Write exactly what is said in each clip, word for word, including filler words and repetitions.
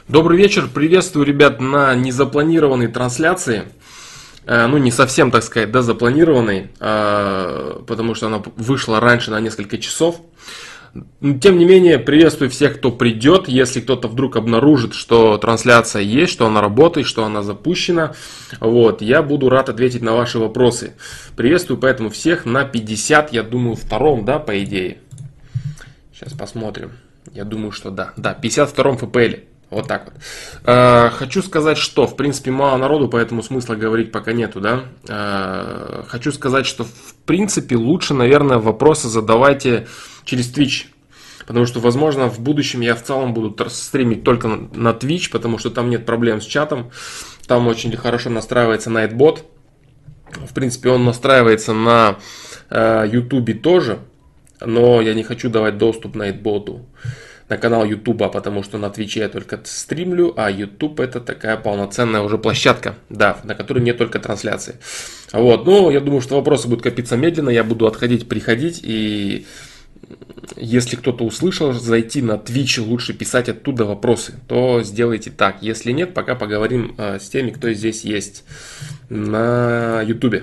Добрый вечер, приветствую, ребят, на незапланированной трансляции. Ну, не совсем, так сказать, да, запланированной, потому что она вышла раньше на несколько часов. Тем не менее, приветствую всех, кто придет. Если кто-то вдруг обнаружит, что трансляция есть, что она работает, что она запущена, вот, я буду рад ответить на ваши вопросы. Приветствую поэтому всех на пятьдесят, я думаю, втором, да, по идее. Сейчас посмотрим. Я думаю, что да. Да, пятьдесят втором эф пи эл. Вот так вот. Э, хочу сказать, что, в принципе, мало народу, поэтому смысла говорить пока нету, да. Э, хочу сказать, что, в принципе, лучше, наверное, вопросы задавайте через Twitch. Потому что, возможно, в будущем я в целом буду стримить только на Twitch, потому что там нет проблем с чатом. Там очень хорошо настраивается Nightbot. В принципе, он настраивается на э, YouTube тоже, но я не хочу давать доступ Nightbot'у на канал YouTube, потому что на Твиче я только стримлю, а YouTube это такая полноценная уже площадка, да, на которой нет только трансляции. Вот, ну, я думаю, что вопросы будут копиться медленно, я буду отходить, приходить, и если кто-то услышал, зайти на Twitch, лучше писать оттуда вопросы, то сделайте так. Если нет, пока поговорим э, с теми, кто здесь есть на YouTube.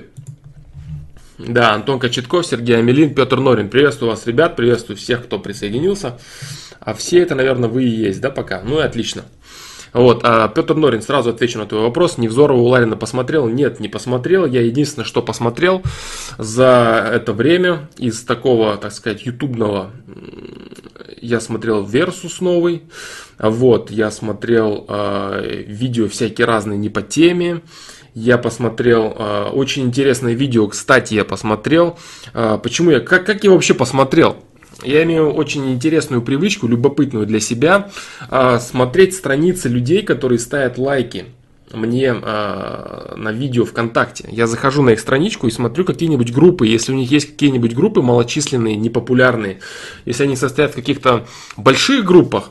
Да, Антон Кочетков, Сергей Амелин, Петр Норин. Приветствую вас, ребят, приветствую всех, кто присоединился. А все это, наверное, вы и есть, да, пока? Ну и отлично. Вот, а Петр Норин, сразу отвечу на твой вопрос. Невзорова у Ларина посмотрел? Нет, не посмотрел. Я единственное, что посмотрел за это время из такого, так сказать, ютубного, я смотрел Versus новый. Вот, я смотрел э, видео всякие разные не по теме. Я посмотрел э, очень интересное видео, кстати, я посмотрел. Э, почему я, как, как я вообще посмотрел? Я имею очень интересную привычку, любопытную для себя, э, смотреть страницы людей, которые ставят лайки мне э, на видео ВКонтакте. Я захожу на их страничку и смотрю какие-нибудь группы. Если у них есть какие-нибудь группы малочисленные, непопулярные, если они состоят в каких-то больших группах.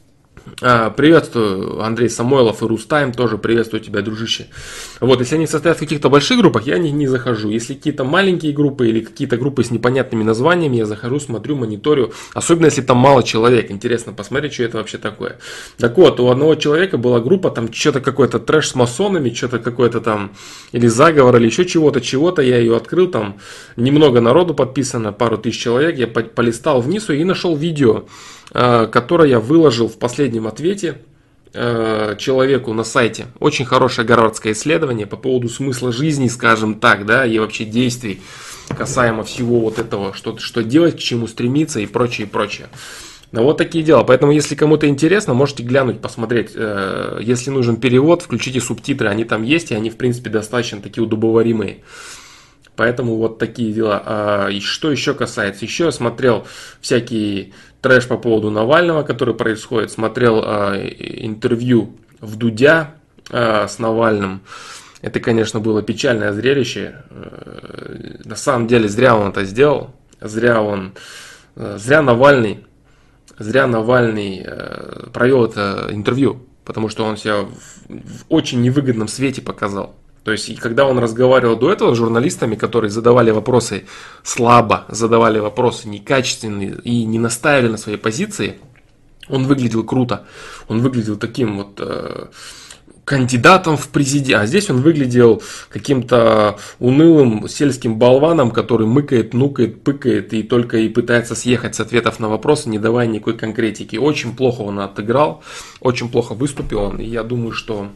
Приветствую, Андрей Самойлов и Рустайм, тоже приветствую тебя, дружище. Вот, если они состоят в каких-то больших группах, я в них не захожу. Если какие-то маленькие группы или какие-то группы с непонятными названиями, я захожу, смотрю, мониторю. Особенно, если там мало человек. Интересно посмотреть, что это вообще такое. Так вот, у одного человека была группа, там что-то какой-то трэш с масонами, что-то какой-то там, или заговор, или еще чего-то, чего-то. Я ее открыл, там немного народу подписано, пару тысяч человек. Я полистал вниз и нашел видео, который я выложил в последнем ответе человеку на сайте. Очень хорошее гарвардское исследование по поводу смысла жизни, скажем так, да, и вообще действий касаемо всего вот этого, что, что делать, к чему стремиться и прочее, и прочее. Ну, вот такие дела. Поэтому, если кому-то интересно, можете глянуть, посмотреть. Если нужен перевод, включите субтитры, они там есть, и они, в принципе, достаточно такие удобоваримые. Поэтому вот такие дела. И что еще касается? Еще я смотрел всякие трэш по поводу Навального, который происходит. Смотрел интервью в Дудя с Навальным. Это, конечно, было печальное зрелище. На самом деле, зря он это сделал. Зря он, зря Навальный, зря Навальный провел это интервью. Потому что он себя в очень невыгодном свете показал. То есть, когда он разговаривал до этого с журналистами, которые задавали вопросы слабо, задавали вопросы некачественные и не настаивали на своей позиции, он выглядел круто. Он выглядел таким вот э, кандидатом в президенты. А здесь он выглядел каким-то унылым сельским болваном, который мыкает, нукает, пыкает и только и пытается съехать с ответов на вопросы, не давая никакой конкретики. Очень плохо он отыграл, очень плохо выступил он. И я думаю, что...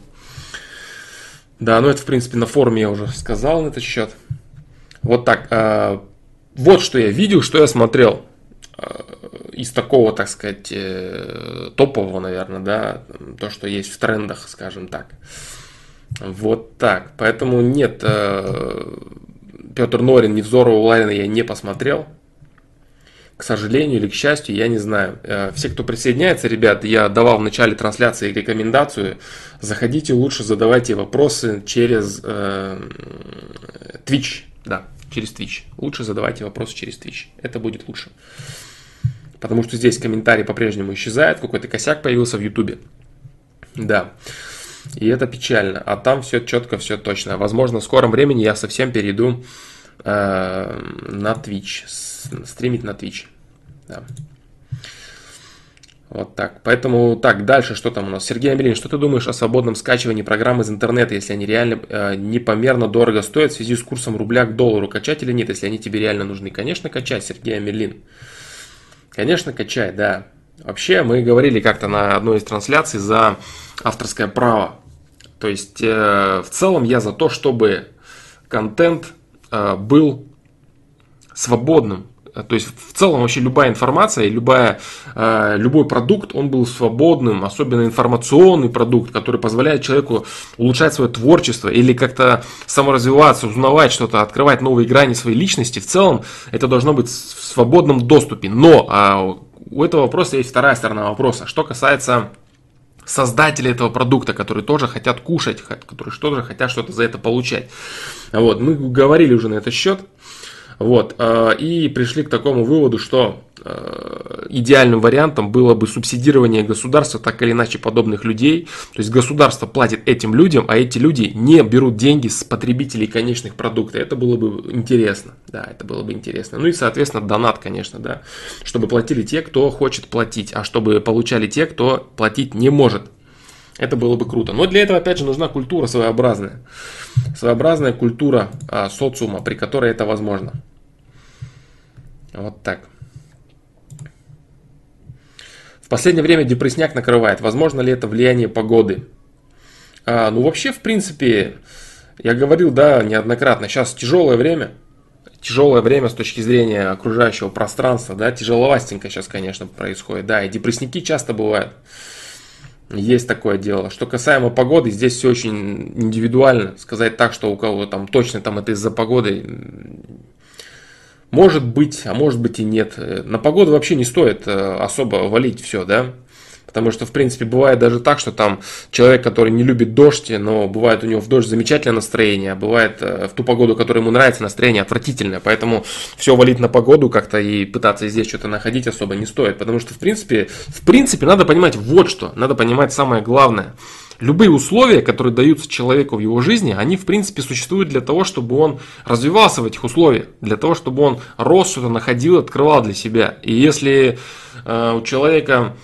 Да, ну это, в принципе, на форуме я уже сказал на этот счет. Вот так. Э, вот что я видел, что я смотрел э, из такого, так сказать, э, топового, наверное, да, то, что есть в трендах, скажем так. Вот так. Поэтому нет, э, Петр Норин, Невзорова, Ларина я не посмотрел. К сожалению или к счастью, я не знаю. Все, кто присоединяется, ребят, я давал в начале трансляции рекомендацию. Заходите, лучше задавайте вопросы через э, Twitch. Да, через Twitch. Лучше задавайте вопросы через Twitch. Это будет лучше. Потому что здесь комментарии по-прежнему исчезают. Какой-то косяк появился в YouTube. Да. И это печально. А там все четко, все точно. Возможно, в скором времени я совсем перейду э, на Twitch. Стримить на Twitch. Да. Вот так. Поэтому, так, дальше что там у нас? Сергей Амелин, что ты думаешь о свободном скачивании программ из интернета, если они реально э, непомерно дорого стоят в связи с курсом рубля к доллару? Качать или нет, если они тебе реально нужны? Конечно, качать, Сергей Амелин. Конечно, качай, да. Вообще, мы говорили как-то на одной из трансляций за авторское право. То есть, э, в целом я за то, чтобы контент э, был свободным. То есть, в целом, вообще любая информация, любая, э, любой продукт, он был свободным, особенно информационный продукт, который позволяет человеку улучшать свое творчество или как-то саморазвиваться, узнавать что-то, открывать новые грани своей личности. В целом, это должно быть в свободном доступе. Но э, у этого вопроса есть вторая сторона вопроса. Что касается создатели этого продукта, которые тоже хотят кушать, которые тоже хотят что-то за это получать. Вот, мы говорили уже на этот счет. Вот, и пришли к такому выводу, что идеальным вариантом было бы субсидирование государства так или иначе подобных людей. То есть государство платит этим людям, а эти люди не берут деньги с потребителей конечных продуктов. Это было бы интересно. Да, это было бы интересно. Ну и, соответственно, донат, конечно, да. Чтобы платили те, кто хочет платить, а чтобы получали те, кто платить не может. Это было бы круто. Но для этого, опять же, нужна культура своеобразная. Своеобразная культура а, социума, при которой это возможно. Вот так. В последнее время депрессняк накрывает. Возможно ли это влияние погоды? А, ну, вообще, в принципе, я говорил, да, неоднократно. Сейчас тяжелое время. Тяжелое время с точки зрения окружающего пространства. Да, тяжеловастенько сейчас, конечно, происходит. Да, и депрессняки часто бывают. Есть такое дело. Что касаемо погоды, здесь все очень индивидуально. Сказать так, что у кого там точно там это из-за погоды, может быть, а может быть и нет. На погоду вообще не стоит особо валить все, да. Потому что, в принципе, бывает даже так, что там человек, который не любит дождь, но бывает у него в дождь замечательное настроение, а бывает в ту погоду, которая ему нравится, настроение отвратительное. Поэтому все валить на погоду как-то и пытаться здесь что-то находить особо не стоит. Потому что, в принципе, в принципе, надо понимать вот что. Надо понимать самое главное. Любые условия, которые даются человеку в его жизни, они, в принципе, существуют для того, чтобы он развивался в этих условиях. Для того, чтобы он рос, что-то находил, открывал для себя. И если э, у человека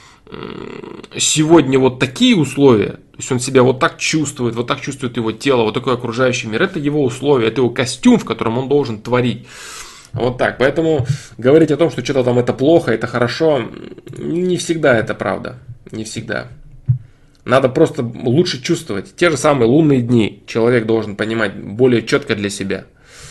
сегодня вот такие условия, то есть он себя вот так чувствует, вот так чувствует его тело, вот такой окружающий мир, это его условия, это его костюм, в котором он должен творить. Вот так, поэтому говорить о том, что что-то там это плохо, это хорошо, не всегда это правда, не всегда. Надо просто лучше чувствовать. Те же самые лунные дни человек должен понимать более четко для себя.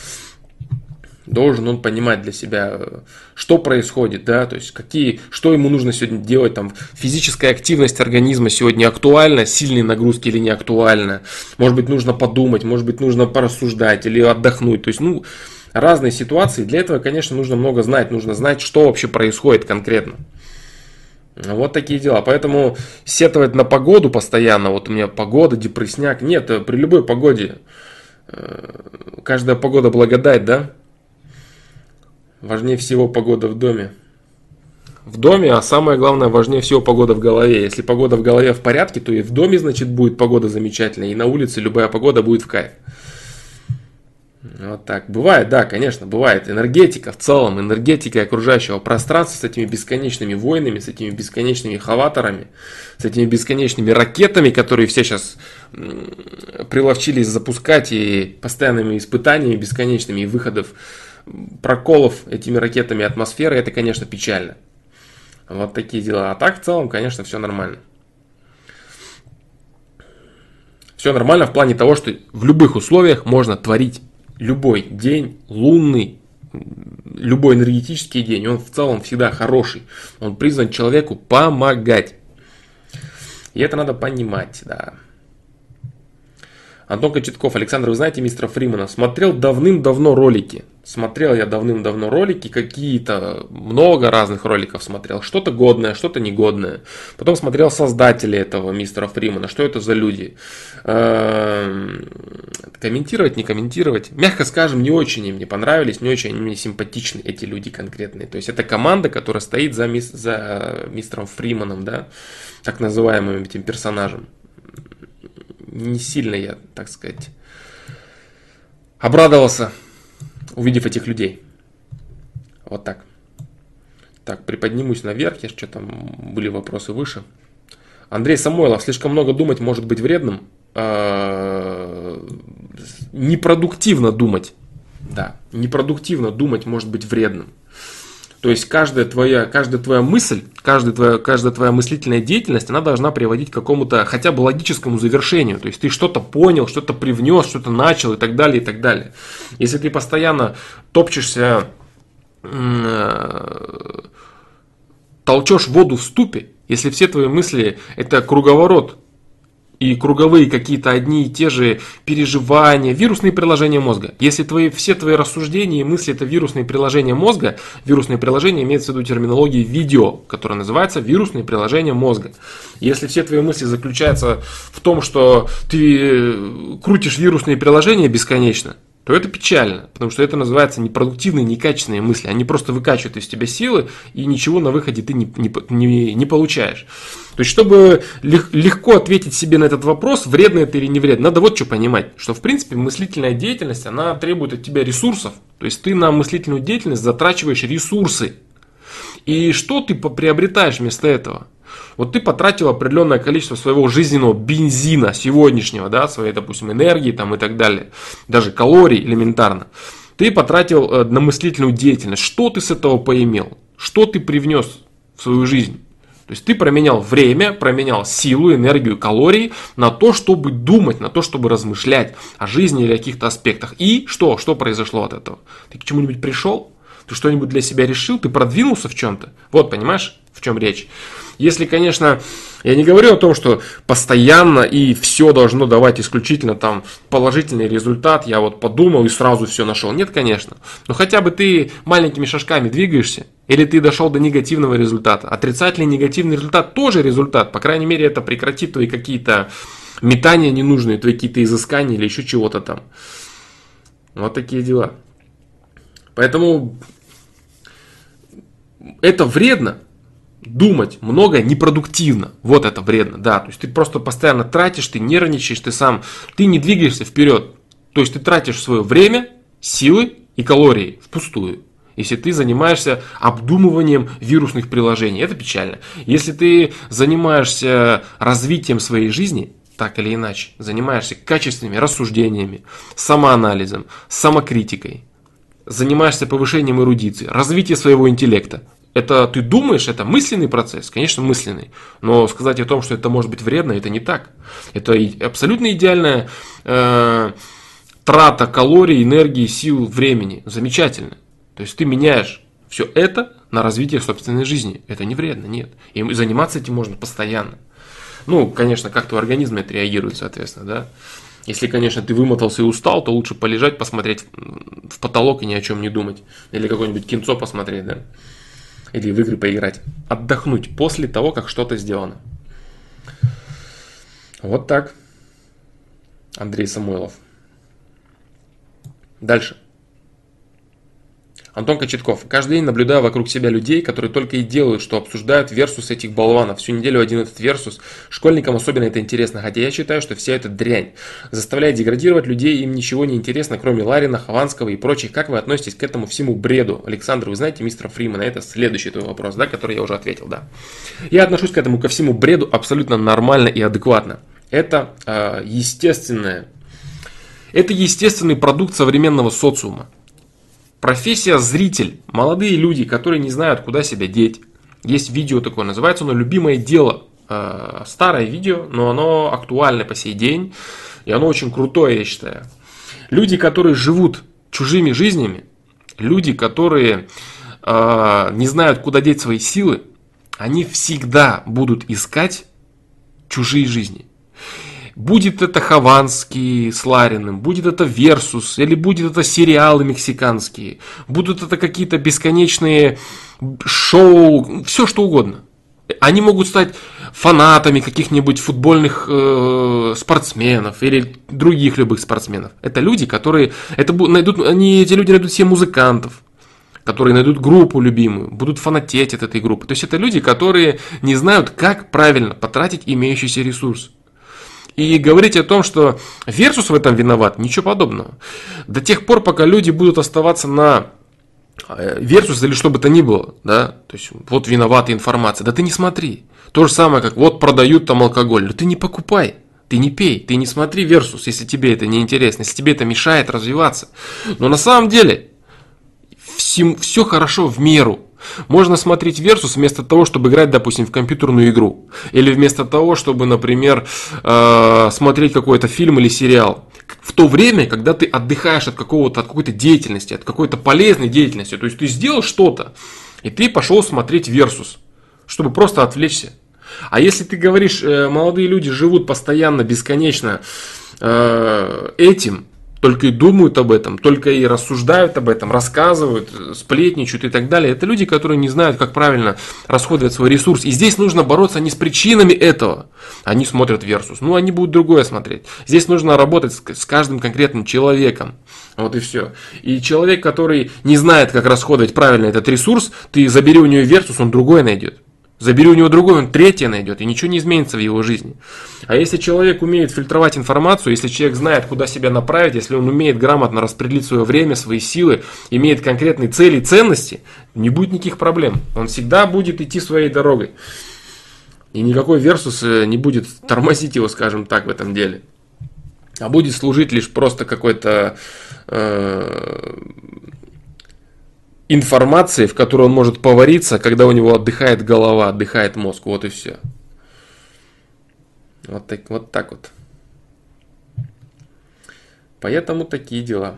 Должен он понимать для себя, что происходит, да, то есть какие, что ему нужно сегодня делать, там, физическая активность организма сегодня актуальна, сильные нагрузки или не актуальна, может быть, нужно подумать, может быть, нужно порассуждать или отдохнуть, то есть, ну, разные ситуации, для этого, конечно, нужно много знать, нужно знать, что вообще происходит конкретно. Вот такие дела, поэтому сетовать на погоду постоянно, вот у меня погода, депрессняк, нет, при любой погоде, каждая погода благодать, да. Важнее всего погода в доме. В доме, а самое главное, важнее всего погода в голове. Если погода в голове в порядке, то и в доме, значит, будет погода замечательная. И на улице любая погода будет в кайф. Вот так. Бывает, да, конечно, бывает. Энергетика в целом, энергетика окружающего пространства с этими бесконечными войнами, с этими бесконечными хаваторами, с этими бесконечными ракетами, которые все сейчас приловчились запускать, и постоянными испытаниями бесконечными, и выходов, проколов этими ракетами атмосферы, это, конечно, печально. Вот такие дела. А так, в целом, конечно, все нормально. Все нормально в плане того, что в любых условиях можно творить любой день, лунный, любой энергетический день. Он в целом всегда хороший. Он призван человеку помогать. И это надо понимать, да. Антон Кочетков, Александр, вы знаете мистера Фримана? Смотрел давным-давно ролики. Смотрел я давным-давно ролики, какие-то, много разных роликов смотрел. Что-то годное, что-то негодное. Потом смотрел создателей этого мистера Фримана. Что это за люди? Комментировать, не комментировать. Мягко скажем, не очень им мне понравились, не очень мне симпатичны эти люди конкретные. То есть это команда, которая стоит за, мис- за мистером Фриманом, да, так называемым этим персонажем. Не сильно я, так сказать, обрадовался, увидев этих людей. Вот так. Так, приподнимусь наверх, я что там были вопросы выше. Андрей Самойлов, слишком много думать может быть вредным. Непродуктивно думать. Да, непродуктивно думать может быть вредным. То есть каждая твоя, каждая твоя мысль, каждая твоя, каждая твоя мыслительная деятельность, она должна приводить к какому-то хотя бы логическому завершению. То есть ты что-то понял, что-то привнес, что-то начал и так далее, и так далее. Если ты постоянно топчешься, толчешь воду в ступе, если все твои мысли это круговорот, и круговые какие-то одни и те же переживания, вирусные приложения мозга. Если твои, все твои рассуждения и мысли это вирусные приложения мозга, вирусные приложения имеется в виду терминологии видео, которая называется вирусные приложения мозга. Если все твои мысли заключаются в том, что ты крутишь вирусные приложения бесконечно, то это печально, потому что это называется непродуктивные, некачественные мысли. Они просто выкачивают из тебя силы, и ничего на выходе ты не, не, не, не получаешь. То есть, чтобы легко ответить себе на этот вопрос, вредно это или не вредно, надо вот что понимать, что в принципе мыслительная деятельность, она требует от тебя ресурсов. То есть, ты на мыслительную деятельность затрачиваешь ресурсы. И что ты приобретаешь вместо этого? Вот ты потратил определенное количество своего жизненного бензина сегодняшнего, да, своей, допустим, энергии там, и так далее, даже калорий элементарно. Ты потратил э, на мыслительную деятельность. Что ты с этого поимел? Что ты привнес в свою жизнь? То есть ты променял время, променял силу, энергию, калории на то, чтобы думать, на то, чтобы размышлять о жизни или о каких-то аспектах. И что? Что произошло от этого? Ты к чему-нибудь пришел? Ты что-нибудь для себя решил? Ты продвинулся в чем-то? Вот, понимаешь, в чем речь? Если, конечно, я не говорю о том, что постоянно и все должно давать исключительно там положительный результат, я вот подумал и сразу все нашел. Нет, конечно. Но хотя бы ты маленькими шажками двигаешься, или ты дошел до негативного результата. Отрицательный негативный результат тоже результат. По крайней мере, это прекратит твои какие-то метания ненужные, твои какие-то изыскания или еще чего-то там. Вот такие дела. Поэтому это вредно. Думать много непродуктивно. Вот это вредно, да. То есть ты просто постоянно тратишь, ты нервничаешь, ты сам, ты не двигаешься вперед. То есть ты тратишь свое время, силы и калории впустую. Если ты занимаешься обдумыванием вирусных приложений, это печально. Если ты занимаешься развитием своей жизни, так или иначе, занимаешься качественными рассуждениями, самоанализом, самокритикой, занимаешься повышением эрудиции, развитием своего интеллекта, это ты думаешь, это мысленный процесс, конечно, мысленный. Но сказать о том, что это может быть вредно, это не так. Это абсолютно идеальная э, трата калорий, энергии, сил, времени. Замечательно. То есть ты меняешь все это на развитие собственной жизни. Это не вредно, нет. И заниматься этим можно постоянно. Ну, конечно, как твой организм отреагирует, соответственно, да. Если, конечно, ты вымотался и устал, то лучше полежать, посмотреть в потолок и ни о чем не думать. Или какое-нибудь кинцо посмотреть, да. Или в игры поиграть. Отдохнуть после того, как что-то сделано. Вот так. Андрей Самойлов. Дальше. Антон Кочетков. Каждый день наблюдаю вокруг себя людей, которые только и делают, что обсуждают версус этих болванов. Всю неделю один этот версус. Школьникам особенно это интересно, хотя я считаю, что вся эта дрянь заставляет деградировать людей, им ничего не интересно, кроме Ларина, Хованского и прочих. Как вы относитесь к этому всему бреду? Александр, вы знаете мистера Фримана? Это следующий твой вопрос, да, который я уже ответил, да. Я отношусь к этому ко всему бреду абсолютно нормально и адекватно. Это э, естественное, это естественный продукт современного социума. Профессия зритель. Молодые люди, которые не знают, куда себя деть. Есть видео такое, называется оно «Любимое дело». Старое видео, но оно актуально по сей день. И оно очень крутое, я считаю. Люди, которые живут чужими жизнями, люди, которые э, не знают, куда деть свои силы, они всегда будут искать чужие жизни. Будет это Хованский с Лариным, будет это Версус, или будет это сериалы мексиканские, будут это какие-то бесконечные шоу, все что угодно. Они могут стать фанатами каких-нибудь футбольных э, спортсменов или других любых спортсменов. Это люди, которые, это найдут, они, эти люди найдут себе музыкантов, которые найдут группу любимую, будут фанатеть от этой группы. То есть это люди, которые не знают, как правильно потратить имеющийся ресурс. И говорить о том, что Версус в этом виноват, ничего подобного. До тех пор, пока люди будут оставаться на Версус или что бы то ни было, да, то есть вот виновата информация, да ты не смотри. То же самое, как вот продают там алкоголь, да ты не покупай, ты не пей, ты не смотри Версус, если тебе это не интересно, если тебе это мешает развиваться. Но на самом деле все, все хорошо в меру. Можно смотреть Версус вместо того, чтобы играть, допустим, в компьютерную игру. Или вместо того, чтобы, например, э, смотреть какой-то фильм или сериал. В то время, когда ты отдыхаешь от, какого-то, от какой-то деятельности, от какой-то полезной деятельности. То есть ты сделал что-то, и ты пошел смотреть Версус, чтобы просто отвлечься. А если ты говоришь, э, молодые люди живут постоянно, бесконечно э, этим, только и думают об этом, только и рассуждают об этом, рассказывают, сплетничают и так далее. Это люди, которые не знают, как правильно расходовать свой ресурс. И здесь нужно бороться не с причинами этого. Они смотрят Версус, ну они будут другое смотреть. Здесь нужно работать с каждым конкретным человеком. Вот и все. И человек, который не знает, как расходовать правильно этот ресурс, ты забери у него Версус, он другое найдет. Забери у него другой, он третье найдет, и ничего не изменится в его жизни. А если человек умеет фильтровать информацию, если человек знает, куда себя направить, если он умеет грамотно распределить свое время, свои силы, имеет конкретные цели и ценности, не будет никаких проблем. Он всегда будет идти своей дорогой. И никакой Версус не будет тормозить его, скажем так, в этом деле. А будет служить лишь просто какой-то э, информации, в которой он может повариться, когда у него отдыхает голова, отдыхает мозг. Вот и все. Вот так вот. Так вот. Поэтому такие дела.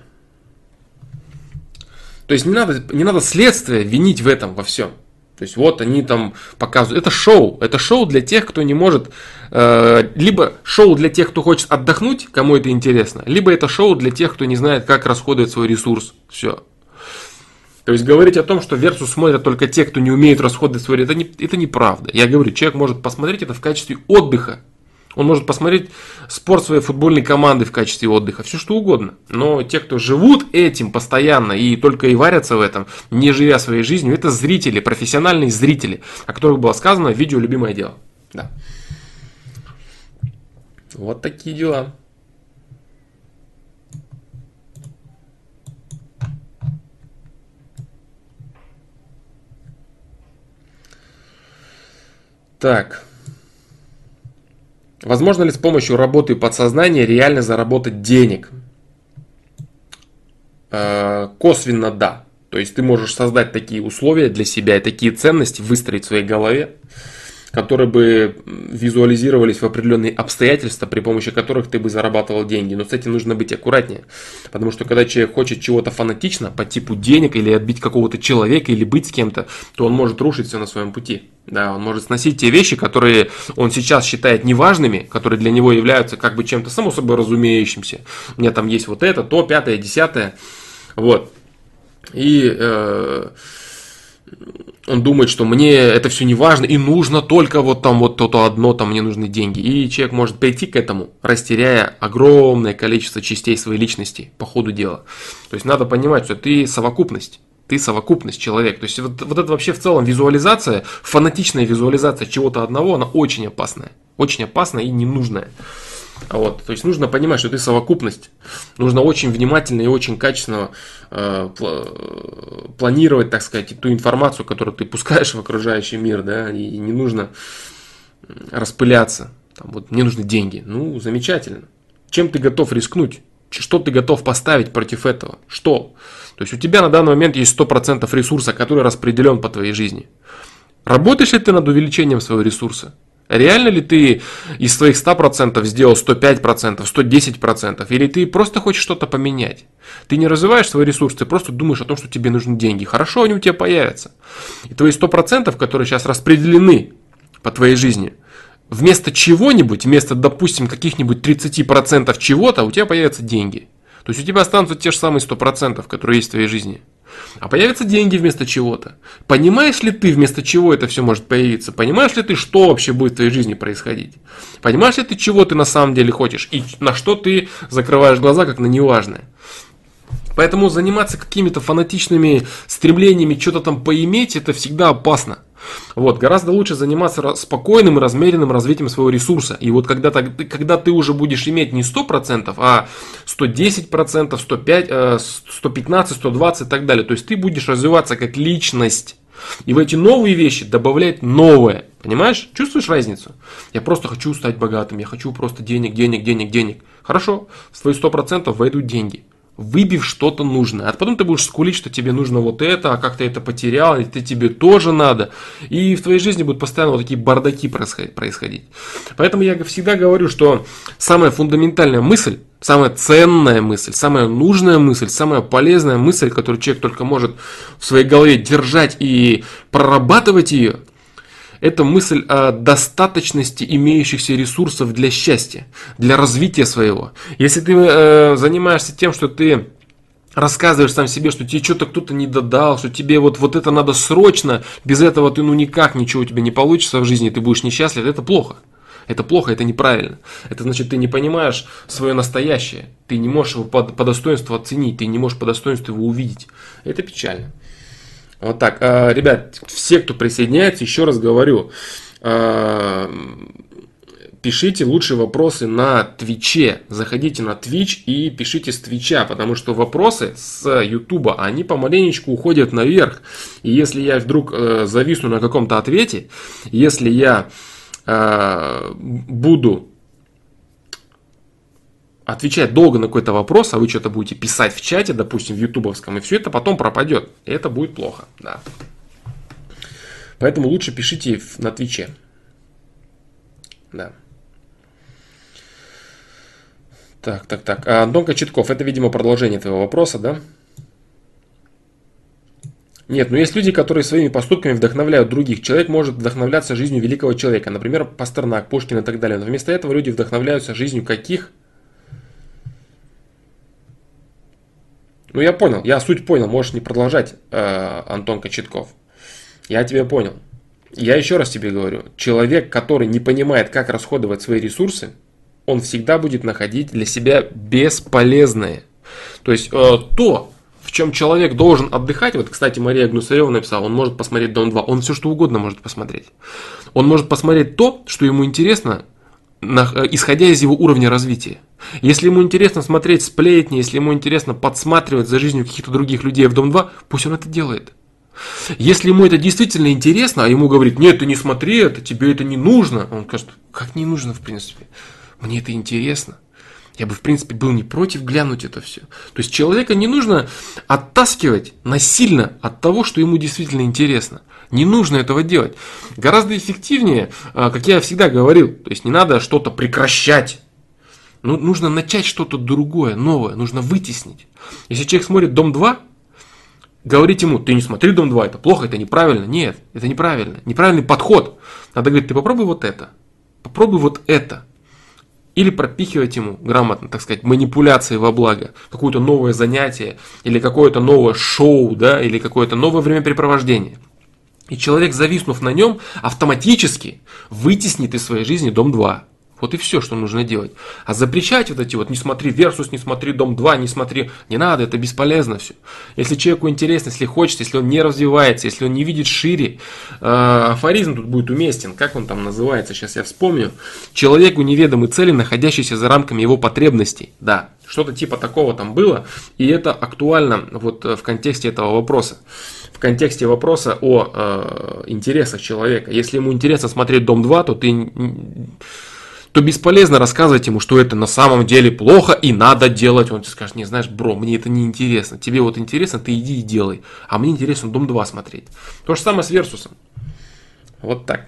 То есть не надо, не надо следствие винить в этом во всем. То есть вот они там показывают. Это шоу. Это шоу для тех, кто не может. Э, либо шоу для тех, кто хочет отдохнуть, кому это интересно. Либо это шоу для тех, кто не знает, как расходовать свой ресурс. Все. То есть говорить о том, что Версус смотрят только те, кто не умеет расходовать свой ресурс, это, не, это неправда. Я говорю, человек может посмотреть это в качестве отдыха. Он может посмотреть спорт своей футбольной команды в качестве отдыха, все что угодно. Но те, кто живут этим постоянно и только и варятся в этом, не живя своей жизнью, это зрители, профессиональные зрители, о которых было сказано в видео «Любимое дело». Да. Вот такие дела. Так. Возможно ли с помощью работы подсознания реально заработать денег? Э, косвенно да. То есть ты можешь создать такие условия для себя и такие ценности выстроить в своей голове, которые бы визуализировались в определенные обстоятельства, при помощи которых ты бы зарабатывал деньги. Но с этим нужно быть аккуратнее. Потому что когда человек хочет чего-то фанатично, по типу денег, или отбить какого-то человека, или быть с кем-то, то он может рушить все на своем пути. Да, он может сносить те вещи, которые он сейчас считает неважными, которые для него являются как бы чем-то само собой разумеющимся. У меня там есть вот это, то, пятое, десятое. Вот. И э, он думает, что мне это все не важно, и нужно только вот там вот то-то одно, там мне нужны деньги. И человек может прийти к этому, растеряя огромное количество частей своей личности по ходу дела. То есть надо понимать, что ты совокупность. Ты совокупность человек. То есть вот, вот это вообще в целом визуализация, фанатичная визуализация чего-то одного, она очень опасная. Очень опасная и ненужная. Вот. То есть нужно понимать, что ты совокупность. Нужно очень внимательно и очень качественно э, планировать, так сказать, ту информацию, которую ты пускаешь в окружающий мир. Да? И не нужно распыляться. Там, вот, мне нужны деньги. Ну, замечательно. Чем ты готов рискнуть? Что ты готов поставить против этого? Что? То есть у тебя на данный момент есть сто процентов ресурса, который распределен по твоей жизни. Работаешь ли ты над увеличением своего ресурса? Реально ли ты из своих ста процентов сделал сто пять процентов, сто десять процентов? Или ты просто хочешь что-то поменять? Ты не развиваешь свой ресурс, ты просто думаешь о том, что тебе нужны деньги. Хорошо, они у тебя появятся. И твои сто процентов, которые сейчас распределены по твоей жизни, вместо чего-нибудь, вместо, допустим, каких-нибудь тридцать процентов чего-то, у тебя появятся деньги. То есть у тебя останутся те же самые сто процентов, которые есть в твоей жизни. А появятся деньги вместо чего-то. Понимаешь ли ты, вместо чего это все может появиться? Понимаешь ли ты, что вообще будет в твоей жизни происходить? Понимаешь ли ты, чего ты на самом деле хочешь? И на что ты закрываешь глаза, как на неважное? Поэтому заниматься какими-то фанатичными стремлениями что-то там поиметь, это всегда опасно. Вот, гораздо лучше заниматься спокойным и размеренным развитием своего ресурса. И вот когда, ты, когда ты уже будешь иметь не сто процентов, а сто десять процентов, сто пять процентов, сто пятнадцать процентов, сто двадцать процентов и так далее. То есть ты будешь развиваться как личность. И в эти новые вещи добавлять новое. Понимаешь? Чувствуешь разницу? Я просто хочу стать богатым. Я хочу просто денег, денег, денег, денег. Хорошо, в твои сто процентов войдут деньги. Выбив что-то нужное. А потом ты будешь скулить, что тебе нужно вот это, а как ты это потерял, и ты, тебе тоже надо. И в твоей жизни будут постоянно вот такие бардаки происходить. Поэтому я всегда говорю, что самая фундаментальная мысль, самая ценная мысль, самая нужная мысль, самая полезная мысль, которую человек только может в своей голове держать и прорабатывать ее, это мысль о достаточности имеющихся ресурсов для счастья, для развития своего. Если ты э, занимаешься тем, что ты рассказываешь сам себе, что тебе что-то кто-то не додал, что тебе вот, вот это надо срочно, без этого ты ну никак ничего у тебя не получится в жизни, ты будешь несчастлив, это плохо. Это плохо, это неправильно. Это значит, ты не понимаешь свое настоящее. Ты не можешь его по, по достоинству оценить, ты не можешь по достоинству его увидеть. Это печально. Вот так, ребят, все, кто присоединяется, еще раз говорю, пишите лучшие вопросы на Твиче. Заходите на Твич и пишите с Твича, потому что вопросы с Ютуба, они помаленечку уходят наверх. И если я вдруг зависну на каком-то ответе, если я буду отвечать долго на какой-то вопрос, а вы что-то будете писать в чате, допустим, в ютубовском, и все это потом пропадет. И это будет плохо. Да. Поэтому лучше пишите на Твиче. Да. Так, так, так. А Антон Кочетков, это, видимо, продолжение твоего вопроса, да? Нет, но есть люди, которые своими поступками вдохновляют других. Человек может вдохновляться жизнью великого человека, например, Пастернак, Пушкин и так далее. Но вместо этого люди вдохновляются жизнью каких? Ну, я понял, я суть понял, можешь не продолжать, э, Антон Кочетков. Я тебя понял. Я еще раз тебе говорю, человек, который не понимает, как расходовать свои ресурсы, он всегда будет находить для себя бесполезное. То есть, э, то, в чем человек должен отдыхать, вот, кстати, Мария Гнусарева написала, он может посмотреть Дом два, он все что угодно может посмотреть. Он может посмотреть то, что ему интересно, исходя из его уровня развития. Если ему интересно смотреть сплетни, если ему интересно подсматривать за жизнью каких-то других людей в Дом два, пусть он это делает. Если ему это действительно интересно, а ему говорит, нет, ты не смотри это, тебе это не нужно, он скажет, как не нужно в принципе, мне это интересно. Я бы в принципе был не против глянуть это все. То есть человека не нужно оттаскивать насильно от того, что ему действительно интересно. Не нужно этого делать. Гораздо эффективнее, как я всегда говорил, то есть не надо что-то прекращать. Ну, нужно начать что-то другое, новое, нужно вытеснить. Если человек смотрит Дом два, говорить ему, ты не смотри Дом два, это плохо, это неправильно. Нет, это неправильно. Неправильный подход. Надо говорить, ты попробуй вот это, попробуй вот это. Или пропихивать ему грамотно, так сказать, манипуляции во благо, какое-то новое занятие, или какое-то новое шоу, да, или какое-то новое времяпрепровождение. И человек, зависнув на нем, автоматически вытеснит из своей жизни Дом два. Вот и все, что нужно делать. А запрещать вот эти вот, не смотри Версус, не смотри Дом два, не смотри, не надо, это бесполезно все. Если человеку интересно, если хочет, если он не развивается, если он не видит шире, э, афоризм тут будет уместен, как он там называется, сейчас я вспомню. Человеку неведомы цели, находящиеся за рамками его потребностей. Да, что-то типа такого там было, и это актуально вот в контексте этого вопроса. В контексте вопроса о э, интересах человека. Если ему интересно смотреть Дом два, то ты... то бесполезно рассказывать ему, что это на самом деле плохо и надо делать. Он тебе скажет, не знаешь, бро, мне это не интересно. Тебе вот интересно, ты иди и делай. А мне интересно Дом два смотреть. То же самое с Версусом. Вот так.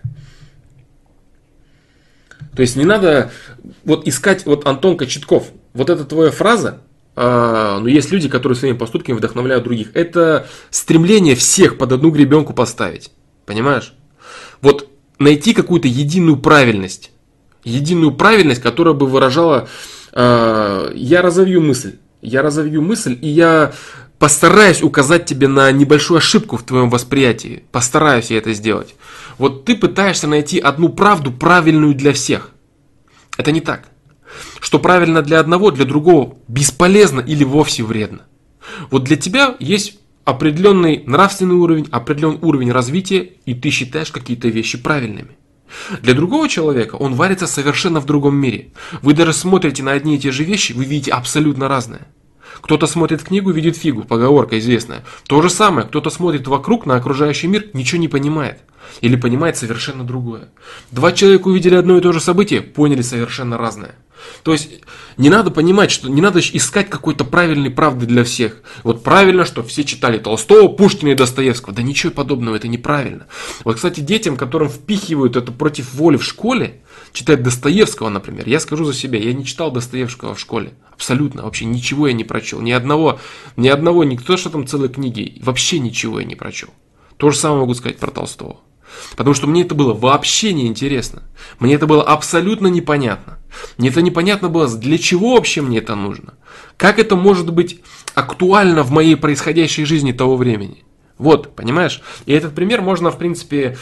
То есть не надо вот искать, вот Антон Кочетков, вот эта твоя фраза, э, но есть люди, которые своими поступками вдохновляют других. Это стремление всех под одну гребенку поставить. Понимаешь? Вот найти какую-то единую правильность. Единую правильность, которая бы выражала, э, я разовью мысль, я разовью мысль, и я постараюсь указать тебе на небольшую ошибку в твоем восприятии, постараюсь я это сделать. Вот ты пытаешься найти одну правду, правильную для всех. Это не так. Что правильно для одного, для другого бесполезно или вовсе вредно. Вот для тебя есть определенный нравственный уровень, определенный уровень развития, и ты считаешь какие-то вещи правильными. Для другого человека он варится совершенно в другом мире. Вы даже смотрите на одни и те же вещи, вы видите абсолютно разное. Кто-то смотрит книгу, видит фигу, поговорка известная. То же самое, кто-то смотрит вокруг на окружающий мир, ничего не понимает. Или понимает совершенно другое. Два человека увидели одно и то же событие, поняли совершенно разное. То есть не надо понимать, что не надо искать какой-то правильной правды для всех. Вот правильно, что все читали Толстого, Пушкина и Достоевского. Да ничего подобного, это неправильно. Вот, кстати, детям, которым впихивают это против воли в школе, читать Достоевского, например, я скажу за себя, я не читал Достоевского в школе. Абсолютно, вообще ничего я не прочел. Ни одного, ни одного, никто, что там целой книги, вообще ничего я не прочел. То же самое могу сказать про Толстого. Потому что мне это было вообще неинтересно. Мне это было абсолютно непонятно. Мне это непонятно было, для чего вообще мне это нужно. Как это может быть актуально в моей происходящей жизни того времени. Вот, понимаешь? И этот пример можно, в принципе,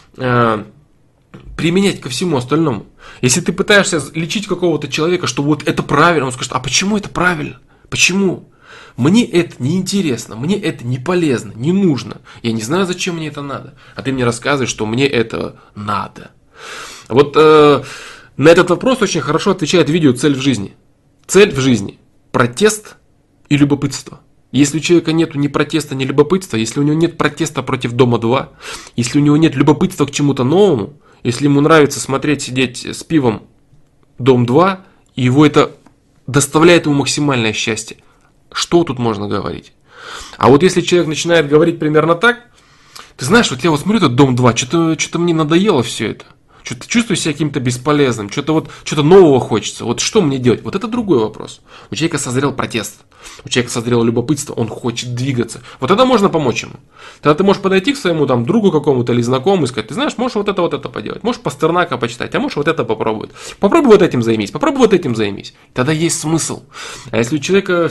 э, применять ко всему остальному. Если ты пытаешься лечить какого-то человека, что вот это правильно, он скажет, а почему это правильно? Почему? Мне это не интересно, мне это не полезно, не нужно. Я не знаю, зачем мне это надо. А ты мне рассказываешь, что мне это надо. Вот э, на этот вопрос очень хорошо отвечает видео «Цель в жизни». Цель в жизни – протест и любопытство. Если у человека нет ни протеста, ни любопытства, если у него нет протеста против Дома два, если у него нет любопытства к чему-то новому, если ему нравится смотреть, сидеть с пивом Дом два, и его это доставляет ему максимальное счастье, что тут можно говорить? А вот если человек начинает говорить примерно так, ты знаешь, вот я вот смотрю этот Дом два, что-то, что-то мне надоело все это. Что-то чувствую себя каким-то бесполезным, что-то вот, что-то нового хочется. Вот что мне делать? Вот это другой вопрос. У человека созрел протест, у человека созрело любопытство, он хочет двигаться. Вот это можно помочь ему. Тогда ты можешь подойти к своему там другу какому-то или знакомому и сказать, ты знаешь, можешь вот это, вот это поделать, можешь Пастернака почитать, а можешь вот это попробовать. Попробуй вот этим займись, попробуй вот этим займись. Тогда есть смысл. А если у человека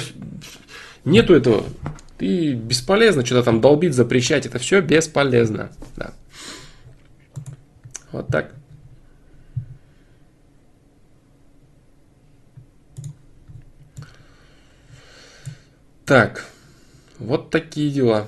нету этого, ты бесполезно что-то там долбить, запрещать, это все бесполезно. Да. Вот так. Так, вот такие дела.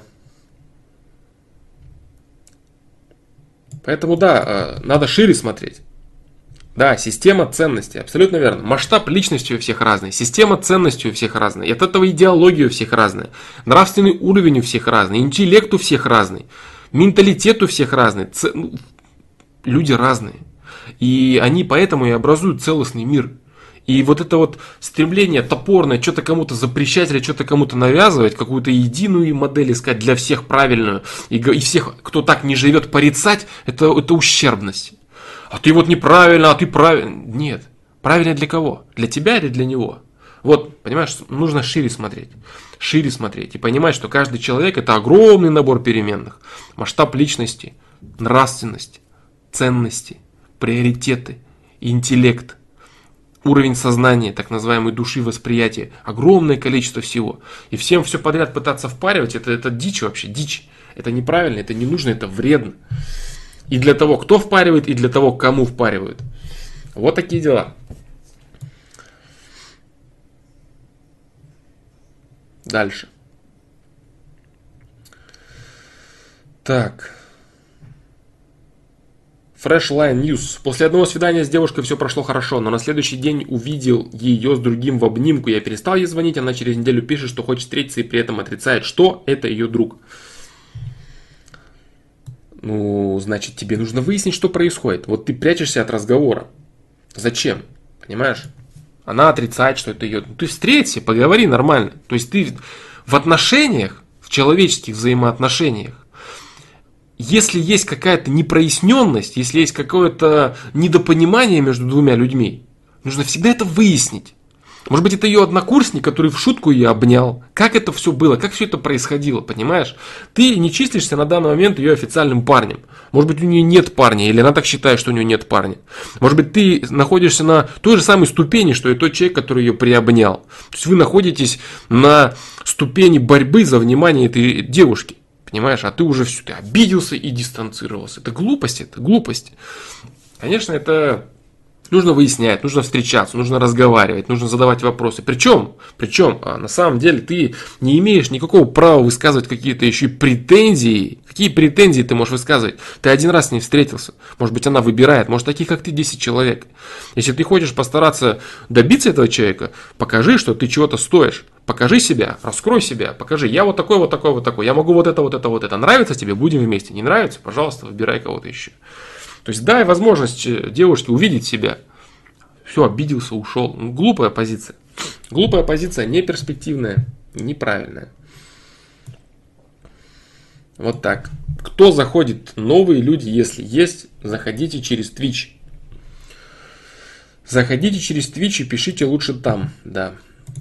Поэтому да, надо шире смотреть. Да, система ценностей, абсолютно верно. Масштаб личности у всех разный, система ценностей у всех разная, и от этого идеология у всех разная, нравственный уровень у всех разный, интеллект у всех разный, менталитет у всех разный, ц... люди разные. И они поэтому и образуют целостный мир. И вот это вот стремление топорное, что-то кому-то запрещать или что-то кому-то навязывать, какую-то единую модель искать для всех правильную, и, и всех, кто так не живет, порицать, это, это ущербность. А ты вот неправильно, а ты правильно. Нет. Правильно для кого? Для тебя или для него? Вот, понимаешь, нужно шире смотреть. Шире смотреть и понимать, что каждый человек это огромный набор переменных. Масштаб личности, нравственность, ценности, приоритеты, интеллект, уровень сознания, так называемой души, восприятия, огромное количество всего. И всем все подряд пытаться впаривать, это, это дичь вообще, дичь. Это неправильно, это не нужно, это вредно. И для того, кто впаривает, и для того, кому впаривают. Вот такие дела. Дальше. Так. Freshline News. После одного свидания с девушкой все прошло хорошо, но на следующий день увидел ее с другим в обнимку. Я перестал ей звонить, она через неделю пишет, что хочет встретиться и при этом отрицает, что это ее друг. Ну, значит, тебе нужно выяснить, что происходит. Вот ты прячешься от разговора. Зачем? Понимаешь? Она отрицает, что это ее... Ты встреться, поговори нормально. То есть ты в отношениях, в человеческих взаимоотношениях, если есть какая-то непроясненность, если есть какое-то недопонимание между двумя людьми, нужно всегда это выяснить. Может быть, это ее однокурсник, который в шутку ее обнял. Как это все было, как все это происходило, понимаешь? Ты не числишься на данный момент ее официальным парнем. Может быть, у нее нет парня, или она так считает, что у нее нет парня. Может быть, ты находишься на той же самой ступени, что и тот человек, который ее приобнял. То есть вы находитесь на ступени борьбы за внимание этой девушки. Понимаешь, а ты уже все, ты обиделся и дистанцировался. Это глупость, это глупость. Конечно, это Нужно выяснять, нужно встречаться, нужно разговаривать, нужно задавать вопросы. Причем, причем, на самом деле ты не имеешь никакого права высказывать какие-то еще и претензии. Какие претензии ты можешь высказывать? Ты один раз с ней встретился. Может быть, она выбирает. Может, таких, как ты, десять человек. Если ты хочешь постараться добиться этого человека, покажи, что ты чего-то стоишь. Покажи себя, раскрой себя, покажи. Я вот такой, вот такой, вот такой. Я могу вот это, вот это, вот это. Нравится тебе? Будем вместе. Не нравится? Пожалуйста, выбирай кого-то еще. То есть дай возможность девушке увидеть себя. Все, обиделся, ушел. Ну, глупая позиция. Глупая позиция, не перспективная, неправильная. Вот так. Кто заходит? Новые люди, если есть, заходите через Twitch. Заходите через Twitch и пишите лучше там. Да.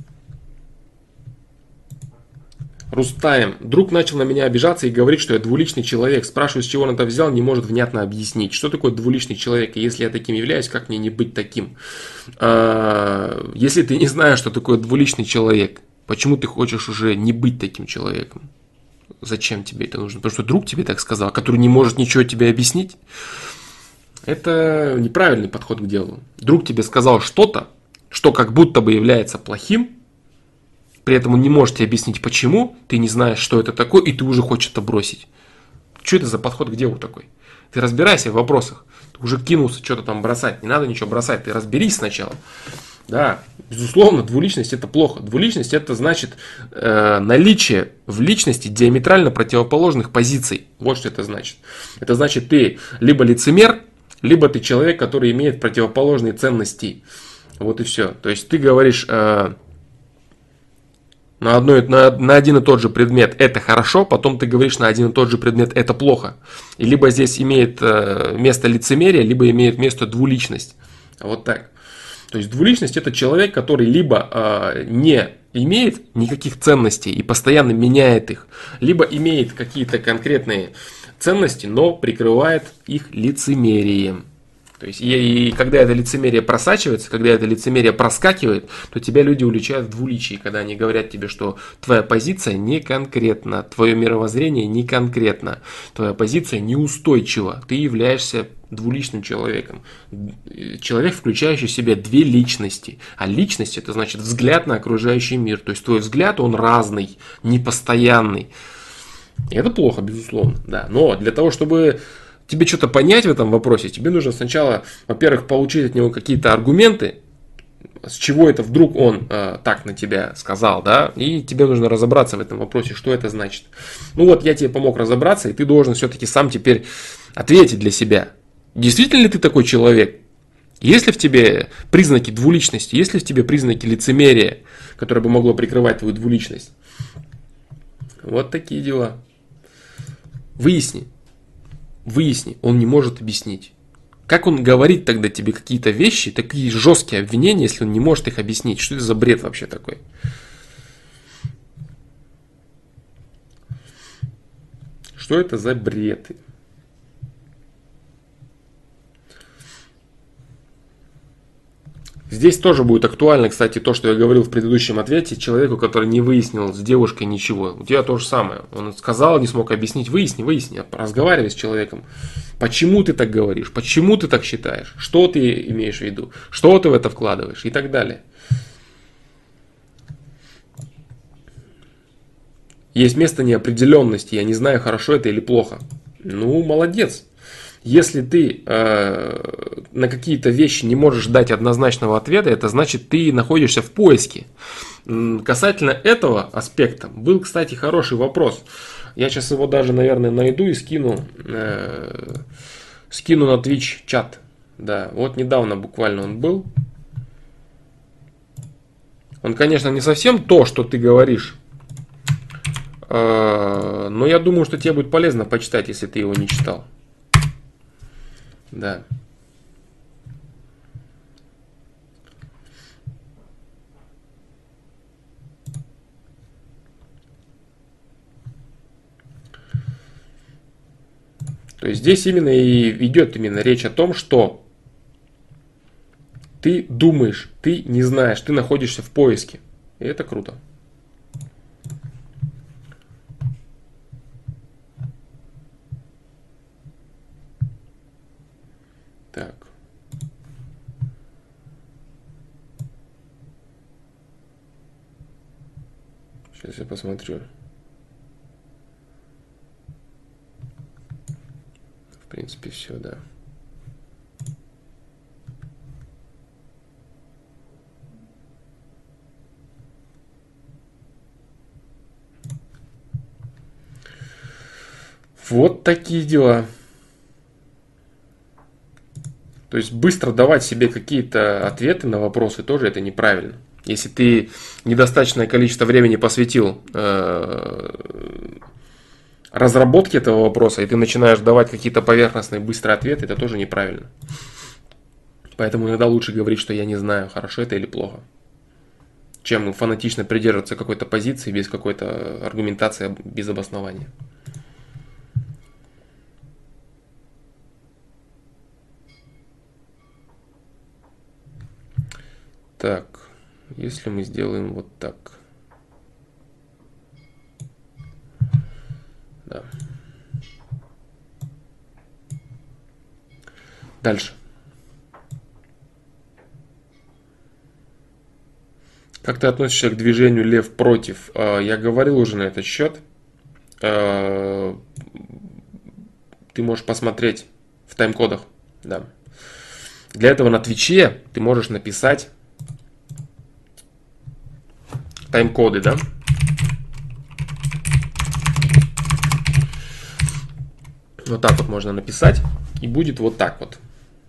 Рустаем. Друг начал на меня обижаться и говорит, что я двуличный человек. Спрашиваю, с чего он это взял, не может внятно объяснить. Что такое двуличный человек? И если я таким являюсь, как мне не быть таким? А, если ты не знаешь, что такое двуличный человек, почему ты хочешь уже не быть таким человеком? Зачем тебе это нужно? Потому что друг тебе так сказал, который не может ничего тебе объяснить. Это неправильный подход к делу. Друг тебе сказал что-то, что как будто бы является плохим, при этом он не может тебе объяснить, почему, ты не знаешь, что это такое, и ты уже хочешь это бросить. Что это за подход к делу такой? Ты разбирайся в вопросах. Ты уже кинулся что-то там бросать. Не надо ничего бросать, ты разберись сначала. Да, безусловно, двуличность это плохо. Двуличность это значит э, наличие в личности диаметрально противоположных позиций. Вот что это значит. Это значит, ты либо лицемер, либо ты человек, который имеет противоположные ценности. Вот и все. То есть ты говоришь... Э, На, одной, на, на один и тот же предмет это хорошо, потом ты говоришь на один и тот же предмет это плохо. И либо здесь имеет э, место лицемерие, либо имеет место двуличность. Вот так. То есть двуличность это человек, который либо э, не имеет никаких ценностей и постоянно меняет их, либо имеет какие-то конкретные ценности, но прикрывает их лицемерием. То есть, и, и когда это лицемерие просачивается, когда это лицемерие проскакивает, то тебя люди уличают в двуличии, когда они говорят тебе, что твоя позиция не конкретна, твое мировоззрение не конкретно, твоя позиция неустойчива, ты являешься двуличным человеком. Человек, включающий в себя две личности. А личность это значит взгляд на окружающий мир. То есть твой взгляд, он разный, непостоянный. И это плохо, безусловно. Да. Но для того, чтобы... тебе что-то понять в этом вопросе, тебе нужно сначала, во-первых, получить от него какие-то аргументы, с чего это вдруг он э, так на тебя сказал, да, и тебе нужно разобраться в этом вопросе, что это значит. Ну вот, я тебе помог разобраться, и ты должен все-таки сам теперь ответить для себя. Действительно ли ты такой человек? Есть ли в тебе признаки двуличности, есть ли в тебе признаки лицемерия, которое бы могло прикрывать твою двуличность? Вот такие дела. Выясни. Выясни, он не может объяснить. Как он говорит тогда тебе какие-то вещи, такие жесткие обвинения, если он не может их объяснить? Что это за бред вообще такой? Что это за бред? Здесь тоже будет актуально, кстати, то, что я говорил в предыдущем ответе человеку, который не выяснил с девушкой ничего. У тебя то же самое. Он сказал, не смог объяснить. Выясни, выясни. Разговаривай с человеком. Почему ты так говоришь? Почему ты так считаешь? Что ты имеешь в виду? Что ты в это вкладываешь? И так далее. Есть место неопределенности. Я не знаю, хорошо это или плохо. Ну, молодец. Если ты э, на какие-то вещи не можешь дать однозначного ответа, это значит, ты находишься в поиске. Касательно этого аспекта, был, кстати, хороший вопрос. Я сейчас его даже, наверное, найду и скину, э, скину на Twitch чат. Да, вот недавно буквально он был. Он, конечно, не совсем то, что ты говоришь. Э, но я думаю, что тебе будет полезно почитать, если ты его не читал. Да. То есть здесь именно и идет именно речь о том, что ты думаешь, ты не знаешь, ты находишься в поиске. И это круто. Так. Сейчас я посмотрю. В принципе, все, да. Вот такие дела. То есть быстро давать себе какие-то ответы на вопросы тоже это неправильно. Если ты недостаточное количество времени посвятил э, разработке этого вопроса, и ты начинаешь давать какие-то поверхностные быстрые ответы, это тоже неправильно. Поэтому иногда лучше говорить, что я не знаю, хорошо это или плохо, чем фанатично придерживаться какой-то позиции без какой-то аргументации, без обоснования. Так, если мы сделаем вот так. Да. Дальше. Как ты относишься к движению лев против? Я говорил уже на этот счет. Ты можешь посмотреть в тайм-кодах. Да. Для этого на Твиче ты можешь написать тайм-коды, да? Вот так вот можно написать, и будет вот так вот.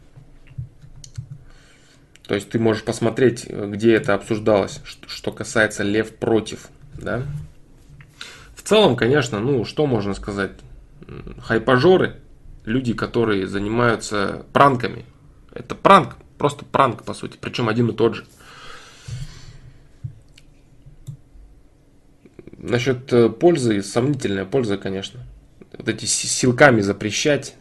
То есть ты можешь посмотреть, где это обсуждалось, что касается лев против, да? В целом, конечно, ну, что можно сказать? Хайпажоры, люди, которые занимаются пранками. Это пранк, просто пранк, по сути, причем один и тот же. Насчет пользы, сомнительная польза, конечно. Вот эти силками запрещать,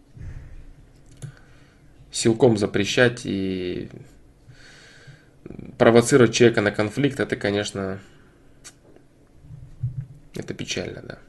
силком запрещать и провоцировать человека на конфликт, это, конечно, это печально, да.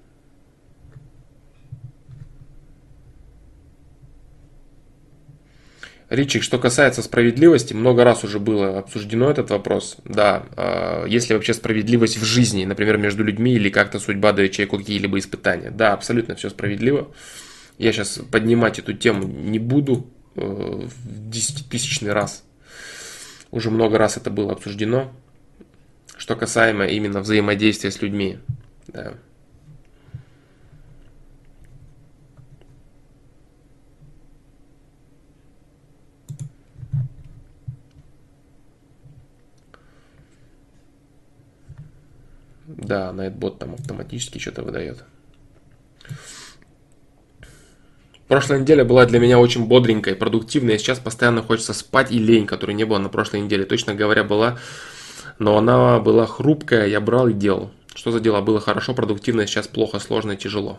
Ричик, что касается справедливости, много раз уже было обсуждено этот вопрос. Да, есть ли вообще справедливость в жизни, например, между людьми, или как-то судьба дает человеку какие-либо испытания. Да, абсолютно все справедливо. Я сейчас поднимать эту тему не буду в десятитысячный раз. Уже много раз это было обсуждено. Что касаемо именно взаимодействия с людьми. Да. Да, Nightbot там автоматически что-то выдает. Прошлая неделя была для меня очень бодренькая и продуктивная. Сейчас постоянно хочется спать и лень, которой не было на прошлой неделе. Точно говоря, была, но она была хрупкая, я брал и делал. Что за дела? Было хорошо, продуктивно, сейчас плохо, сложно, тяжело.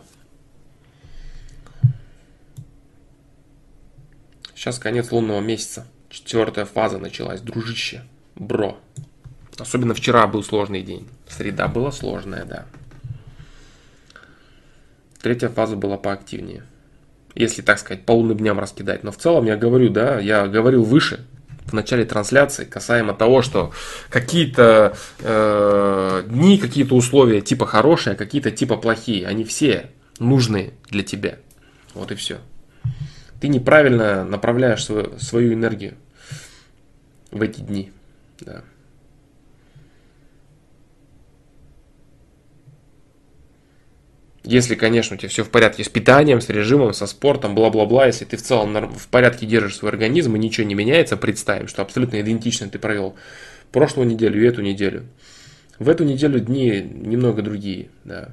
Сейчас конец лунного месяца. Четвертая фаза началась, дружище, бро. Особенно вчера был сложный день. Среда была сложная, да. Третья фаза была поактивнее. Если, так сказать, по лунным дням раскидать. Но в целом я говорю, да, я говорил выше, в начале трансляции, касаемо того, что какие-то э, дни, какие-то условия типа хорошие, а какие-то типа плохие. Они все нужны для тебя. Вот и все. Ты неправильно направляешь свою, свою энергию в эти дни. Да. Если, конечно, у тебя все в порядке с питанием, с режимом, со спортом, бла-бла-бла, если ты в целом в порядке держишь свой организм и ничего не меняется, представим, что абсолютно идентично ты провел прошлую неделю и эту неделю. В эту неделю дни немного другие, да.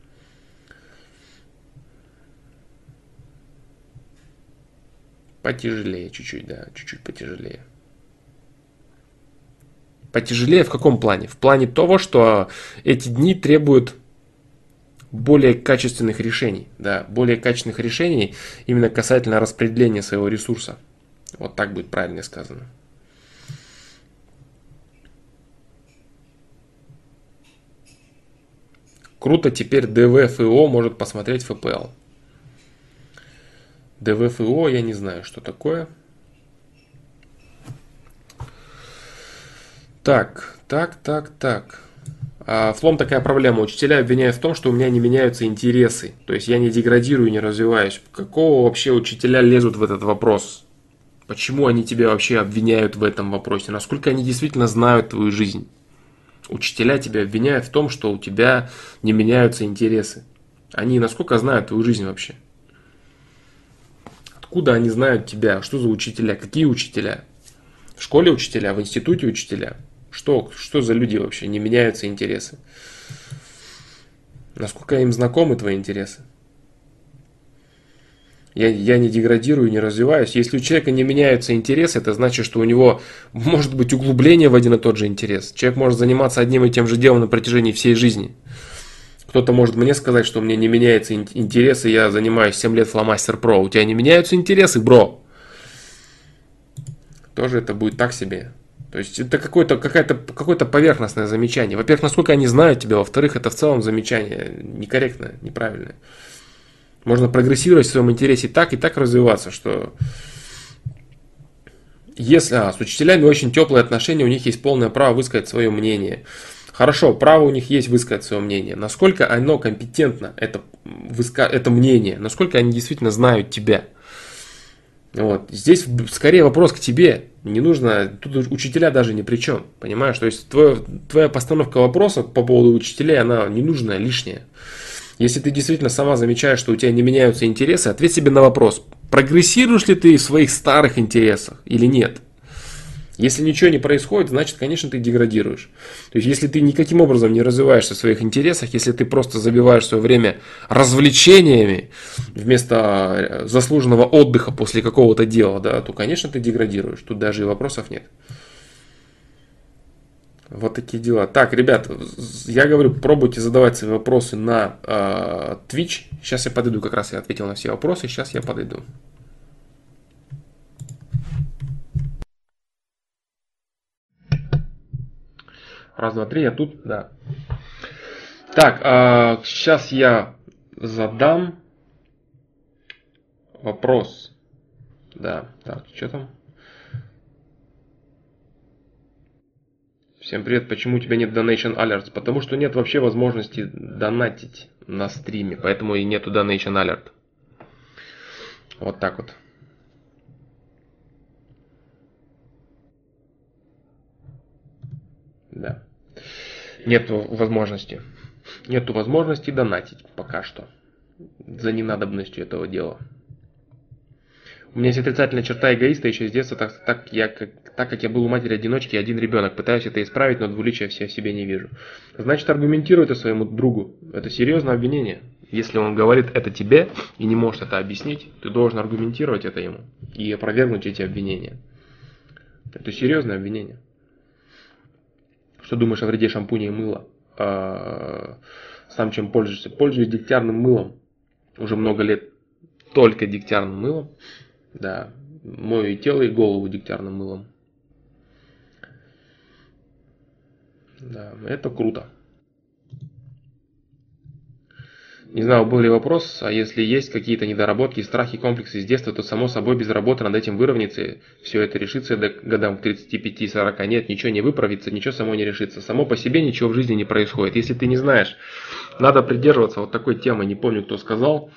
Потяжелее чуть-чуть, да, чуть-чуть потяжелее. Потяжелее в каком плане? В плане того, что эти дни требуют более качественных решений, да, более качественных решений именно касательно распределения своего ресурса. Вот так будет правильно сказано. Круто, теперь ДВФО может посмотреть ФПЛ. ДВФО я не знаю, что такое. Так, так, так, так. А флом такая проблема. Учителя обвиняют в том, что у меня не меняются интересы. То есть я не деградирую, не развиваюсь. Какого вообще учителя лезут в этот вопрос? Почему они тебя вообще обвиняют в этом вопросе? Насколько они действительно знают твою жизнь? Учителя тебя обвиняют в том, что у тебя не меняются интересы. Они насколько знают твою жизнь вообще? Откуда они знают тебя? Что за учителя? Какие учителя? В школе учителя? В институте учителя? Что, что за люди вообще? Не меняются интересы. Насколько им знакомы твои интересы? Я, я не деградирую, не развиваюсь. Если у человека не меняются интересы, это значит, что у него может быть углубление в один и тот же интерес. Человек может заниматься одним и тем же делом на протяжении всей жизни. Кто-то может мне сказать, что у меня не меняются интересы, я занимаюсь семь лет Flowmaster Pro. У тебя не меняются интересы, бро? Тоже это будет так себе. То есть это какое-то, какое-то, какое-то поверхностное замечание. Во-первых, насколько они знают тебя, во-вторых, это в целом замечание некорректное, неправильное. Можно прогрессировать в своем интересе так и так развиваться, что если а, с учителями очень теплые отношения, у них есть полное право высказать свое мнение. Хорошо, право у них есть высказать свое мнение. Насколько оно компетентно, это, это мнение, насколько они действительно знают тебя. Вот. Здесь скорее вопрос к тебе. Не нужно, тут учителя даже ни при чем. Понимаешь? То есть твоя, твоя постановка вопроса по поводу учителей, она ненужная, лишняя. Если ты действительно сама замечаешь, что у тебя не меняются интересы, ответь себе на вопрос, прогрессируешь ли ты в своих старых интересах или нет. Если ничего не происходит, значит, конечно, ты деградируешь. То есть, если ты никаким образом не развиваешься в своих интересах, если ты просто забиваешь свое время развлечениями вместо заслуженного отдыха после какого-то дела, да, то, конечно, ты деградируешь. Тут даже и вопросов нет. Вот такие дела. Так, ребят, я говорю, пробуйте задавать свои вопросы на э, Twitch. Сейчас я подойду, как раз я ответил на все вопросы, сейчас я подойду. Раз, два, три, я тут, да. Так, э, сейчас я задам вопрос. Да, так, что там? Всем привет, почему у тебя нет Donation Alerts? Потому что нет вообще возможности донатить на стриме, поэтому и нету Donation Alert. Вот так вот. Да. Нету возможности. Нету возможности донатить пока что. За ненадобностью этого дела. У меня есть отрицательная черта эгоиста еще с детства, так, так, я, как, так как я был у матери-одиночки и один ребенок. Пытаюсь это исправить, но двуличия все в себе не вижу. Значит, аргументируй это своему другу. Это серьезное обвинение. Если он говорит это тебе и не может это объяснить, ты должен аргументировать это ему и опровергнуть эти обвинения. Это серьезное обвинение. Что думаешь о вреде шампуня и мыла? А, сам чем пользуешься? Пользуюсь дегтярным мылом. Уже много лет только дегтярным мылом. Да, мою и тело, и голову дегтярным мылом. Да, это круто. Не знаю, был ли вопрос, а если есть какие-то недоработки, страхи, комплексы с детства, то само собой без работы над этим выровняться, все это решится до годам к тридцати пяти сорока. Нет, ничего не выправится, ничего само не решится. Само по себе ничего в жизни не происходит. Если ты не знаешь, надо придерживаться вот такой темы, не помню, кто сказал.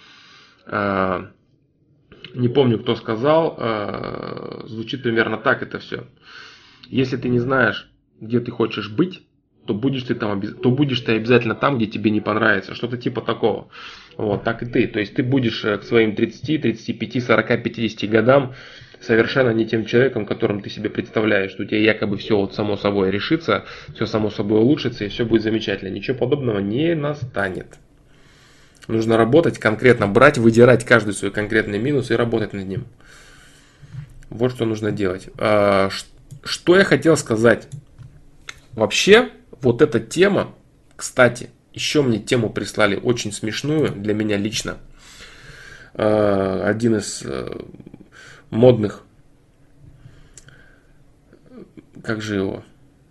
Не помню, кто сказал, э, звучит примерно так это все. Если ты не знаешь, где ты хочешь быть, то будешь ты там, то будешь ты обязательно там, где тебе не понравится. Что-то типа такого. Вот, так и ты. То есть ты будешь к своим тридцати, тридцати пяти, сорока, пятидесяти годам совершенно не тем человеком, которым ты себе представляешь, что у тебя якобы все вот само собой решится, все само собой улучшится и все будет замечательно. Ничего подобного не настанет. Нужно работать конкретно, брать, выдирать каждый свой конкретный минус и работать над ним. Вот что нужно делать. Что я хотел сказать? Вообще, вот эта тема, кстати, еще мне тему прислали очень смешную для меня лично. Один из модных, как же его?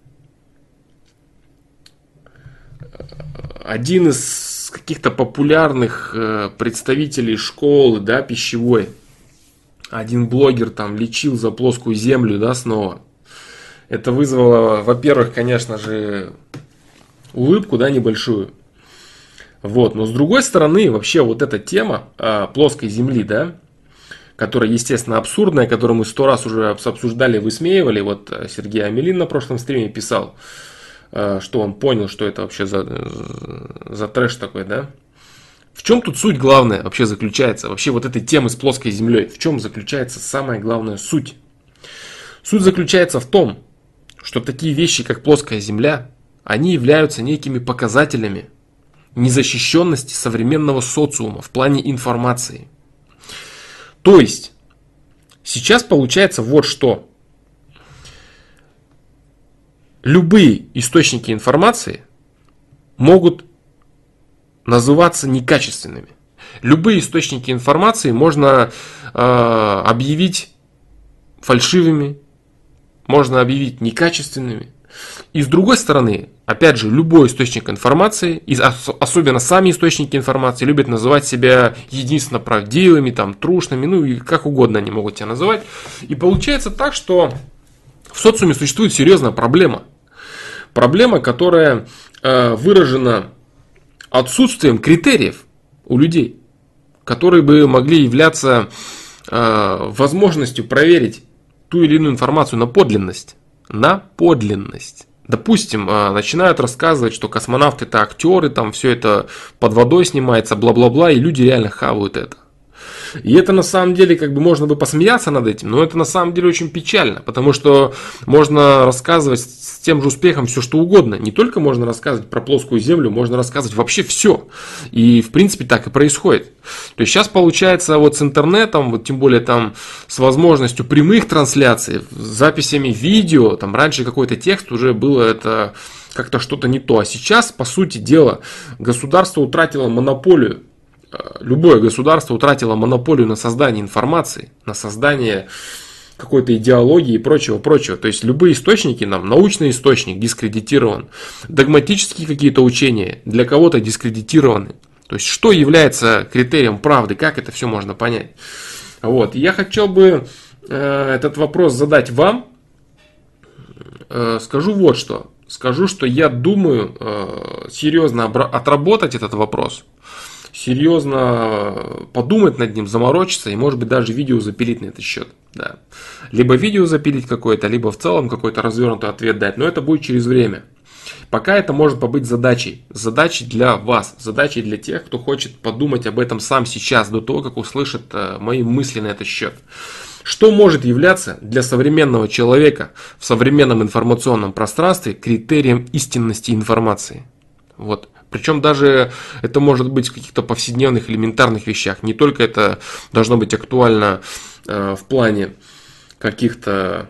Один из каких-то популярных э, представителей школы, да, пищевой. Один блогер там лечил за плоскую землю, да, снова. Это вызвало, во-первых, конечно же, улыбку, да, небольшую. Вот, но с другой стороны, вообще вот эта тема э, плоской Земли, да, которая, естественно, абсурдная, которую мы сто раз уже обсуждали, высмеивали. Вот Сергей Амелин на прошлом стриме писал, э, что он понял, что это вообще за, за трэш такой, да. В чем тут суть главная вообще заключается? Вообще вот этой темы с плоской Землей. В чем заключается самая главная суть? Суть заключается в том, что такие вещи, как плоская Земля, они являются некими показателями незащищенности современного социума в плане информации. То есть, сейчас получается вот что. Любые источники информации могут называться некачественными. Любые источники информации можно э, объявить фальшивыми, можно объявить некачественными. И с другой стороны, опять же, любой источник информации, и особенно сами источники информации, любят называть себя единственно правдивыми, там, трушными, ну и как угодно они могут тебя называть. И получается так, что в социуме существует серьезная проблема. Проблема, которая э, выражена отсутствием критериев у людей, которые бы могли являться э, возможностью проверить ту или иную информацию на подлинность. На подлинность. Допустим, начинают рассказывать, что космонавты это актеры, там все это под водой снимается, бла-бла-бла, и люди реально хавают это. И это на самом деле, как бы можно бы посмеяться над этим, но это на самом деле очень печально, потому что можно рассказывать с тем же успехом все что угодно. Не только можно рассказывать про плоскую Землю, можно рассказывать вообще все. И в принципе так и происходит. То есть сейчас получается вот с интернетом, вот тем более там с возможностью прямых трансляций, с записями видео, там раньше какой-то текст уже было это как-то что-то не то. А сейчас, по сути дела, государство утратило монополию. Любое государство утратило монополию на создание информации, на создание какой-то идеологии и прочего-прочего. То есть любые источники, нам, научный источник дискредитирован, догматические какие-то учения для кого-то дискредитированы. То есть что является критерием правды, как это все можно понять. Вот. Я хотел бы э, этот вопрос задать вам. Э, скажу вот что. Скажу, что я думаю э, серьезно отработать этот вопрос. Серьезно подумать над ним, заморочиться и, может быть, даже видео запилить на этот счет. Да. Либо видео запилить какое-то, либо в целом какой-то развернутый ответ дать. Но это будет через время. Пока это может побыть задачей. Задачей для вас. Задачей для тех, кто хочет подумать об этом сам сейчас, до того, как услышит мои мысли на этот счет. Что может являться для современного человека в современном информационном пространстве критерием истинности информации? Вот. Причем даже это может быть в каких-то повседневных элементарных вещах. Не только это должно быть актуально э, в плане каких-то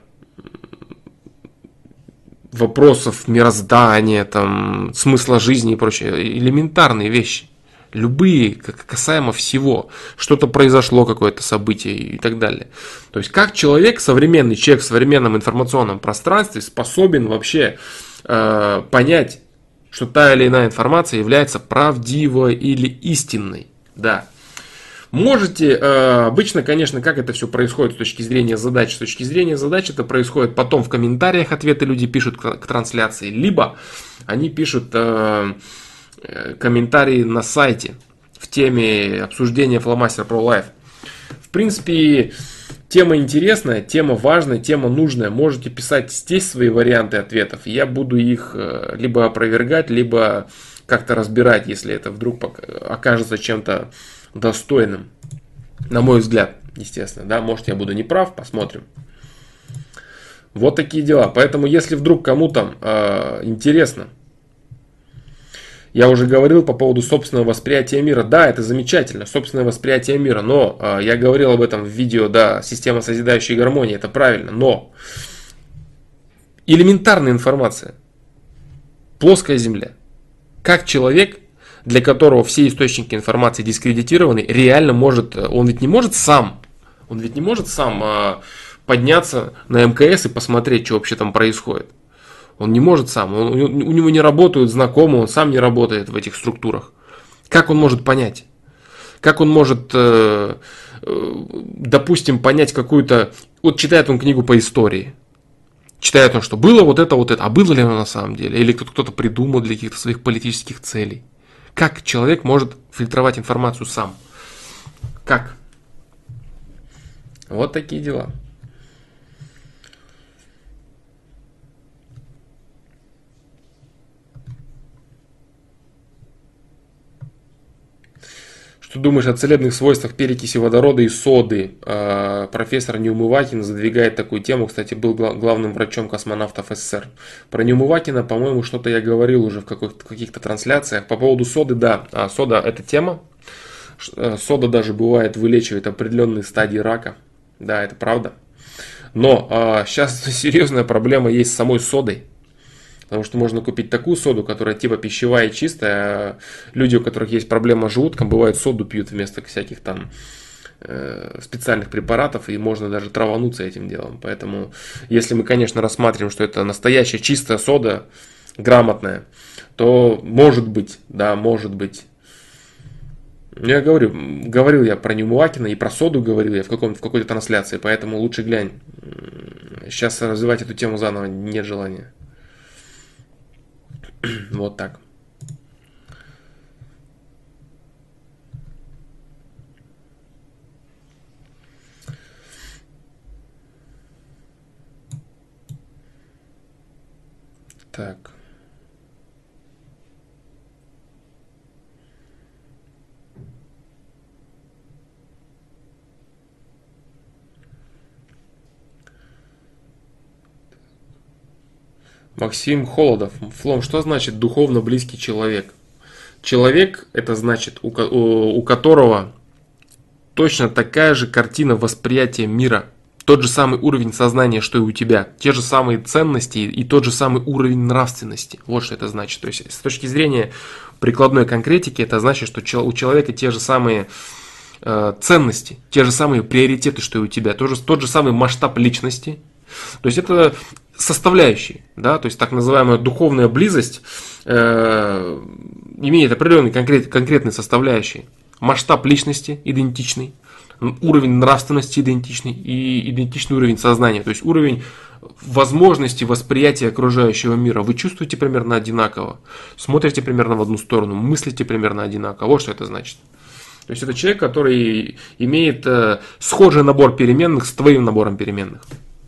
вопросов мироздания, там, смысла жизни и прочее. Элементарные вещи. Любые, касаемо всего. Что-то произошло, какое-то событие и так далее. То есть как человек, современный человек в современном информационном пространстве способен вообще э, понять, что та или иная информация является правдивой или истинной. Да. Можете, э, обычно, конечно, как это все происходит с точки зрения задач. С точки зрения задач это происходит потом в комментариях, ответы люди пишут к, к трансляции. Либо они пишут э, комментарии на сайте в теме обсуждения Flowmaster Pro Live. В принципе, тема интересная, тема важная, тема нужная. Можете писать здесь свои варианты ответов. Я буду их либо опровергать, либо как-то разбирать, если это вдруг окажется чем-то достойным. На мой взгляд, естественно. Да, может, я буду неправ, посмотрим. Вот такие дела. Поэтому, если вдруг кому-то э, интересно, я уже говорил по поводу собственного восприятия мира. Да, это замечательно, собственное восприятие мира. Но э, я говорил об этом в видео, да, система созидающей гармонии, это правильно. Но элементарная информация. Плоская Земля. Как человек, для которого все источники информации дискредитированы, реально может, он ведь не может сам, он ведь не может сам э, подняться на эм ка эс и посмотреть, что вообще там происходит. Он не может сам, он, у него не работают знакомые, он сам не работает в этих структурах. Как он может понять? Как он может, э, э, допустим, понять какую-то... Вот читает он книгу по истории. читая о том, что было вот это, вот это, а было ли оно на самом деле, или кто-то придумал для каких-то своих политических целей. Как человек может фильтровать информацию сам? Как? Вот такие дела. Что думаешь о целебных свойствах перекиси водорода и соды? Профессор Неумывакин задвигает такую тему. Кстати, был главным врачом космонавтов СССР. Про Неумывакина, по-моему, что-то я говорил уже в каких-то трансляциях. По поводу соды, да. А, сода – это тема. Сода даже бывает вылечивает определенные стадии рака. Да, это правда. Но а, сейчас серьезная проблема есть с самой содой. Потому что можно купить такую соду, которая типа пищевая и чистая. А люди, у которых есть проблема с желудком, бывает соду пьют вместо всяких там э, специальных препаратов. И можно даже травануться этим делом. Поэтому, если мы, конечно, рассматриваем, что это настоящая чистая сода, грамотная, то может быть, да, может быть. Я говорю, говорил я про Неумывакина и про соду говорил я в, каком, в какой-то трансляции. Поэтому лучше глянь. Сейчас развивать эту тему заново нет желания. Вот так. Так. Максим Холодов. Флом, что значит духовно близкий человек? Человек – это значит, у, у, у которого точно такая же картина восприятия мира, тот же самый уровень сознания, что и у тебя, те же самые ценности и тот же самый уровень нравственности. Вот что это значит. То есть с точки зрения прикладной конкретики, это значит, что у человека те же самые э, ценности, те же самые приоритеты, что и у тебя, тот же, тот же самый масштаб личности. То есть это составляющие, да, то есть так называемая духовная близость э, имеет определенные конкрет, конкретные составляющие. Масштаб личности идентичный, уровень нравственности идентичный и идентичный уровень сознания, то есть уровень возможности восприятия окружающего мира. Вы чувствуете примерно одинаково, смотрите примерно в одну сторону, мыслите примерно одинаково. Вот что это значит. То есть это человек, который имеет э, схожий набор переменных с твоим набором переменных.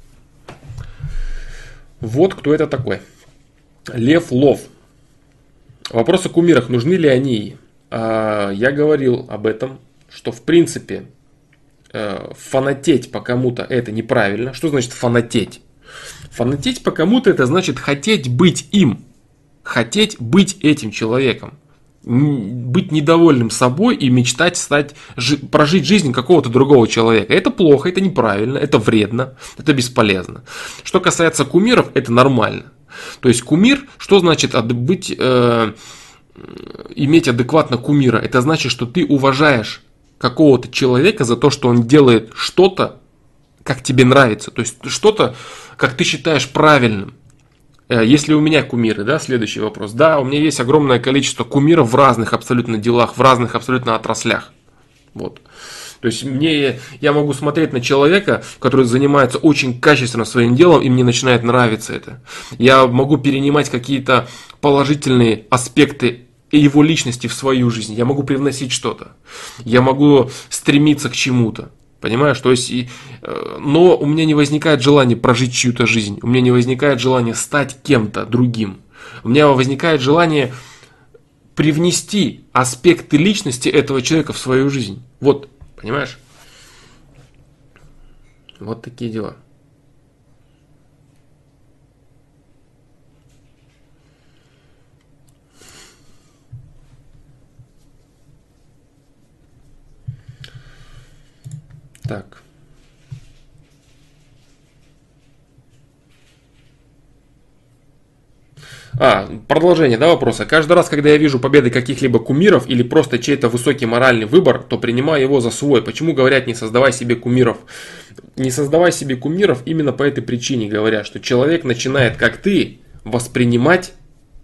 Вот кто это такой. Лев Лов. Вопрос о кумирах. Нужны ли они? Я говорил об этом, что в принципе фанатеть по кому-то это неправильно. Что значит фанатеть? Фанатеть по кому-то это значит хотеть быть им. Хотеть быть этим человеком. Быть недовольным собой и мечтать стать, прожить жизнь какого-то другого человека. Это плохо, это неправильно, это вредно, это бесполезно. Что касается кумиров, это нормально. То есть кумир, что значит быть, э, иметь адекватно кумира? Это значит, что ты уважаешь какого-то человека за то, что он делает что-то, как тебе нравится. То есть что-то, как ты считаешь правильным. Если у меня кумиры, да, следующий вопрос. Да, у меня есть огромное количество кумиров в разных абсолютно делах, в разных абсолютно отраслях. Вот. То есть мне, я могу смотреть на человека, который занимается очень качественно своим делом, и мне начинает нравиться это. Я могу перенимать какие-то положительные аспекты его личности в свою жизнь. Я могу привносить что-то. Я могу стремиться к чему-то. Понимаешь, то есть, и, но у меня не возникает желания прожить чью-то жизнь, у меня не возникает желания стать кем-то другим, у меня возникает желание привнести аспекты личности этого человека в свою жизнь. Вот, понимаешь? Вот такие дела. Так. А, продолжение, да, вопроса. Каждый раз, когда я вижу победы каких-либо кумиров или просто чей-то высокий моральный выбор, то принимаю его за свой. Почему говорят, не создавай себе кумиров? Не создавай себе кумиров именно по этой причине, говорят, что человек начинает, как ты, воспринимать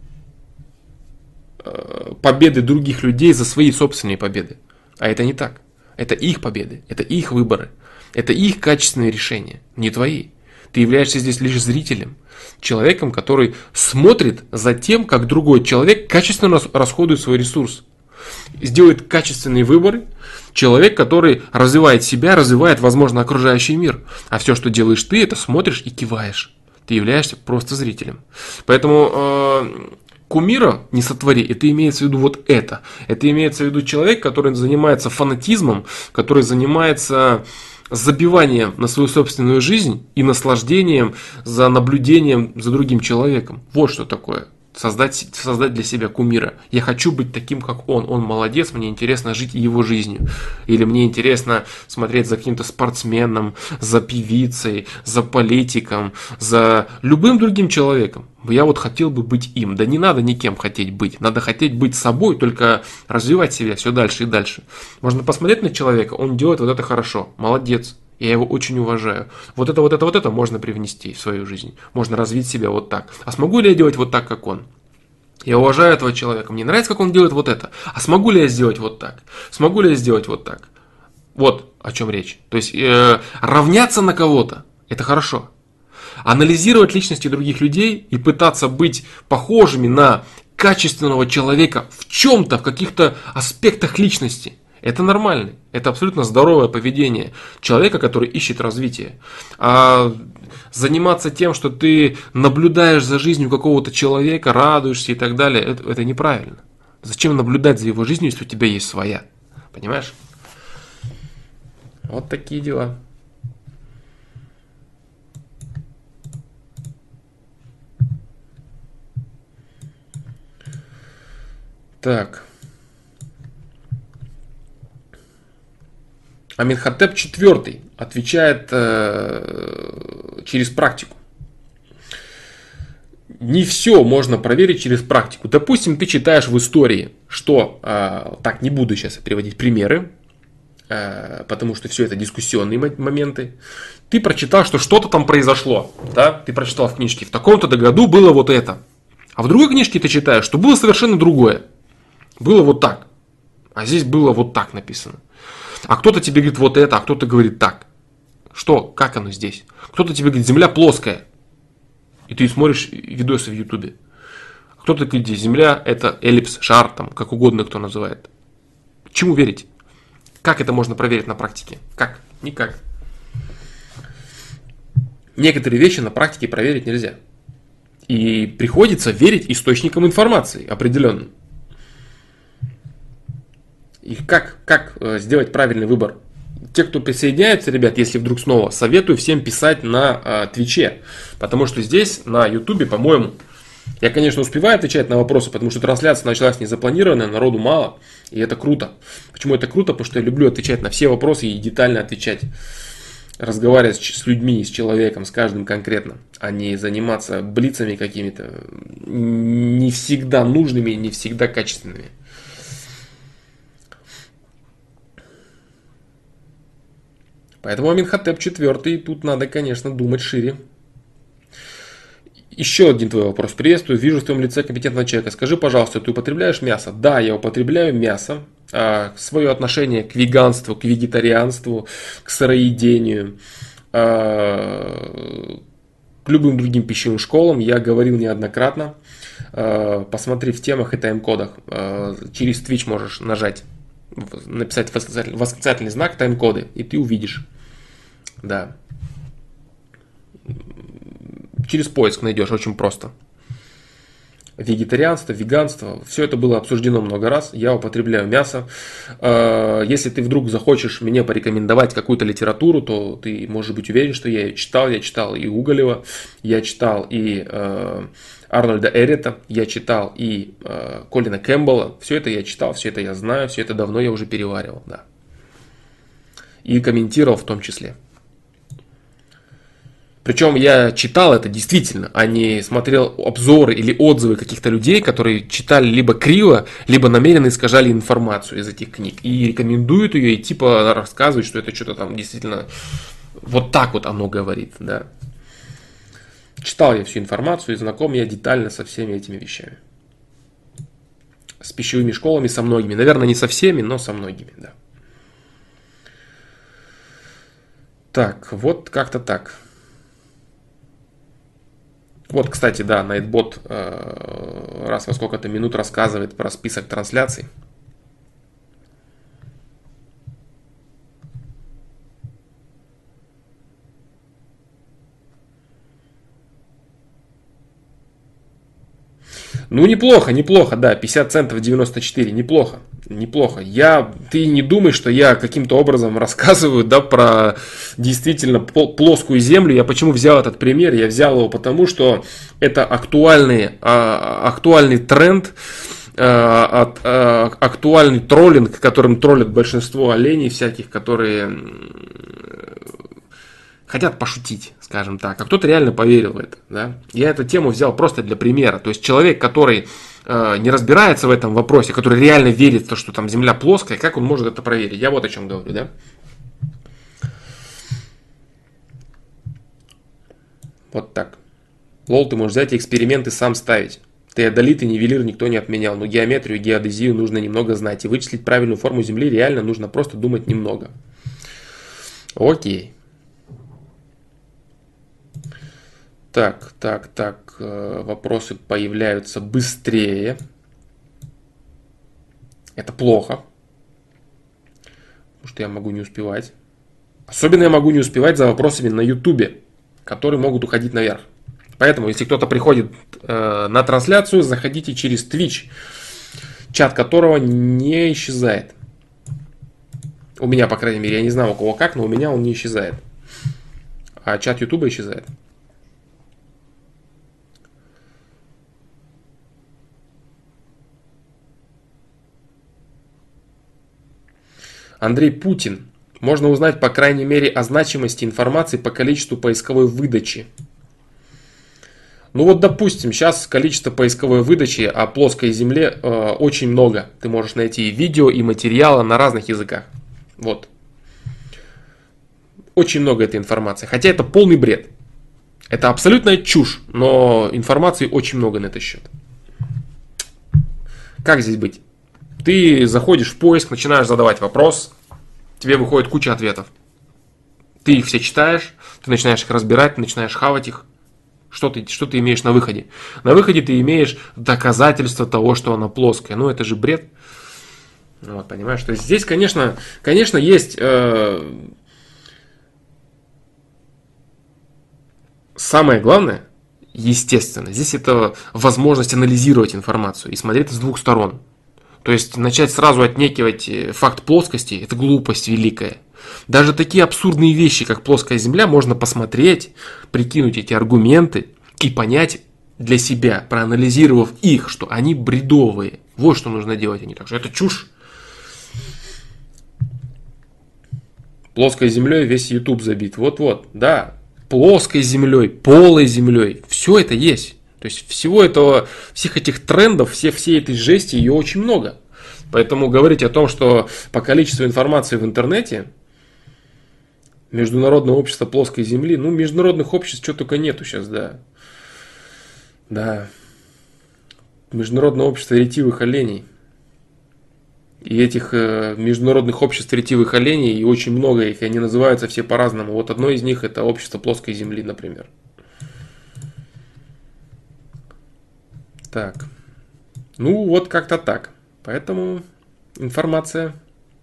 э, победы других людей за свои собственные победы. А это не так. Это их победы, это их выборы, это их качественные решения, не твои. Ты являешься здесь лишь зрителем. Человеком, который смотрит за тем, как другой человек качественно расходует свой ресурс. Сделает качественные выборы. Человек, который развивает себя, развивает, возможно, окружающий мир. А все, что делаешь ты, это смотришь и киваешь. Ты являешься просто зрителем. Поэтому э, кумира не сотвори. Это имеется в виду вот это. Это имеется в виду человек, который занимается фанатизмом, который занимается забиванием на свою собственную жизнь и наслаждением за наблюдением за другим человеком. Вот что такое. Создать, создать для себя кумира. Я хочу быть таким, как он. Он молодец, мне интересно жить его жизнью. Или мне интересно смотреть за каким-то спортсменом, за певицей, за политиком, за любым другим человеком. Я вот хотел бы быть им. Да не надо никем хотеть быть. Надо хотеть быть собой, только развивать себя все дальше и дальше. Можно посмотреть на человека, он делает вот это хорошо. Молодец. Я его очень уважаю. Вот это, вот это, вот это можно привнести в свою жизнь. Можно развить себя вот так. А смогу ли я делать вот так, как он? Я уважаю этого человека. Мне нравится, как он делает вот это. А смогу ли я сделать вот так? Смогу ли я сделать вот так? Вот о чем речь. То есть э, равняться на кого-то – это хорошо. Анализировать личности других людей и пытаться быть похожими на качественного человека в чем-то, в каких-то аспектах личности – это нормально, это абсолютно здоровое поведение человека, который ищет развитие. А заниматься тем, что ты наблюдаешь за жизнью какого-то человека, радуешься и так далее, это, это неправильно. Зачем наблюдать за его жизнью, если у тебя есть своя? Понимаешь? Вот такие дела. Так. Аменхотеп четвёртый отвечает э, через практику. Не все можно проверить через практику. Допустим, ты читаешь в истории, что, э, так, не буду сейчас приводить примеры, э, потому что все это дискуссионные моменты. Ты прочитал, что что-то там произошло. Да? Ты прочитал в книжке, в таком-то году было вот это. А в другой книжке ты читаешь, что было совершенно другое. Было вот так. А здесь было вот так написано. А кто-то тебе говорит вот это, а кто-то говорит так. Что? Как оно здесь? Кто-то тебе говорит, земля плоская. И ты смотришь видосы в ютубе. А кто-то говорит, земля это эллипс, шар, там, как угодно кто называет. Чему верить? Как это можно проверить на практике? Как? Никак. Некоторые вещи на практике проверить нельзя. И приходится верить источникам информации определенным. И как, как сделать правильный выбор? Те, кто присоединяется, ребят, если вдруг снова, советую всем писать на э, Твиче. Потому что здесь, на Ютубе, по-моему, я, конечно, успеваю отвечать на вопросы, потому что трансляция началась незапланированная, народу мало. И это круто. Почему это круто? Потому что я люблю отвечать на все вопросы и детально отвечать. Разговаривать с, с людьми, с человеком, с каждым конкретно. А не заниматься блицами какими-то не всегда нужными, не всегда качественными. Поэтому Аменхотеп четвёртый, тут надо, конечно, думать шире. Еще один твой вопрос. Приветствую, вижу в твоем лице компетентного человека. Скажи, пожалуйста, ты употребляешь мясо? Да, я употребляю мясо. А, свое отношение к веганству, к вегетарианству, к сыроедению, а, к любым другим пищевым школам я говорил неоднократно. А, посмотри в темах и тайм-кодах. А, через Twitch можешь нажать, написать восклицательный, восклицательный знак тайм-коды, и ты увидишь. Да. Через поиск найдешь, очень просто. Вегетарианство, веганство, все это было обсуждено много раз. Я употребляю мясо. Если ты вдруг захочешь мне порекомендовать какую-то литературу, то ты можешь быть уверен, что я ее читал. Я читал и Уголева, я читал и э, Арнольда Эрета, я читал и э, Колина Кэмпбелла. Все это я читал, все это я знаю, все это давно я уже переваривал. Да. И комментировал в том числе. Причем я читал это действительно, а не смотрел обзоры или отзывы каких-то людей, которые читали либо криво, либо намеренно искажали информацию из этих книг. И рекомендуют ее, и типа рассказывают, что это что-то там действительно вот так вот оно говорит. Да. Читал я всю информацию и знаком я детально со всеми этими вещами. С пищевыми школами, со многими. Наверное, не со всеми, но со многими, да. Так, вот как-то так. Вот, кстати, да, Nightbot э, раз во сколько-то минут рассказывает про список трансляций. Ну, неплохо, неплохо, да, пятьдесят центов девяносто четыре, неплохо, неплохо. Я, ты не думай, что я каким-то образом рассказываю, да, про действительно плоскую землю. Я почему взял этот пример? Я взял его потому, что это актуальный, а, актуальный тренд, а, а, актуальный троллинг, которым троллят большинство оленей всяких, которые хотят пошутить, скажем так, а кто-то реально поверил в это. Да? Я эту тему взял просто для примера. То есть человек, который э, не разбирается в этом вопросе, который реально верит в то, что там Земля плоская, как он может это проверить? Я вот о чем говорю, да? Вот так. Лол, ты можешь взять и эксперименты сам ставить. Теодолит и нивелир никто не отменял, но геометрию и геодезию нужно немного знать. И вычислить правильную форму Земли реально нужно просто думать немного. Окей. Так, так, так, вопросы появляются быстрее. Это плохо. Потому что я могу не успевать. Особенно я могу не успевать за вопросами на Ютубе, которые могут уходить наверх. Поэтому, если кто-то приходит э, на трансляцию, заходите через Twitch, чат которого не исчезает. У меня, по крайней мере, я не знаю, у кого как, но у меня он не исчезает. А чат Ютуба исчезает. Андрей Путин. Можно узнать, по крайней мере, о значимости информации по количеству поисковой выдачи. Ну вот, допустим, сейчас количество поисковой выдачи о плоской земле э, очень много. Ты можешь найти и видео, и материалы на разных языках. Вот. Очень много этой информации. Хотя это полный бред. Это абсолютная чушь, но информации очень много на этот счет. Как здесь быть? Ты заходишь в поиск, начинаешь задавать вопрос, тебе выходит куча ответов. Ты их все читаешь, ты начинаешь их разбирать, ты начинаешь хавать их. Что ты, что ты имеешь на выходе? На выходе ты имеешь доказательства того, что она плоская. Ну, это же бред. Вот, понимаешь? То есть здесь, конечно, конечно есть э, самое главное, естественно, здесь это возможность анализировать информацию и смотреть с двух сторон. То есть начать сразу отнекивать факт плоскости – это глупость великая. Даже такие абсурдные вещи, как плоская Земля, можно посмотреть, прикинуть эти аргументы и понять для себя, проанализировав их, что они бредовые. Вот что нужно делать, а не так, что это чушь. Плоской землей весь YouTube забит. Вот-вот, да, плоской землей, полой землей, все это есть. То есть всего этого, всех этих трендов, все, всей этой жести, ее очень много. Поэтому говорить о том, что по количеству информации в интернете Международное общество плоской земли, ну, международных обществ что только нету сейчас, да. Да. Международное общество ретивых оленей. И этих э, международных обществ ретивых оленей, и очень много их, и они называются все по-разному. Вот одно из них это общество плоской земли, например. Так. Ну, вот как-то так. Поэтому информация.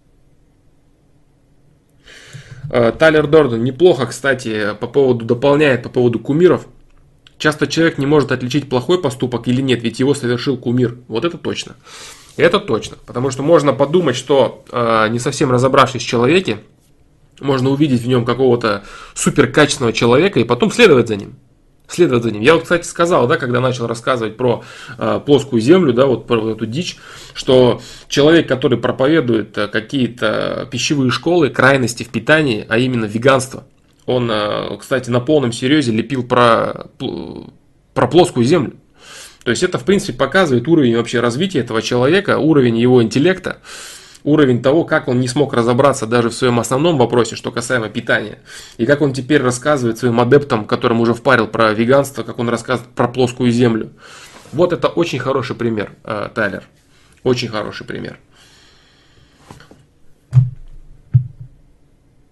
Тайлер Дорден неплохо, кстати, по поводу дополняет, по поводу кумиров. Часто человек не может отличить плохой поступок или нет, ведь его совершил кумир. Вот это точно. Это точно. Потому что можно подумать, что не совсем разобравшись в человеке, можно увидеть в нем какого-то суперкачественного человека и потом следовать за ним. Следовать за ним. Я вот, кстати, сказал, да, когда начал рассказывать про э, плоскую землю, да, вот про эту дичь, что человек, который проповедует э, какие-то пищевые школы, крайности в питании, а именно веганство, он, э, кстати, на полном серьезе лепил про, про плоскую землю. То есть это, в принципе, показывает уровень вообще развития этого человека, уровень его интеллекта, уровень того, как он не смог разобраться даже в своем основном вопросе, что касаемо питания. И как он теперь рассказывает своим адептам, которым уже впарил про веганство, как он рассказывает про плоскую землю. Вот это очень хороший пример, Тайлер. Очень хороший пример.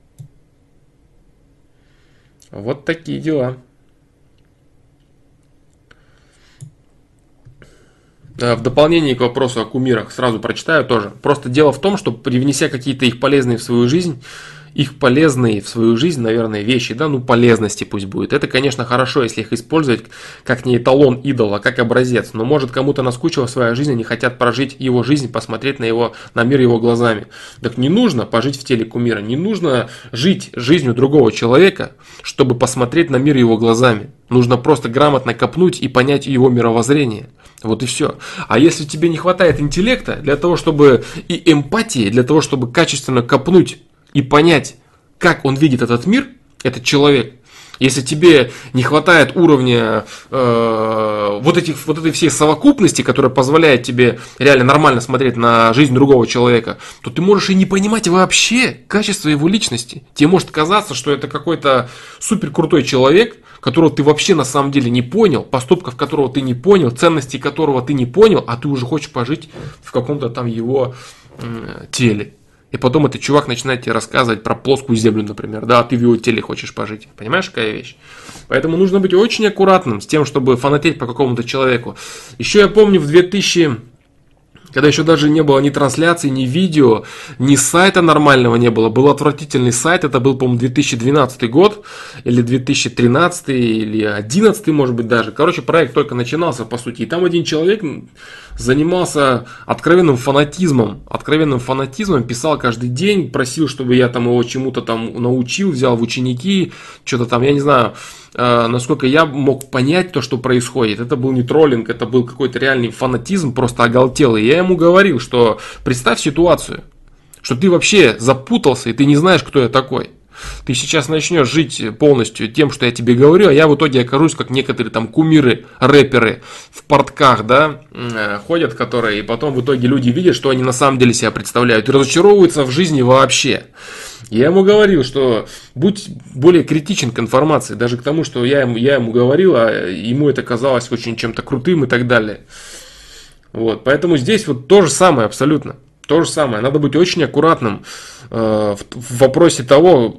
Вот такие дела. В дополнение к вопросу о кумирах сразу прочитаю тоже. Просто дело в том, что привнеся какие-то их полезные в свою жизнь, их полезные в свою жизнь, наверное, вещи, да, ну полезности пусть будет. Это, конечно, хорошо, если их использовать как не эталон идола, как образец. Но может кому-то наскучила своя жизнь, они хотят прожить его жизнь, посмотреть на, его, на мир его глазами. Так не нужно пожить в теле кумира, не нужно жить жизнью другого человека, чтобы посмотреть на мир его глазами. Нужно просто грамотно копнуть и понять его мировоззрение. Вот и все. А если тебе не хватает интеллекта для того, чтобы и эмпатии, для того, чтобы качественно копнуть и понять, как он видит этот мир, этот человек, если тебе не хватает уровня э, вот, этих, вот этой всей совокупности, которая позволяет тебе реально нормально смотреть на жизнь другого человека, то ты можешь и не понимать вообще качество его личности. Тебе может казаться, что это какой-то супер крутой человек, которого ты вообще на самом деле не понял, поступков которого ты не понял, ценностей которого ты не понял, а ты уже хочешь пожить в каком-то там его э, теле. И потом этот чувак начинает тебе рассказывать про плоскую землю, например, да, а ты в его теле хочешь пожить. Понимаешь, какая вещь? Поэтому нужно быть очень аккуратным с тем, чтобы фанатеть по какому-то человеку. Еще я помню в двухтысячном, когда еще даже не было ни трансляции, ни видео, ни сайта нормального не было. Был отвратительный сайт, это был, по-моему, две тысячи двенадцатый год, или две тысячи тринадцатый, или две тысячи одиннадцатый, может быть, даже. Короче, проект только начинался, по сути. И там один человек занимался откровенным фанатизмом. Откровенным фанатизмом, писал каждый день, просил, чтобы я там его чему-то там научил, взял в ученики, что-то там, я не знаю, э, насколько я мог понять то, что происходит. Это был не троллинг, это был какой-то реальный фанатизм, просто оголтелый. Я ему говорил, что представь ситуацию, что ты вообще запутался, и ты не знаешь, кто я такой. Ты сейчас начнешь жить полностью тем, что я тебе говорю, а я в итоге окажусь, как некоторые там кумиры, рэперы в портках, да, ходят, которые, и потом в итоге люди видят, что они на самом деле себя представляют, и разочаровываются в жизни вообще. Я ему говорил, что будь более критичен к информации, даже к тому, что я ему, я ему говорил, а ему это казалось очень чем-то крутым и так далее. Вот, поэтому здесь вот то же самое абсолютно. То же самое. Надо быть очень аккуратным э, в, в вопросе того,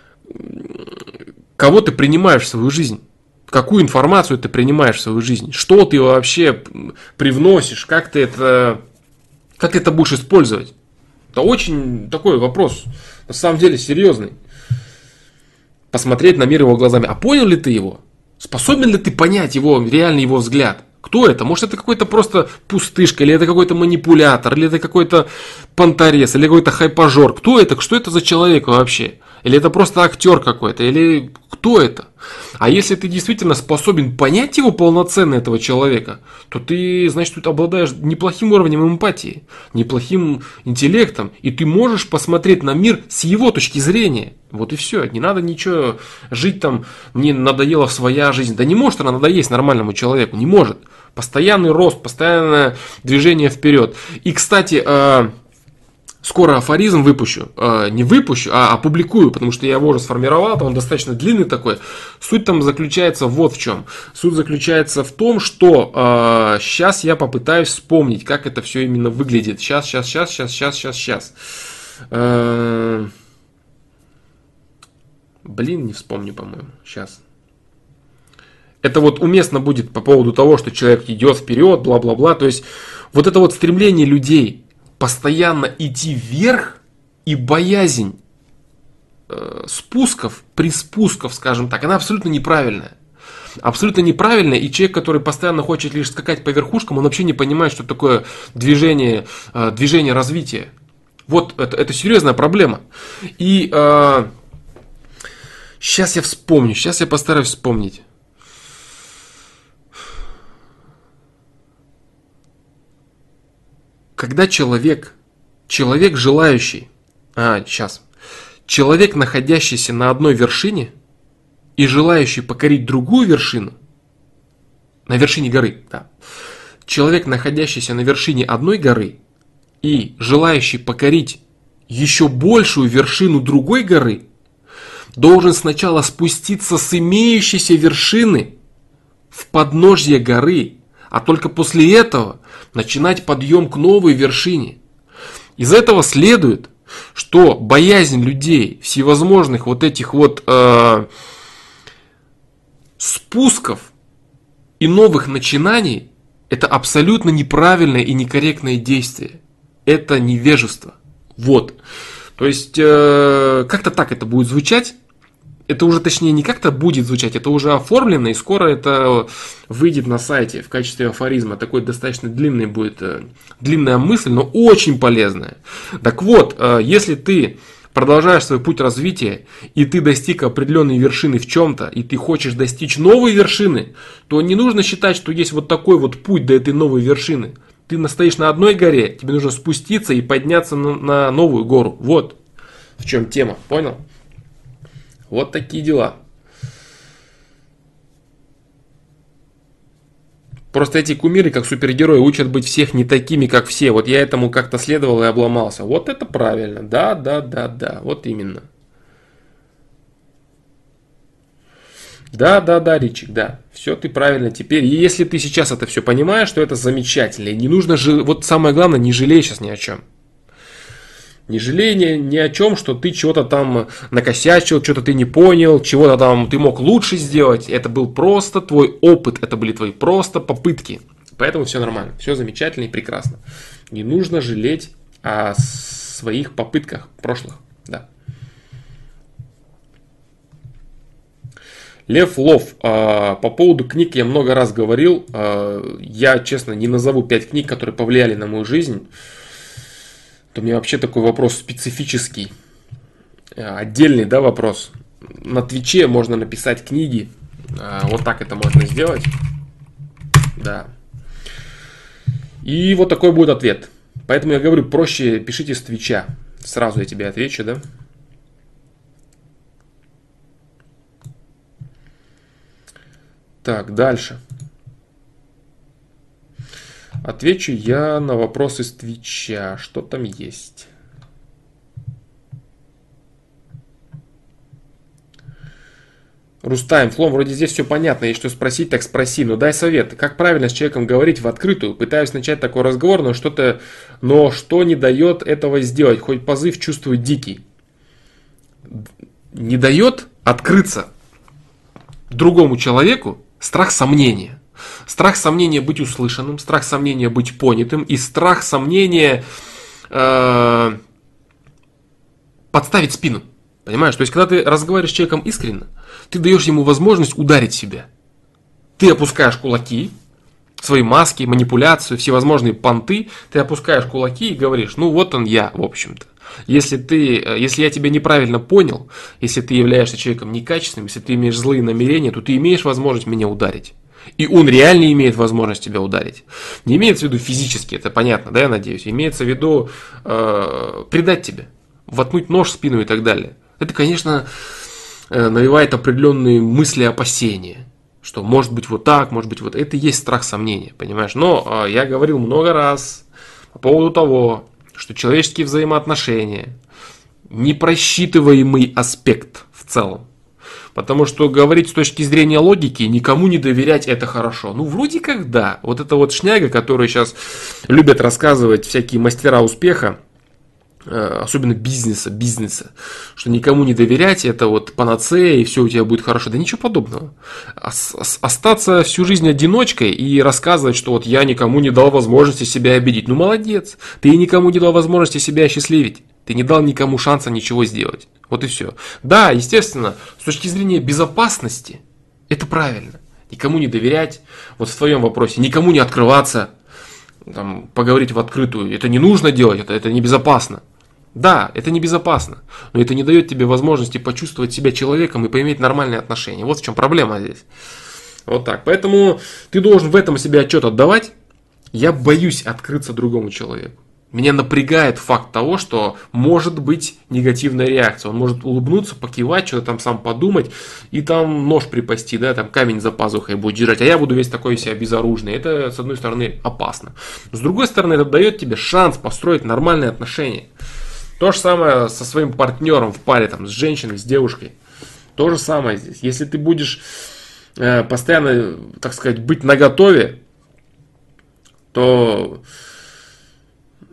кого ты принимаешь в свою жизнь. Какую информацию ты принимаешь в свою жизнь. Что ты вообще привносишь. Как ты это, как это будешь использовать. Это очень такой вопрос. На самом деле серьезный. Посмотреть на мир его глазами. А понял ли ты его? Способен ли ты понять его, реальный его взгляд? Кто это? Может, это какой-то просто пустышка, или это какой-то манипулятор, или это какой-то понторез, или какой-то хайпажор. Кто это? Что это за человек вообще? Или это просто актер какой-то? Или кто это? А если ты действительно способен понять его полноценно, этого человека, то ты, значит, тут обладаешь неплохим уровнем эмпатии, неплохим интеллектом, и ты можешь посмотреть на мир с его точки зрения. Вот и все. Не надо ничего жить там, мне надоела своя жизнь. Да не может она надоесть нормальному человеку, не может. Постоянный рост, постоянное движение вперед. И, кстати, скоро афоризм выпущу, не выпущу, а опубликую, потому что я его уже сформировал, он достаточно длинный такой. Суть там заключается вот в чем. Суть заключается в том, что сейчас я попытаюсь вспомнить, как это все именно выглядит. Сейчас, сейчас, сейчас, сейчас, сейчас, сейчас, сейчас. Блин, не вспомню, по-моему. Сейчас. Это вот уместно будет по поводу того, что человек идет вперед, бла-бла-бла. То есть вот это вот стремление людей постоянно идти вверх и боязнь э, спусков, приспусков, скажем так, она абсолютно неправильная. Абсолютно неправильная. И человек, который постоянно хочет лишь скакать по верхушкам, он вообще не понимает, что такое движение, э, движение развития. Вот это, это серьезная проблема. И э, сейчас я вспомню, сейчас я постараюсь вспомнить. Когда человек, человек желающий, а, сейчас, человек, находящийся на одной вершине и желающий покорить другую вершину, на вершине горы, да, человек, находящийся на вершине одной горы и желающий покорить еще большую вершину другой горы, должен сначала спуститься с имеющейся вершины в подножье горы, а только после этого начинать подъем к новой вершине. Из этого следует, что боязнь людей всевозможных вот этих вот э, спусков и новых начинаний Это абсолютно неправильное и некорректное действие. Это невежество. Вот. То есть, э, как-то так это будет звучать. Это уже, точнее, не как-то будет звучать, это уже оформлено, и скоро это выйдет на сайте в качестве афоризма. Такой достаточно длинный будет, э, длинная мысль, но очень полезная. Так вот, э, если ты продолжаешь свой путь развития, и ты достиг определенной вершины в чем-то, и ты хочешь достичь новой вершины, то не нужно считать, что есть вот такой вот путь до этой новой вершины. Ты настоишь на одной горе, тебе нужно спуститься и подняться на, на новую гору. Вот в чем тема, понял? Вот такие дела. Просто эти кумиры, как супергерои, учат быть всех не такими, как все. Вот я этому как-то следовал и обломался. Вот это правильно. Да, да, да, да. Вот именно. Да, да, да, Ричик, да. Все ты правильно теперь. И если ты сейчас это все понимаешь, то это замечательно. И не нужно же... Вот самое главное, не жалей сейчас ни о чем. Не жалей ни, ни о чем, что ты чего-то там накосячил, что-то ты не понял, чего-то там ты мог лучше сделать. Это был просто твой опыт, это были твои просто попытки. Поэтому все нормально, все замечательно и прекрасно. Не нужно жалеть о своих попытках прошлых. Да. Лев Лов, по поводу книг я много раз говорил. Я, честно, не назову пять книг, которые повлияли на мою жизнь. То у меня вообще такой вопрос специфический, отдельный, да, вопрос. На Твиче можно написать книги, вот так это можно сделать, да. И вот такой будет ответ. Поэтому я говорю, проще пишите с Твича, сразу я тебе отвечу, да. Так, дальше. Отвечу я на вопросы с Твича. Что там есть? Рустайм, Флом, вроде здесь все понятно. Есть что спросить, так спроси. Но дай совет. Как правильно с человеком говорить в открытую? Пытаюсь начать такой разговор, но что-то, но что не дает этого сделать? Хоть позыв чувствую дикий. Не дает открыться другому человеку страх сомнения. Страх сомнения быть услышанным, страх сомнения быть понятым и страх сомнения э, подставить спину. Понимаешь? То есть, когда ты разговариваешь с человеком искренне, ты даешь ему возможность ударить себя. Ты опускаешь кулаки, свои маски, манипуляцию, всевозможные понты, ты опускаешь кулаки и говоришь, ну вот он я, в общем-то. Если, ты, если я тебя неправильно понял, если ты являешься человеком некачественным, если ты имеешь злые намерения, то ты имеешь возможность меня ударить. И он реально имеет возможность тебя ударить. Не имеется в виду физически, это понятно, да, я надеюсь. Имеется в виду э, предать тебя, воткнуть нож в спину и так далее. Это, конечно, э, навевает определенные мысли, опасения. Что может быть вот так, может быть вот это и есть страх сомнения, понимаешь. Но э, я говорил много раз по поводу того, что человеческие взаимоотношения непросчитываемый аспект в целом. Потому что говорить с точки зрения логики, никому не доверять, это хорошо. Ну, вроде как да. Вот эта вот шняга, которую сейчас любят рассказывать всякие мастера успеха, особенно бизнеса, бизнеса, что никому не доверять, это вот панацея, и все у тебя будет хорошо. Да ничего подобного. Остаться всю жизнь одиночкой и рассказывать, что вот я никому не дал возможности себя обидеть. Ну, молодец. Ты никому не дал возможности себя осчастливить. Ты не дал никому шанса ничего сделать. Вот и все. Да, естественно, с точки зрения безопасности, это правильно. Никому не доверять, вот в твоем вопросе, никому не открываться, там, поговорить в открытую. Это не нужно делать, это, это небезопасно. Да, это небезопасно, но это не дает тебе возможности почувствовать себя человеком и поиметь нормальные отношения. Вот в чем проблема здесь. Вот так. Поэтому ты должен в этом себе отчет отдавать. Я боюсь открыться другому человеку. Меня напрягает факт того, что может быть негативная реакция. Он может улыбнуться, покивать, что-то там сам подумать, и там нож припасти, да, там камень за пазухой будет держать, а я буду весь такой себя безоружный. Это, с одной стороны, опасно. С другой стороны, это дает тебе шанс построить нормальные отношения. То же самое со своим партнером в паре, там, с женщиной, с девушкой. То же самое здесь. Если ты будешь э, постоянно, так сказать, быть наготове, то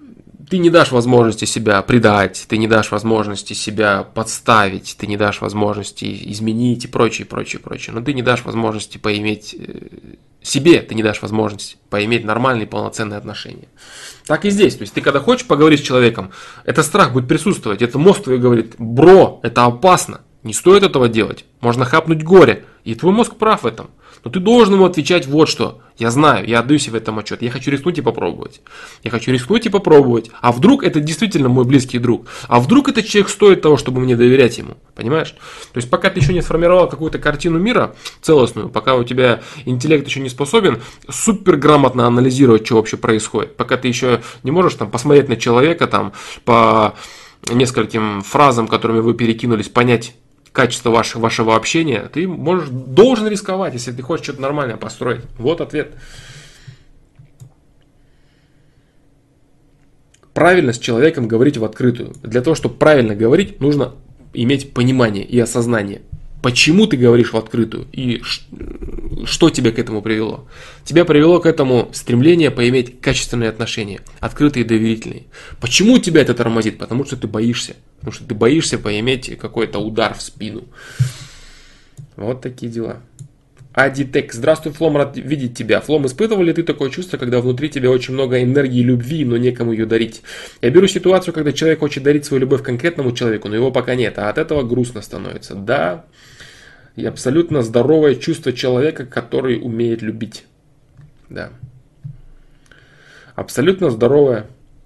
Ты не дашь возможности себя предать, ты не дашь возможности себя подставить, ты не дашь возможности изменить и прочее, прочее, прочее. Но ты не дашь возможности поиметь себе, ты не дашь возможности поиметь нормальные полноценные отношения. Так и здесь. То есть ты когда хочешь поговорить с человеком, этот страх будет присутствовать. Это мозг твой говорит: бро, это опасно, не стоит этого делать, можно хапнуть горе. И твой мозг прав в этом. Но ты должен ему отвечать вот что. Я знаю, я отдаю себе в этом отчет. Я хочу рискнуть и попробовать. Я хочу рискнуть и попробовать. А вдруг это действительно мой близкий друг? А вдруг этот человек стоит того, чтобы мне доверять ему? Понимаешь? То есть пока ты еще не сформировал какую-то картину мира целостную, пока у тебя интеллект еще не способен супер грамотно анализировать, что вообще происходит, пока ты еще не можешь там посмотреть на человека там по нескольким фразам, которыми вы перекинулись, понять качество вашего, вашего общения, ты можешь, должен рисковать, если ты хочешь что-то нормальное построить. Вот ответ. Правильно с человеком говорить в открытую. Для того, чтобы правильно говорить, нужно иметь понимание и осознание. Почему ты говоришь в открытую и что тебя к этому привело? Тебя привело к этому стремление поиметь качественные отношения, открытые и доверительные. Почему тебя это тормозит? Потому что ты боишься. Потому что ты боишься поиметь какой-то удар в спину. Вот такие дела. Адитек. Здравствуй, Флом, рад видеть тебя. Флом, испытывал ли ты такое чувство, когда внутри тебя очень много энергии и любви, но некому ее дарить? Я беру ситуацию, когда человек хочет дарить свою любовь конкретному человеку, но его пока нет, а от этого грустно становится. Да, и абсолютно здоровое чувство человека, который умеет любить. Да. Абсолютно здоровое.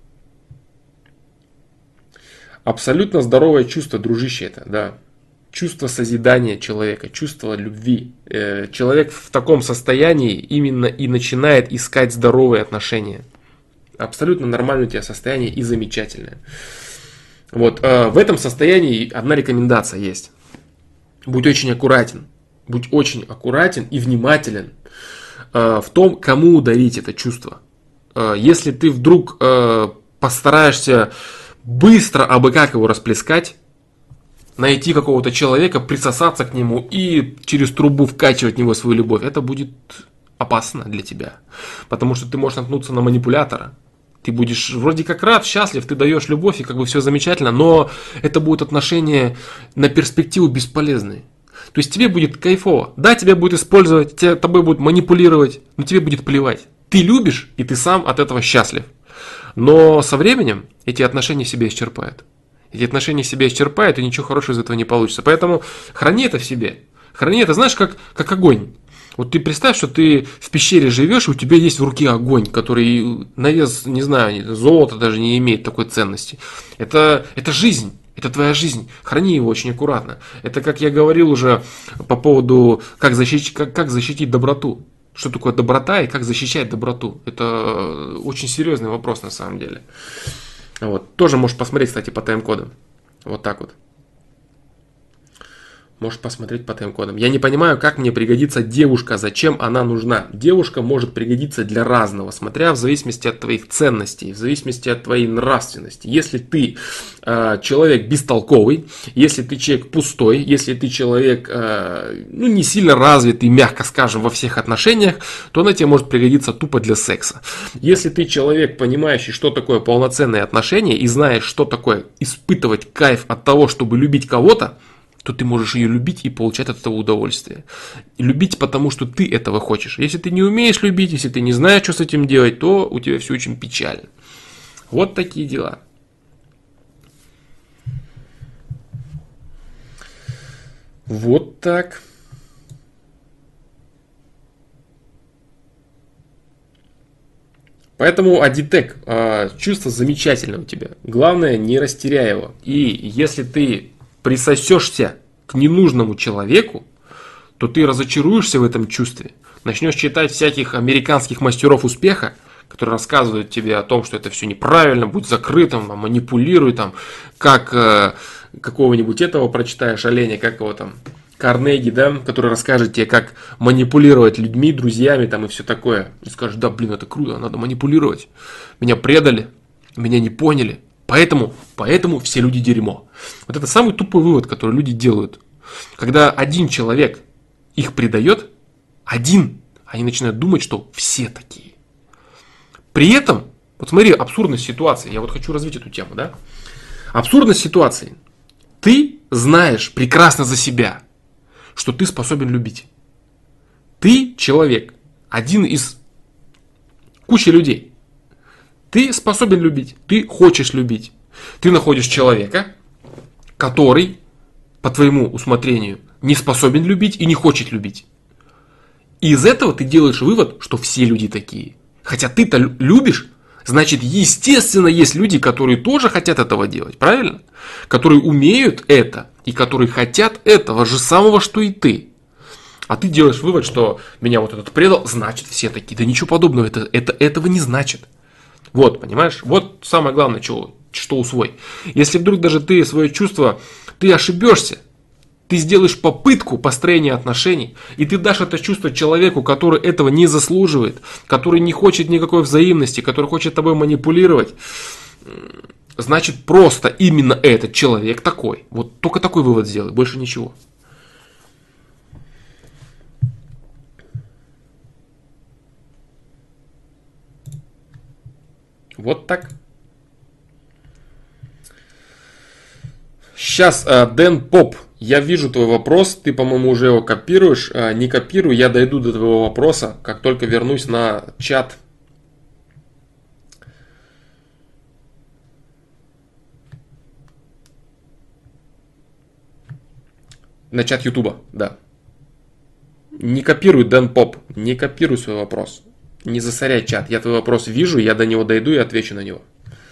Абсолютно здоровое чувство, дружище, это, да. Чувство созидания человека, чувство любви. Человек в таком состоянии именно и начинает искать здоровые отношения. Абсолютно нормальное у тебя состояние и замечательное. Вот, в этом состоянии одна рекомендация есть. Будь очень аккуратен. Будь очень аккуратен и внимателен в том, кому дарить это чувство. Если ты вдруг постараешься быстро абы как его расплескать, найти какого-то человека, присосаться к нему и через трубу вкачивать в него свою любовь, это будет опасно для тебя. Потому что ты можешь наткнуться на манипулятора. Ты будешь вроде как рад, счастлив, ты даешь любовь, и как бы все замечательно, но это будут отношения на перспективу бесполезные. То есть тебе будет кайфово. Да, тебя будет использовать, тебя, тобой будут манипулировать, но тебе будет плевать. Ты любишь, и ты сам от этого счастлив. Но со временем эти отношения себя исчерпают. Эти отношения себя исчерпают, и ничего хорошего из этого не получится. Поэтому храни это в себе. Храни это, знаешь, как, как огонь. Вот ты представь, что ты в пещере живешь, и у тебя есть в руке огонь, который на вес, не знаю, золота даже не имеет такой ценности. Это, это жизнь. Это твоя жизнь. Храни его очень аккуратно. Это, как я говорил уже по поводу, как защитить, как, как защитить доброту. Что такое доброта и как защищать доброту. Это очень серьезный вопрос на самом деле. Вот. Тоже можешь посмотреть, кстати, по тайм-кодам. Вот так вот. Можешь посмотреть по тайм-кодам. Я не понимаю, как мне пригодится девушка, зачем она нужна. Девушка может пригодиться для разного, смотря в зависимости от твоих ценностей, в зависимости от твоей нравственности. Если ты э, человек бестолковый, если ты человек пустой, если ты человек э, ну, не сильно развитый, мягко скажем, во всех отношениях, то она тебе может пригодиться тупо для секса. Если ты человек, понимающий, что такое полноценные отношения и знаешь, что такое испытывать кайф от того, чтобы любить кого-то, то ты можешь ее любить и получать от этого удовольствие. И любить потому, что ты этого хочешь. Если ты не умеешь любить, если ты не знаешь, что с этим делать, то у тебя все очень печально. Вот такие дела. Вот так. Поэтому Адитек, чувство замечательное у тебя. Главное, не растеряй его. И если ты присосешься к ненужному человеку, то ты разочаруешься в этом чувстве. Начнешь читать всяких американских мастеров успеха, которые рассказывают тебе о том, что это все неправильно, будь закрытым, манипулируй, там, как э, какого-нибудь этого прочитаешь, оленя, как его там, Карнеги, да, который расскажет тебе, как манипулировать людьми, друзьями там и все такое. И скажешь: да, блин, это круто, надо манипулировать. Меня предали, меня не поняли. Поэтому, поэтому все люди дерьмо. Вот это самый тупой вывод, который люди делают. Когда один человек их предает, один, они начинают думать, что все такие. При этом Вот смотри, абсурдность ситуации. Я вот хочу развить эту тему, да? Абсурдность ситуации. Ты знаешь прекрасно за себя, что ты способен любить. Ты человек, один из кучи людей. Ты способен любить, ты хочешь любить. Ты находишь человека, который, по твоему усмотрению, не способен любить и не хочет любить. И из этого ты делаешь вывод, что все люди такие. Хотя ты-то любишь, значит, естественно, есть люди, которые тоже хотят этого делать, правильно? Которые умеют это и которые хотят этого же самого, что и ты. А ты делаешь вывод, что меня вот этот предал, значит, все такие. Да ничего подобного, это, это, этого не значит. Вот, понимаешь? Вот самое главное, что, что усвой. Если вдруг даже ты свое чувство, ты ошибешься, ты сделаешь попытку построения отношений, и ты дашь это чувство человеку, который этого не заслуживает, который не хочет никакой взаимности, который хочет тобой манипулировать, значит, просто именно этот человек такой. Вот только такой вывод сделай, больше ничего. Вот так. Сейчас, Дэн Поп, я вижу твой вопрос, ты, по-моему, уже его копируешь. Не копируй, я дойду до твоего вопроса, как только вернусь на чат. На чат Ютуба, да. Не копируй, Дэн Поп, не копируй свой вопрос. Не засоряй чат. Я твой вопрос вижу, я до него дойду и отвечу на него.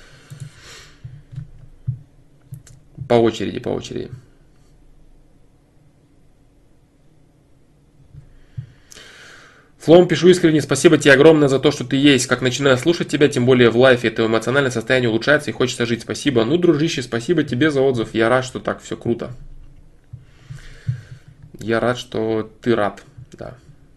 По очереди, по очереди. Флом, пишу искренне, спасибо тебе огромное за то, что ты есть. Как начинаю слушать тебя, тем более в лайфе, это эмоциональное состояние улучшается и хочется жить. Спасибо. Ну, дружище, спасибо тебе за отзыв. Я рад, что так все круто. Я рад, что ты рад. Да.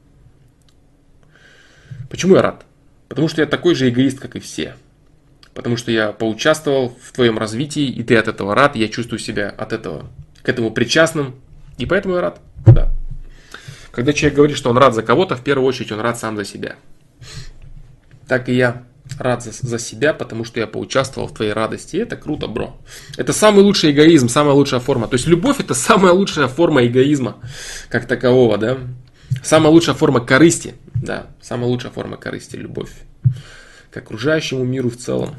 Почему я рад? Потому что я такой же эгоист, как и все. Потому что я поучаствовал в твоем развитии, и ты от этого рад, и я чувствую себя от этого, к этому причастным, и поэтому я рад. Да. Когда человек говорит, что он рад за кого-то, в первую очередь он рад сам за себя. Так и я рад за, за себя, потому что я поучаствовал в твоей радости, и это круто, бро. Это самый лучший эгоизм, самая лучшая форма. То есть любовь — это самая лучшая форма эгоизма, как такового, да. Самая лучшая форма корысти. Да, самая лучшая форма корысти — любовь к окружающему миру в целом.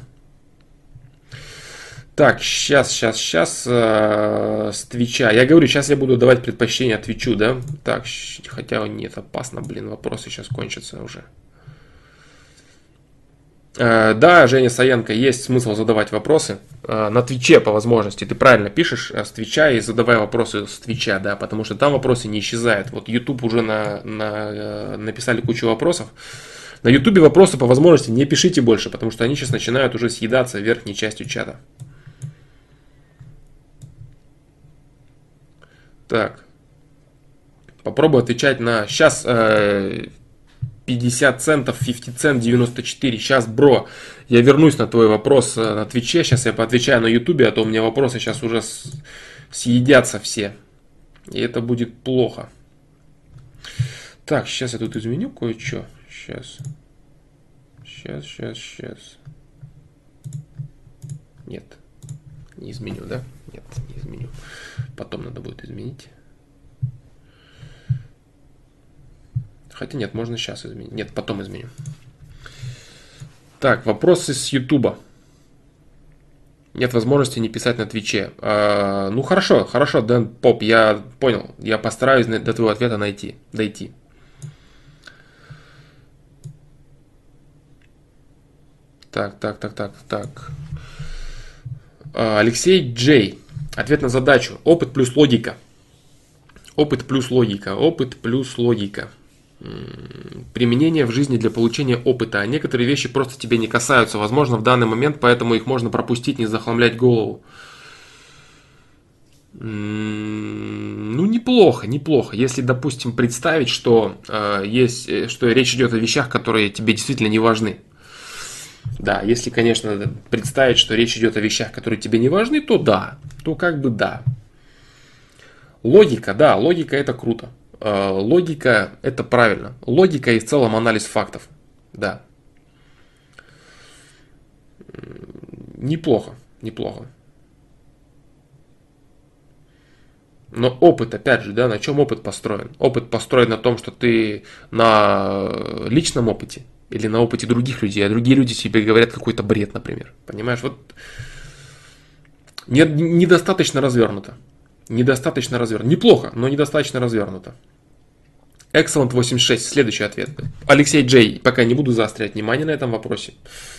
Так, сейчас, сейчас, сейчас э, с Твича. Я говорю, сейчас я буду давать предпочтение Твичу, да? Так, хотя нет, опасно, блин, вопросы сейчас кончатся уже. Э, да, Женя Саенко, есть смысл задавать вопросы э, на Твиче по возможности. Ты правильно пишешь э, с Твича и задавай вопросы с Твича, да, потому что там вопросы не исчезают. Вот YouTube уже на, на, э, написали кучу вопросов. На YouTube вопросы по возможности не пишите больше, потому что они сейчас начинают уже съедаться верхней частью чата. Так. Попробую отвечать на... Сейчас э, пятьдесят центов, пятьдесят цент, девяносто четыре. Сейчас, бро, я вернусь на твой вопрос на Твиче. Сейчас я поотвечаю на Ютубе, а то у меня вопросы сейчас уже с... съедятся все. И это будет плохо. Так, сейчас я тут изменю кое-что. Сейчас. Сейчас, сейчас, сейчас. Нет. Не изменю, да? Нет, не изменю. Потом надо будет изменить. Хотя нет, можно сейчас изменить. Нет, потом изменю. Так, вопросы с Ютуба. Нет возможности не писать на Твиче. А, ну хорошо, хорошо, Дэн Поп, я понял. Я постараюсь до твоего ответа найти, дойти. Так, так, так, так, так. Алексей Джей. Ответ на задачу. Опыт плюс логика. Опыт плюс логика. Опыт плюс логика. Применение в жизни для получения опыта. А некоторые вещи просто тебе не касаются. Возможно, в данный момент, поэтому их можно пропустить, не захламлять голову. Ну, неплохо, неплохо. Если, допустим, представить, что, э, есть, что речь идет о вещах, которые тебе действительно не важны. Да, если, конечно, представить, что речь идет о вещах, которые тебе не важны, то да, то как бы да. Логика, да, логика это круто. Логика это правильно. Логика и в целом анализ фактов, да. Неплохо, неплохо. Но опыт, опять же, да, на чем опыт построен? Опыт построен на том, что ты на личном опыте или на опыте других людей, а другие люди тебе говорят какой-то бред, например. Понимаешь, вот не, недостаточно развернуто. Недостаточно развернуто. Неплохо, но недостаточно развернуто. Excellent восемьдесят шесть, следующий ответ. Алексей Джей, пока не буду заострять внимание на этом вопросе.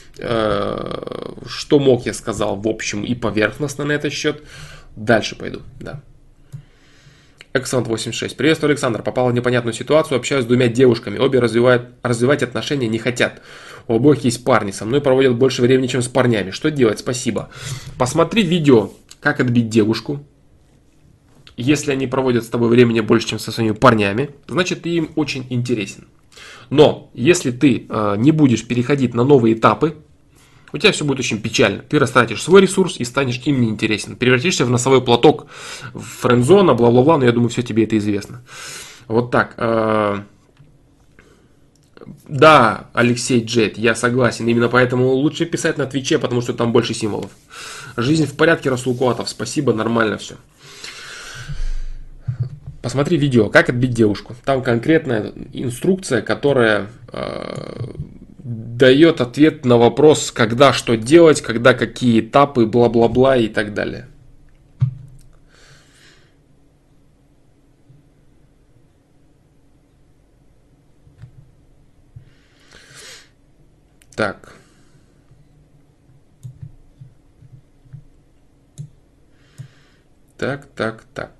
Что мог, я сказал в общем и поверхностно на этот счет. Дальше пойду, да. Excellent восемьдесят шесть. Приветствую, Александр. Попал в непонятную ситуацию. Общаюсь с двумя девушками. Обе развивают, развивать отношения не хотят. У обоих есть парни. Со мной проводят больше времени, чем с парнями. Что делать? Спасибо. Посмотри видео, как отбить девушку. Если они проводят с тобой времени больше, чем со своими парнями, значит, ты им очень интересен. Но если ты э, не будешь переходить на новые этапы, у тебя все будет очень печально. Ты растратишь свой ресурс и станешь им неинтересен. Превратишься в носовой платок, в френдзона, бла-бла-бла, но я думаю, все тебе это известно. Вот так. Да, Алексей Джет, я согласен. Именно поэтому лучше писать на Твиче, потому что там больше символов. Жизнь в порядке, Расул Куатов. Спасибо, нормально все. Посмотри видео, как отбить девушку. Там конкретная инструкция, которая... дает ответ на вопрос, когда что делать, когда какие этапы, бла-бла-бла и так далее. Так. Так, так, так.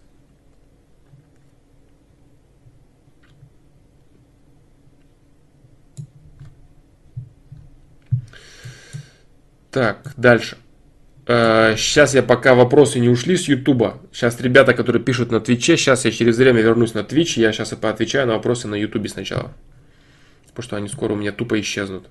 Так, дальше. Сейчас я пока вопросы не ушли с Ютуба. Сейчас ребята, которые пишут на Твиче, сейчас я через время вернусь на Твич, я сейчас и поотвечаю на вопросы на Ютубе сначала. Потому что они скоро у меня тупо исчезнут.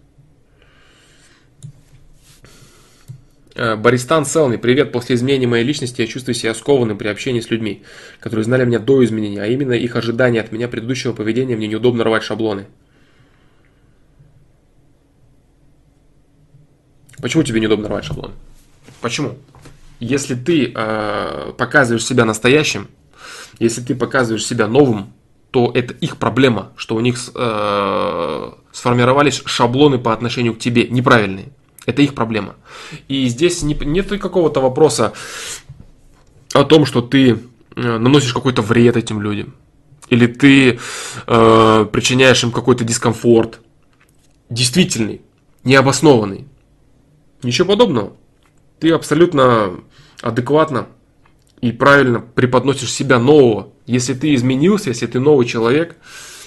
Баристан Селми, привет. После изменения моей личности я чувствую себя скованным при общении с людьми, которые знали меня до изменения, а именно их ожидания от меня предыдущего поведения. Мне неудобно рвать шаблоны. Почему тебе неудобно рвать шаблон? Почему? Если ты э, показываешь себя настоящим, если ты показываешь себя новым, то это их проблема, что у них э, сформировались шаблоны по отношению к тебе неправильные. Это их проблема. И здесь не, нет какого-то вопроса о том, что ты наносишь какой-то вред этим людям. Или ты э, причиняешь им какой-то дискомфорт. Действительный, необоснованный. Ничего подобного. Ты абсолютно адекватно и правильно преподносишь себя нового. Если ты изменился, если ты новый человек,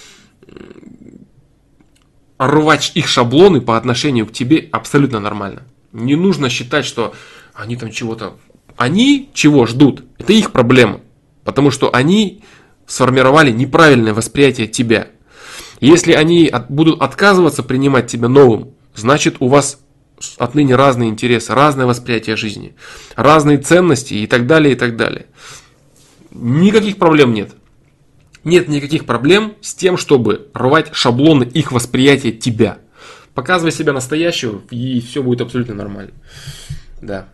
рвать их шаблоны по отношению к тебе абсолютно нормально. Не нужно считать, что они там чего-то... Они чего ждут? Это их проблема. Потому что они сформировали неправильное восприятие тебя. Если они от, будут отказываться принимать тебя новым, значит у вас отныне разные интересы, разное восприятие жизни, разные ценности и так далее, и так далее. Никаких проблем нет. Нет никаких проблем с тем, чтобы рвать шаблоны их восприятия тебя. Показывай себя настоящего, и все будет абсолютно нормально. Да.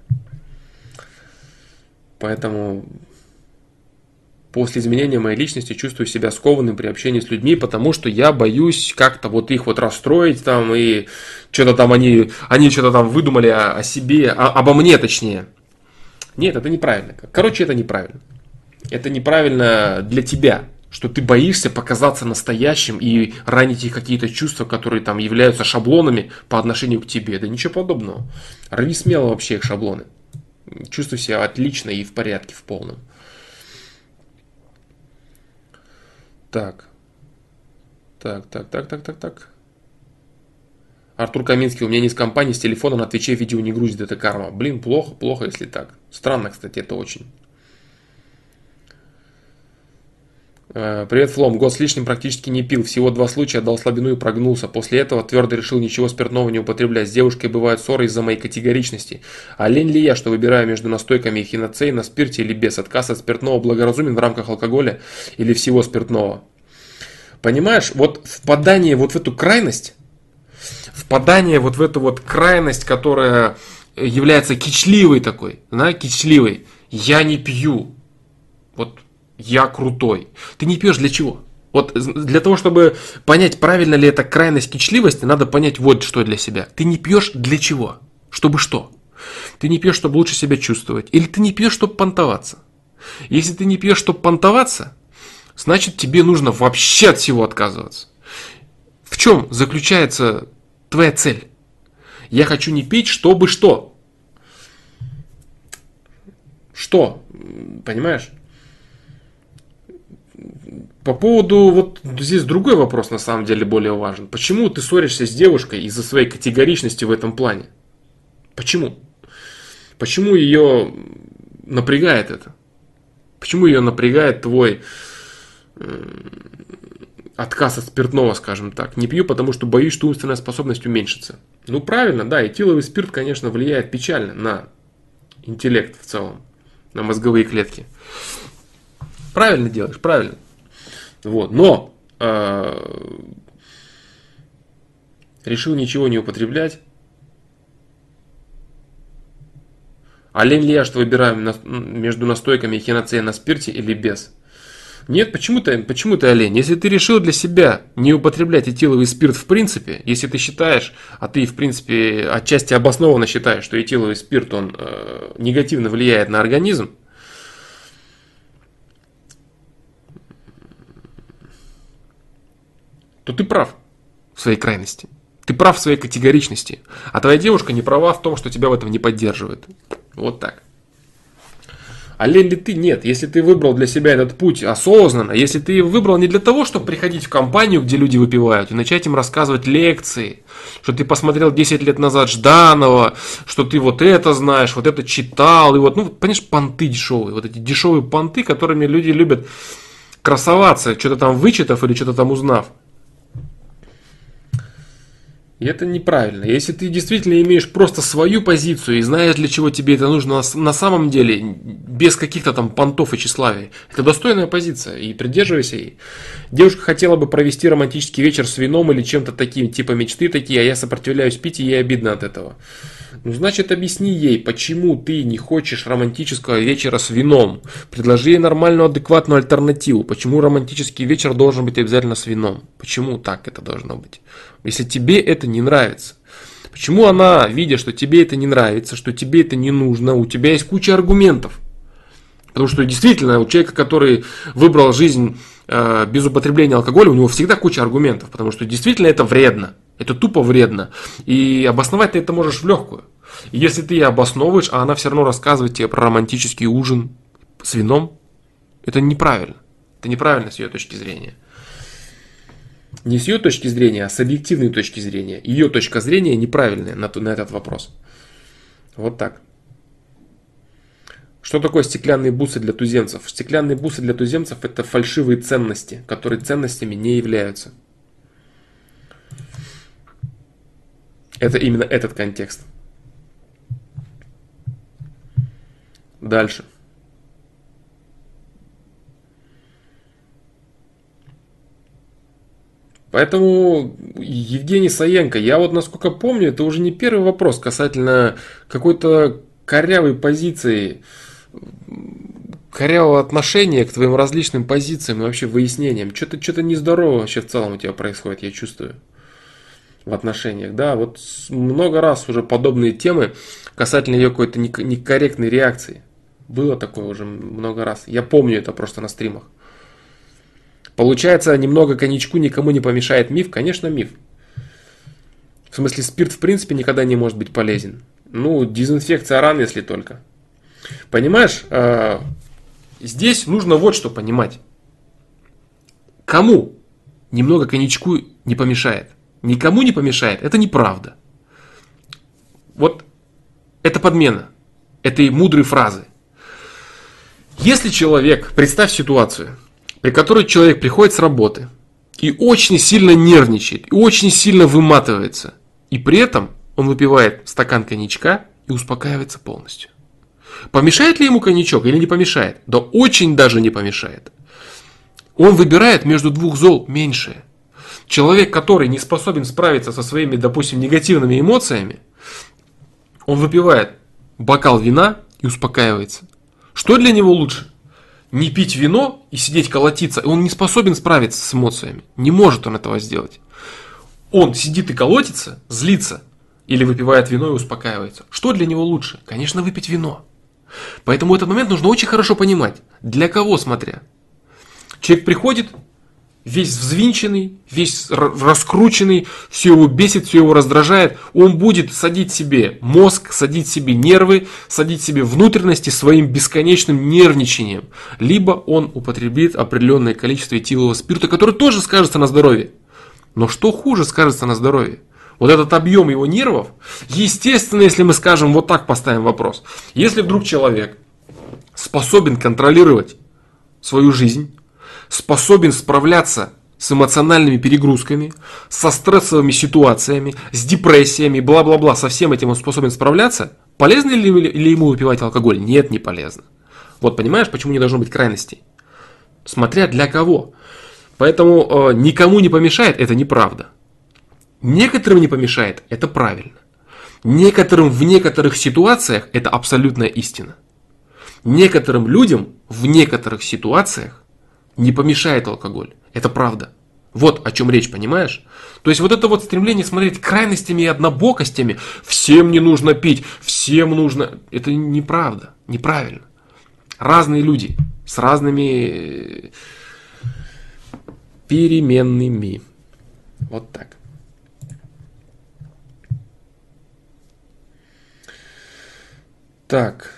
Поэтому после изменения моей личности чувствую себя скованным при общении с людьми, потому что я боюсь как-то вот их вот расстроить там, и что-то там они, они что-то там выдумали о, о себе, о, обо мне точнее. Нет, это неправильно. Короче, это неправильно. Это неправильно для тебя, что ты боишься показаться настоящим и ранить их какие-то чувства, которые там являются шаблонами по отношению к тебе. Да ничего подобного. Рви смело вообще их шаблоны. Чувствуй себя отлично и в порядке, в полном. Так. Так, так, так, так, так, так. Артур Каминский, у меня не с компании, с телефона на Твиче видео не грузит, это карма. Блин, плохо, плохо, если так. Странно, кстати, это очень. Привет, Флом. Год с лишним практически не пил. Всего два случая, дал слабину и прогнулся. После этого твердо решил ничего спиртного не употреблять. С девушкой бывают ссоры из-за моей категоричности. А лень ли я, что выбираю между настойками эхиноцей на спирте или без? Отказ от спиртного благоразумен в рамках алкоголя или всего спиртного? Понимаешь, вот впадание вот в эту крайность, впадание вот в эту вот крайность, которая является кичливой такой, да, кичливой. Я не пью. Вот я крутой. Ты не пьешь для чего? Вот для того, чтобы понять, правильно ли это крайность кичливости, надо понять вот что для себя. Ты не пьешь для чего? Чтобы что? Ты не пьешь, чтобы лучше себя чувствовать. Или ты не пьешь, чтобы понтоваться. Если ты не пьешь, чтобы понтоваться, значит тебе нужно вообще от всего отказываться. В чем заключается твоя цель? Я хочу не пить, чтобы что? Что? Понимаешь? По поводу, вот здесь другой вопрос на самом деле более важен. Почему ты ссоришься с девушкой из-за своей категоричности в этом плане? Почему? Почему ее напрягает это? Почему ее напрягает твой э, отказ от спиртного, скажем так? Не пью, потому что боюсь, что умственная способность уменьшится. Ну правильно, да, этиловый спирт, конечно, влияет печально на интеллект в целом, на мозговые клетки. Правильно делаешь, правильно. Вот. Но э, решил ничего не употреблять. А лень ли я, что выбираю на, между настойками эхиноцея на спирте или без? Нет, почему ты, почему ты олень? Если ты решил для себя не употреблять этиловый спирт в принципе, если ты считаешь, а ты в принципе отчасти обоснованно считаешь, что этиловый спирт он э, негативно влияет на организм, то ты прав в своей крайности. Ты прав в своей категоричности. А твоя девушка не права в том, что тебя в этом не поддерживает. Вот так. А лень ли ты? Нет. Если ты выбрал для себя этот путь осознанно, если ты выбрал не для того, чтобы приходить в компанию, где люди выпивают, и начать им рассказывать лекции, что ты посмотрел десять лет назад Жданова, что ты вот это знаешь, вот это читал, и вот, ну, понимаешь, понты дешевые, вот эти дешевые понты, которыми люди любят красоваться, что-то там вычитав или что-то там узнав. И это неправильно. Если ты действительно имеешь просто свою позицию и знаешь, для чего тебе это нужно на самом деле, без каких-то там понтов и тщеславия, это достойная позиция, и придерживайся ей. Девушка хотела бы провести романтический вечер с вином или чем-то таким, типа мечты такие, а я сопротивляюсь пить, и ей обидно от этого. Ну, значит, объясни ей, почему ты не хочешь романтического вечера с вином. Предложи ей нормальную, адекватную альтернативу. Почему романтический вечер должен быть обязательно с вином? Почему так это должно быть? Если тебе это не нравится. Почему она, видя, что тебе это не нравится, что тебе это не нужно, у тебя есть куча аргументов. Потому что действительно, у человека, который выбрал жизнь э, без употребления алкоголя, у него всегда куча аргументов. Потому что действительно это вредно. Это тупо вредно. И обосновать ты это можешь в легкую. И если ты ее обосновываешь, а она все равно рассказывает тебе про романтический ужин с вином, это неправильно. Это неправильно с ее точки зрения. Не с ее точки зрения, а с объективной точки зрения. Ее точка зрения неправильная на, на этот вопрос. Вот так. Что такое стеклянные бусы для туземцев? Стеклянные бусы для туземцев — это фальшивые ценности, которые ценностями не являются. Это именно этот контекст. Дальше. Поэтому, Евгений Саенко, я вот насколько помню, это уже не первый вопрос касательно какой-то корявой позиции, корявого отношения к твоим различным позициям и вообще выяснениям. Что-то, что-то нездорово вообще в целом у тебя происходит, я чувствую, в отношениях. Да, вот много раз уже подобные темы касательно ее какой-то некорректной реакции. Было такое уже много раз. Я помню это просто на стримах. Получается, немного коньячку никому не помешает миф? Конечно, миф. В смысле, спирт в принципе никогда не может быть полезен. Ну, дезинфекция ран, если только. Понимаешь, э, здесь нужно вот что понимать. Кому немного коньячку не помешает? Никому не помешает. Это неправда. Вот это подмена этой мудрой фразы. Если человек, представь ситуацию, при которой человек приходит с работы и очень сильно нервничает, и очень сильно выматывается, и при этом он выпивает стакан коньячка и успокаивается полностью. Помешает ли ему коньячок или не помешает? Да очень даже не помешает. Он выбирает между двух зол меньшее. Человек, который не способен справиться со своими, допустим, негативными эмоциями, он выпивает бокал вина и успокаивается. Что для него лучше? Не пить вино и сидеть колотиться. Он не способен справиться с эмоциями. Не может он этого сделать. Он сидит и колотится, злится. Или выпивает вино и успокаивается. Что для него лучше? Конечно, выпить вино. Поэтому этот момент нужно очень хорошо понимать. Для кого смотря. Человек приходит, весь взвинченный, весь раскрученный, все его бесит, все его раздражает. Он будет садить себе мозг, садить себе нервы, садить себе внутренности своим бесконечным нервничанием. Либо он употребит определенное количество этилового спирта, который тоже скажется на здоровье. Но что хуже скажется на здоровье? Вот этот объем его нервов, естественно, если мы скажем, вот так поставим вопрос. Если вдруг человек способен контролировать свою жизнь, способен справляться с эмоциональными перегрузками, со стрессовыми ситуациями, с депрессиями, бла-бла-бла, со всем этим он способен справляться, полезно ли, ли ему выпивать алкоголь? Нет, не полезно. Вот понимаешь, почему не должно быть крайностей? Смотря для кого. Поэтому э, никому не помешает, это неправда. Некоторым не помешает, это правильно. Некоторым в некоторых ситуациях это абсолютная истина. Некоторым людям в некоторых ситуациях не помешает алкоголь. Это правда. Вот о чем речь, понимаешь? То есть вот это вот стремление смотреть крайностями и однобокостями. Всем не нужно пить, всем нужно... Это неправда, неправильно. Разные люди с разными переменными. Вот так. Так.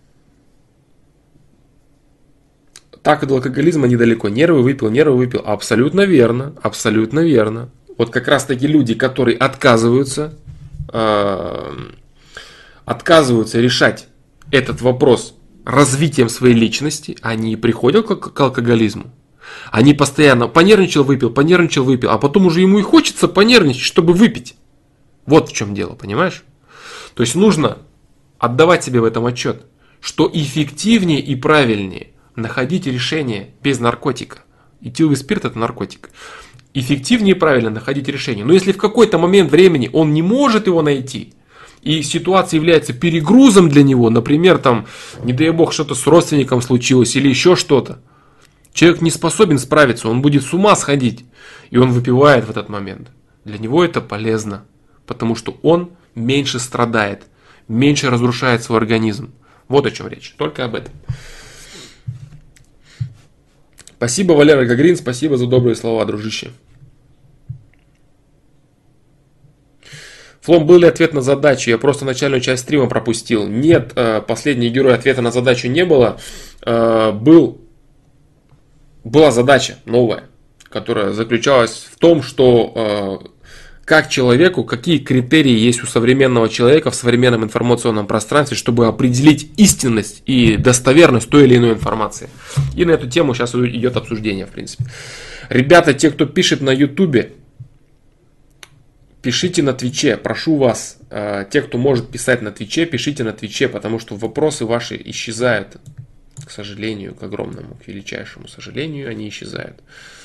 Так и до алкоголизма недалеко. Нервы выпил, нервы выпил. Абсолютно верно. Абсолютно верно. Вот как раз таки люди, которые отказываются, э, отказываются решать этот вопрос развитием своей личности, они приходят к, к алкоголизму. Они постоянно понервничал, выпил, понервничал, выпил, а потом уже ему и хочется понервничать, чтобы выпить. Вот в чем дело, понимаешь? То есть нужно отдавать себе в этом отчет, что эффективнее и правильнее находить решение без наркотика. Этиловый спирт – это наркотик. Эффективнее и правильно находить решение. Но если в какой-то момент времени он не может его найти, и ситуация является перегрузом для него, например, там, не дай бог, что-то с родственником случилось или еще что-то, человек не способен справиться, он будет с ума сходить, и он выпивает в этот момент. Для него это полезно, потому что он меньше страдает, меньше разрушает свой организм. Вот о чем речь, только об этом. Спасибо, Валера Гагрин, спасибо за добрые слова, дружище. Флом, был ли ответ на задачу? Я просто начальную часть стрима пропустил. Нет, последний герой ответа на задачу не было. Был, была задача новая, которая заключалась в том, что как человеку, какие критерии есть у современного человека в современном информационном пространстве, чтобы определить истинность и достоверность той или иной информации. И на эту тему сейчас идет обсуждение, в принципе. Ребята, те, кто пишет на ютубе, пишите на Твиче, прошу вас. Те, кто может писать на Твиче, пишите на Твиче, потому что вопросы ваши исчезают. К сожалению, к огромному, к величайшему сожалению, они исчезают.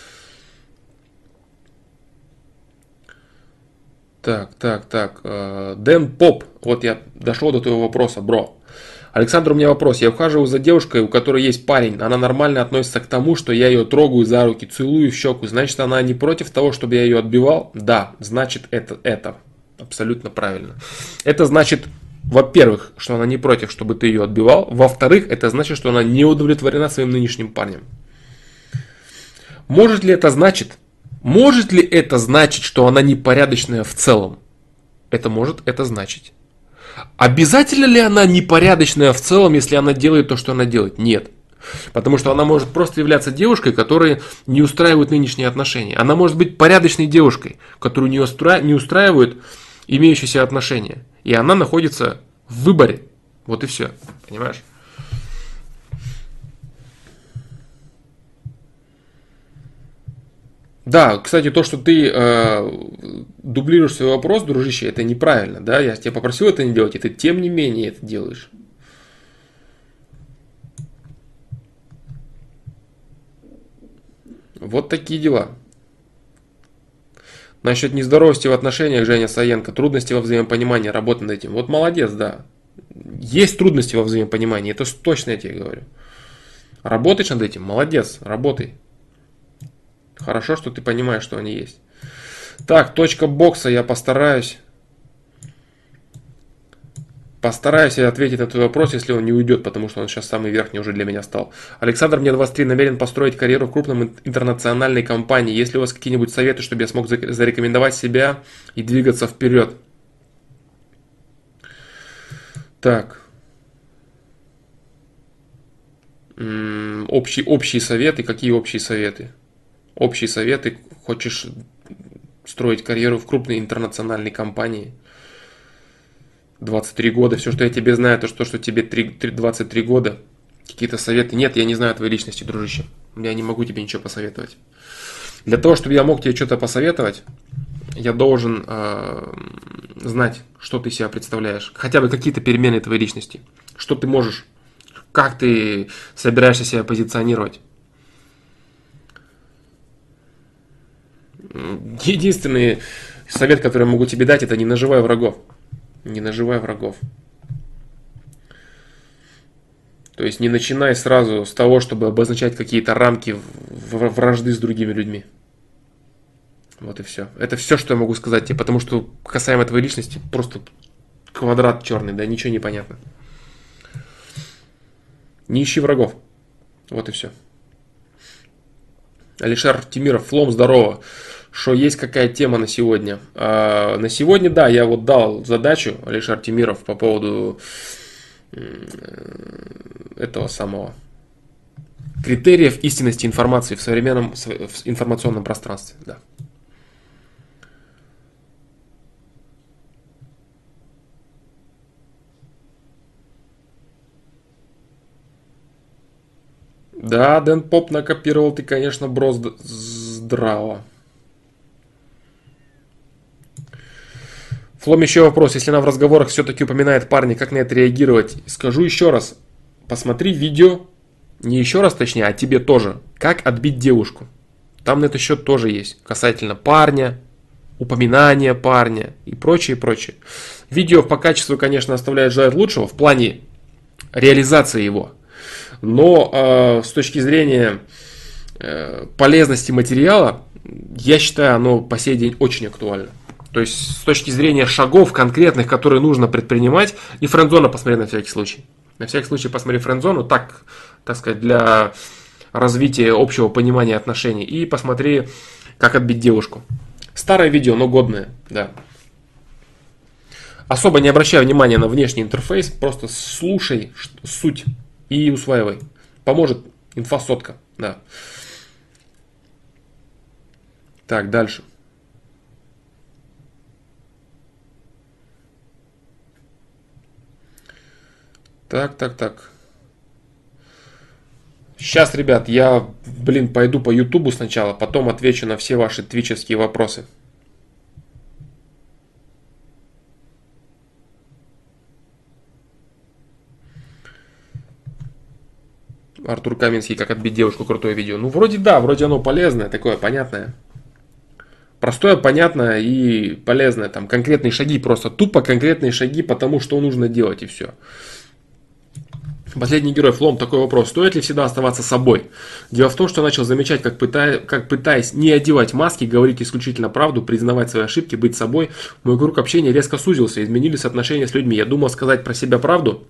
Так, так, так. Дэн Поп. Вот я дошел до твоего вопроса, бро. Александр, у меня вопрос. Я ухаживаю за девушкой, у которой есть парень. Она нормально относится к тому, что я ее трогаю за руки, целую в щеку. Значит, она не против того, чтобы я ее отбивал? Да, значит, это, это. Абсолютно правильно. Это значит, во-первых, что она не против, чтобы ты ее отбивал. Во-вторых, это значит, что она не удовлетворена своим нынешним парнем. Может ли это значить, может ли это значить, что она непорядочная в целом? Это может это значить. Обязательно ли она непорядочная в целом, если она делает то, что она делает? Нет. Потому что она может просто являться девушкой, которая не устраивает нынешние отношения. Она может быть порядочной девушкой, которую не, устра... не устраивают имеющиеся отношения. И она находится в выборе. Вот и все. Понимаешь? Да, кстати, то, что ты э, дублируешь свой вопрос, дружище, это неправильно, да, я тебя попросил это не делать, и ты тем не менее это делаешь. Вот такие дела. Насчет нездоровости в отношениях, Женя Саенко, трудности во взаимопонимании, работа над этим. Вот молодец, да. Есть трудности во взаимопонимании, это точно я тебе говорю. Работаешь над этим, молодец, работай. Хорошо, что ты понимаешь, что они есть. Так, точка бокса, я постараюсь. Постараюсь ответить на твой вопрос, если он не уйдет, потому что он сейчас самый верхний уже для меня стал. Александр, мне двадцать три, намерен построить карьеру в крупном интернациональной компании. Есть ли у вас какие-нибудь советы, чтобы я смог зарекомендовать себя и двигаться вперед? Так. М-м, общие, общие советы. Какие общие советы? Общие советы. Хочешь строить карьеру в крупной интернациональной компании? двадцать три года. Все, что я тебе знаю, то, что, что тебе двадцать три года. Какие-то советы. Нет, я не знаю твоей личности, дружище. Я не могу тебе ничего посоветовать. Для того, чтобы я мог тебе что-то посоветовать, я должен э, знать, что ты себя представляешь. Хотя бы какие-то перемены твоей личности. Что ты можешь. Как ты собираешься себя позиционировать. Единственный совет, который я могу тебе дать, это не наживай врагов. Не наживай врагов. То есть не начинай сразу с того, чтобы обозначать какие-то рамки вражды с другими людьми. Вот и все. Это все, что я могу сказать тебе, потому что касаемо твоей личности, просто квадрат черный, да, ничего не понятно. Не ищи врагов. Вот и все. Алишер Тимиров, Флом, здорово. Что есть какая тема на сегодня? А, на сегодня, да, я вот дал задачу, Алишер Тимиров, по поводу этого самого критериев истинности информации в современном в информационном пространстве. Да. Да, Дэн Поп накопировал ты, конечно, бро, здраво. Флом, еще вопрос. Если она в разговорах все-таки упоминает парня, как на это реагировать? Скажу еще раз. Посмотри видео. Не еще раз, точнее, а тебе тоже. Как отбить девушку. Там на этот счет тоже есть. Касательно парня, упоминания парня и прочее, прочее. Видео по качеству, конечно, оставляет желать лучшего в плане реализации его. Но э, с точки зрения э, полезности материала, я считаю, оно по сей день очень актуально. То есть с точки зрения шагов конкретных, которые нужно предпринимать, и френдзона посмотри на всякий случай. На всякий случай посмотри френдзону, так, так сказать, для развития общего понимания отношений. И посмотри, как отбить девушку. Старое видео, но годное, да. Особо не обращай внимания на внешний интерфейс, просто слушай суть и усваивай. Поможет инфосотка, да. Так, дальше. Так, так, так. Сейчас, ребят, я, блин, пойду по Ютубу сначала, потом отвечу на все ваши твичевские вопросы. Артур Каменский, как отбить девушку, крутое видео. Ну, вроде да, вроде оно полезное, такое понятное. Простое, понятное и полезное. Там конкретные шаги, просто тупо конкретные шаги по тому, что нужно делать, и все. Последний герой, Флом, такой вопрос. Стоит ли всегда оставаться собой? Дело в том, что я начал замечать, как, пытаясь, как пытаясь не одевать маски, говорить исключительно правду, признавать свои ошибки, быть собой, мой круг общения резко сузился, изменились отношения с людьми. Я думал сказать про себя правду.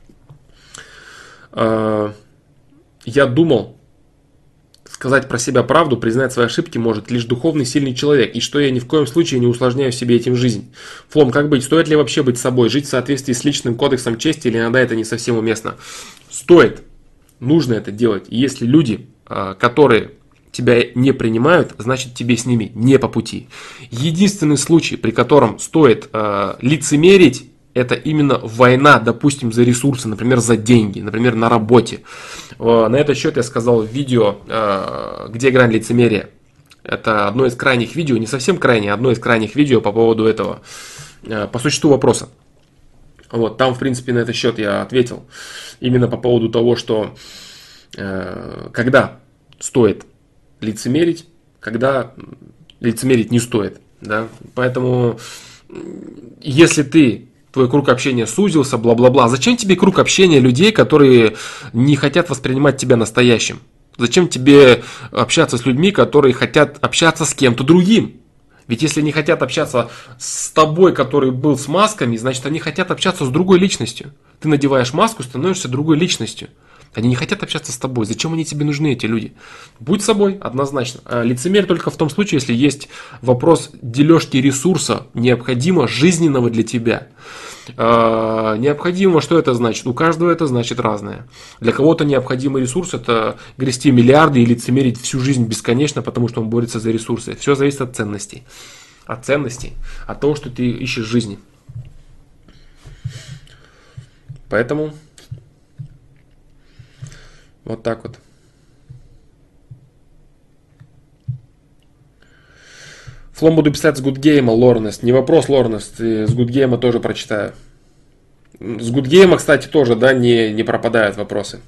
Я думал, сказать про себя правду, признать свои ошибки может лишь духовный сильный человек, и что я ни в коем случае не усложняю себе этим жизнь. Флом, как быть? Стоит ли вообще быть собой? Жить в соответствии с личным кодексом чести или иногда это не совсем уместно? Стоит. Нужно это делать. И если люди, которые тебя не принимают, значит тебе с ними не по пути. Единственный случай, при котором стоит лицемерить, это именно война, допустим, за ресурсы, например, за деньги, например, на работе. На этот счет я сказал в видео, где грань лицемерия. Это одно из крайних видео, не совсем крайнее, одно из крайних видео по поводу этого, по существу вопроса. Вот, там, в принципе, на этот счет я ответил. Именно по поводу того, что когда стоит лицемерить, когда лицемерить не стоит. Да? Поэтому, если ты, твой круг общения сузился, бла-бла-бла, зачем тебе круг общения людей, которые не хотят воспринимать тебя настоящим? Зачем тебе общаться с людьми, которые хотят общаться с кем-то другим? Ведь если они хотят общаться с тобой, который был с масками, значит они хотят общаться с другой личностью. Ты надеваешь маску, становишься другой личностью. Они не хотят общаться с тобой. Зачем они тебе нужны, эти люди? Будь собой, однозначно. А лицемерие только в том случае, если есть вопрос дележки ресурса, необходимо жизненного для тебя. А, необходимо, что это значит? У каждого это значит разное. Для кого-то необходимый ресурс — это грести миллиарды и лицемерить всю жизнь бесконечно, потому что он борется за ресурсы. Все зависит от ценностей. От ценностей, от того, что ты ищешь в жизни. Поэтому вот так вот. Флом буду писать с Гудгейма, Лорнест. Не вопрос, Лорнест. С Гудгейма тоже прочитаю. С Гудгейма, кстати, тоже, да, не, не пропадают вопросы.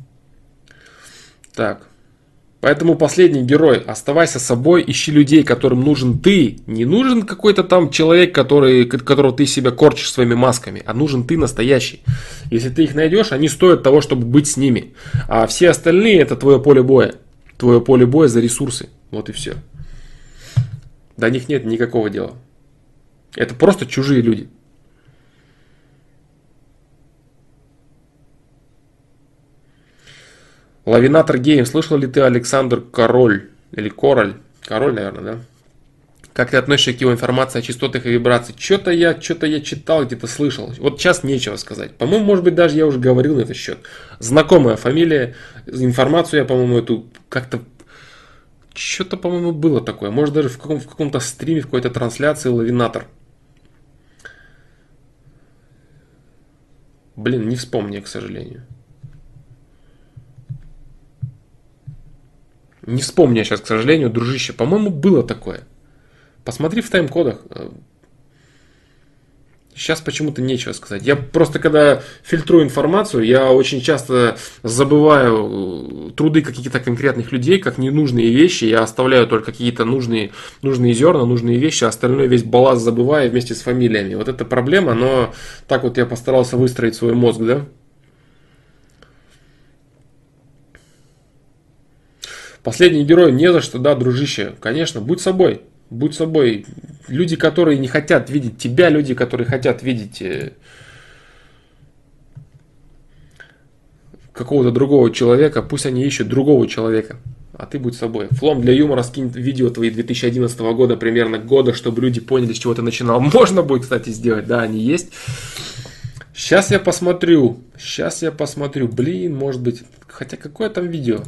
Так. Поэтому последний герой. Оставайся собой, ищи людей, которым нужен ты. Не нужен какой-то там человек, который, которого ты себя корчишь своими масками, а нужен ты настоящий. Если ты их найдешь, они стоят того, чтобы быть с ними. А все остальные — это твое поле боя. Твое поле боя за ресурсы. Вот и все. До них нет никакого дела. Это просто чужие люди. Лавинатор Гейм. Слышал ли ты Александр Король? Или Король? Король, наверное, да? Как ты относишься к его информации о частотах и вибрациях? Что-то я, что-то я читал, где-то слышал. Вот сейчас нечего сказать. По-моему, может быть, даже я уже говорил на этот счет. Знакомая фамилия. Информацию я, по-моему, эту как-то... Что-то, по-моему, было такое. Может, даже в, каком- в каком-то стриме, в какой-то трансляции Лавинатор. Блин, не вспомню, к сожалению. Не вспомню я сейчас, к сожалению, дружище. По-моему, было такое. Посмотри в тайм-кодах. Сейчас почему-то нечего сказать. Я просто, когда фильтрую информацию, я очень часто забываю труды каких-то конкретных людей, как ненужные вещи. Я оставляю только какие-то нужные, нужные зерна, нужные вещи, а остальное весь балласт забываю вместе с фамилиями. Вот это проблема, но так вот я постарался выстроить свой мозг, да? Последний герой, не за что, да, дружище. Конечно, будь собой. Будь собой. Люди, которые не хотят видеть тебя, люди, которые хотят видеть э, какого-то другого человека, пусть они ищут другого человека. А ты будь собой. Флом, для юмора скинь видео твои две тысячи одиннадцатого года, примерно года, чтобы люди поняли, с чего ты начинал. Можно будет, кстати, сделать. Да, они есть. Сейчас я посмотрю. Сейчас я посмотрю. Блин, может быть. Хотя какое там видео?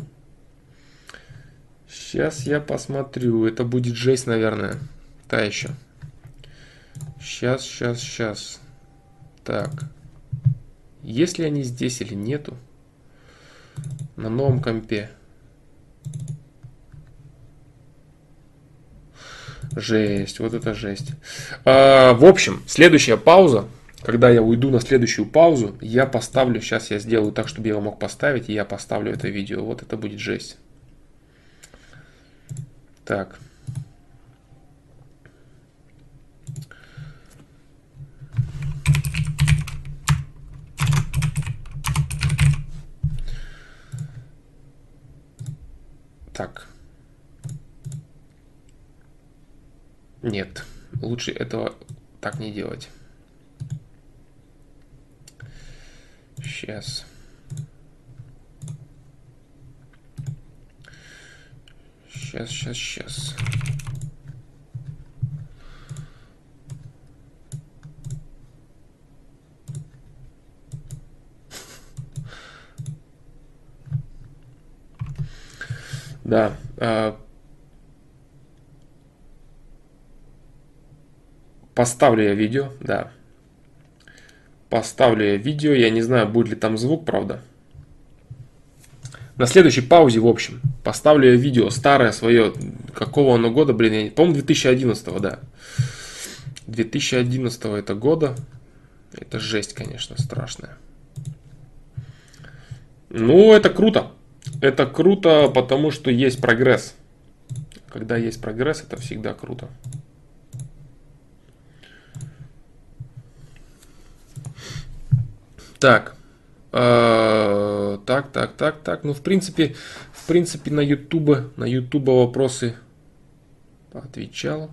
Сейчас я посмотрю. Это будет жесть, наверное. Та еще. Сейчас, сейчас, сейчас. Так. Есть ли они здесь или нету? На новом компе. Жесть. Вот это жесть. А, в общем, следующая пауза. Когда я уйду на следующую паузу, я поставлю. Сейчас я сделаю так, чтобы я его мог поставить. И я поставлю это видео. Вот это будет жесть. Так. Так. Нет, лучше этого так не делать. Сейчас. Сейчас, сейчас, сейчас. Да. Э, поставлю я видео, да. Поставлю я видео. Я не знаю, будет ли там звук, правда. На следующей паузе, в общем, поставлю я видео старое свое. Какого оно года, блин, я не помню, две тысячи одиннадцатого, да. две тысячи одиннадцатого это года. Это жесть, конечно, страшная. Ну, это круто. Это круто, потому что есть прогресс. Когда есть прогресс, это всегда круто. Так. э, Так, так, так, так. Ну, в принципе, в принципе, на Ютубе, на Ютубе вопросы отвечал.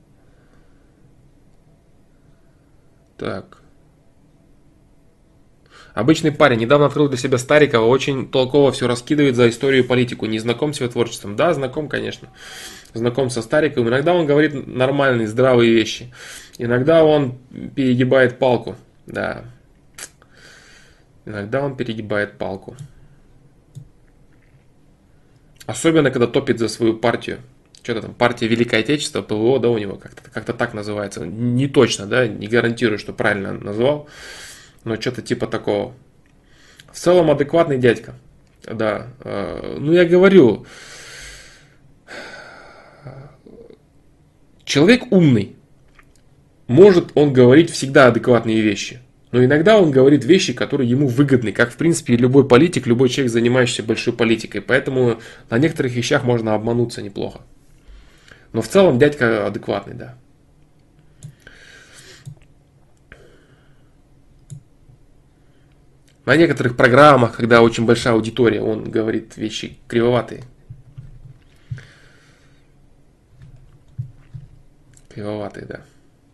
Так. Обычный парень недавно открыл для себя Старикова, очень толково все раскидывает за историю и политику. Не знаком с его творчеством? Да, знаком, конечно. Знаком со Стариковым. Иногда он говорит нормальные, здравые вещи. Иногда он перегибает палку. Да. Иногда он перегибает палку. Особенно, когда топит за свою партию. Что-то там, партия Великое Отечество, ПВО, да, у него как-то, как-то так называется. Не точно, да, не гарантирую, что правильно назвал. Но что-то типа такого. В целом адекватный дядька. Да. Ну, я говорю, человек умный. Может он говорить всегда адекватные вещи. Но иногда он говорит вещи, которые ему выгодны. Как, в принципе, и любой политик, любой человек, занимающийся большой политикой. Поэтому на некоторых вещах можно обмануться неплохо. Но в целом дядька адекватный, да. На некоторых программах, когда очень большая аудитория, он говорит вещи кривоватые. Кривоватые, да.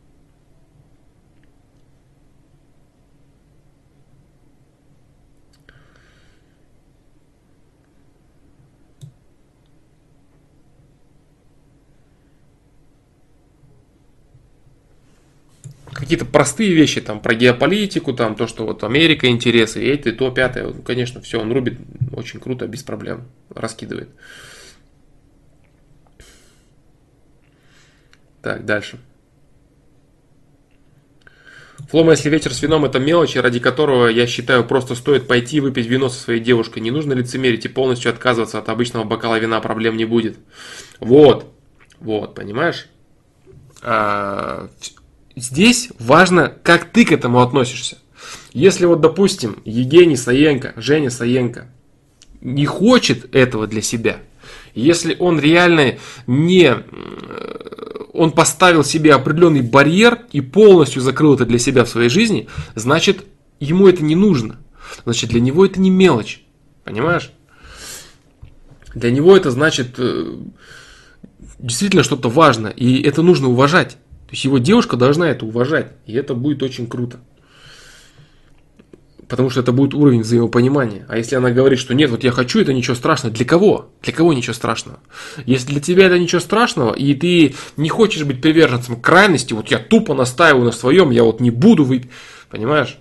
Какие-то простые вещи, там, про геополитику, там, то, что вот Америка, интересы, и это, и то, пятое, ну, конечно, все, он рубит очень круто, без проблем, раскидывает. Так, дальше. Флома, если вечер с вином это мелочь, ради которого, я считаю, просто стоит пойти выпить вино со своей девушкой. Не нужно лицемерить и полностью отказываться от обычного бокала вина, проблем не будет. Вот, вот, понимаешь? А, здесь важно, как ты к этому относишься. Если вот, допустим, Евгений Саенко, Женя Саенко не хочет этого для себя, если он реально не... Он поставил себе определенный барьер и полностью закрыл это для себя в своей жизни, значит, ему это не нужно. Значит, для него это не мелочь. Понимаешь? Для него это значит действительно что-то важно. И это нужно уважать. То есть его девушка должна это уважать. И это будет очень круто. Потому что это будет уровень взаимопонимания. А если она говорит, что нет, вот я хочу, это ничего страшного. Для кого? Для кого ничего страшного? Если для тебя это ничего страшного, и ты не хочешь быть приверженцем крайности, вот я тупо настаиваю на своем, я вот не буду выпить. Понимаешь?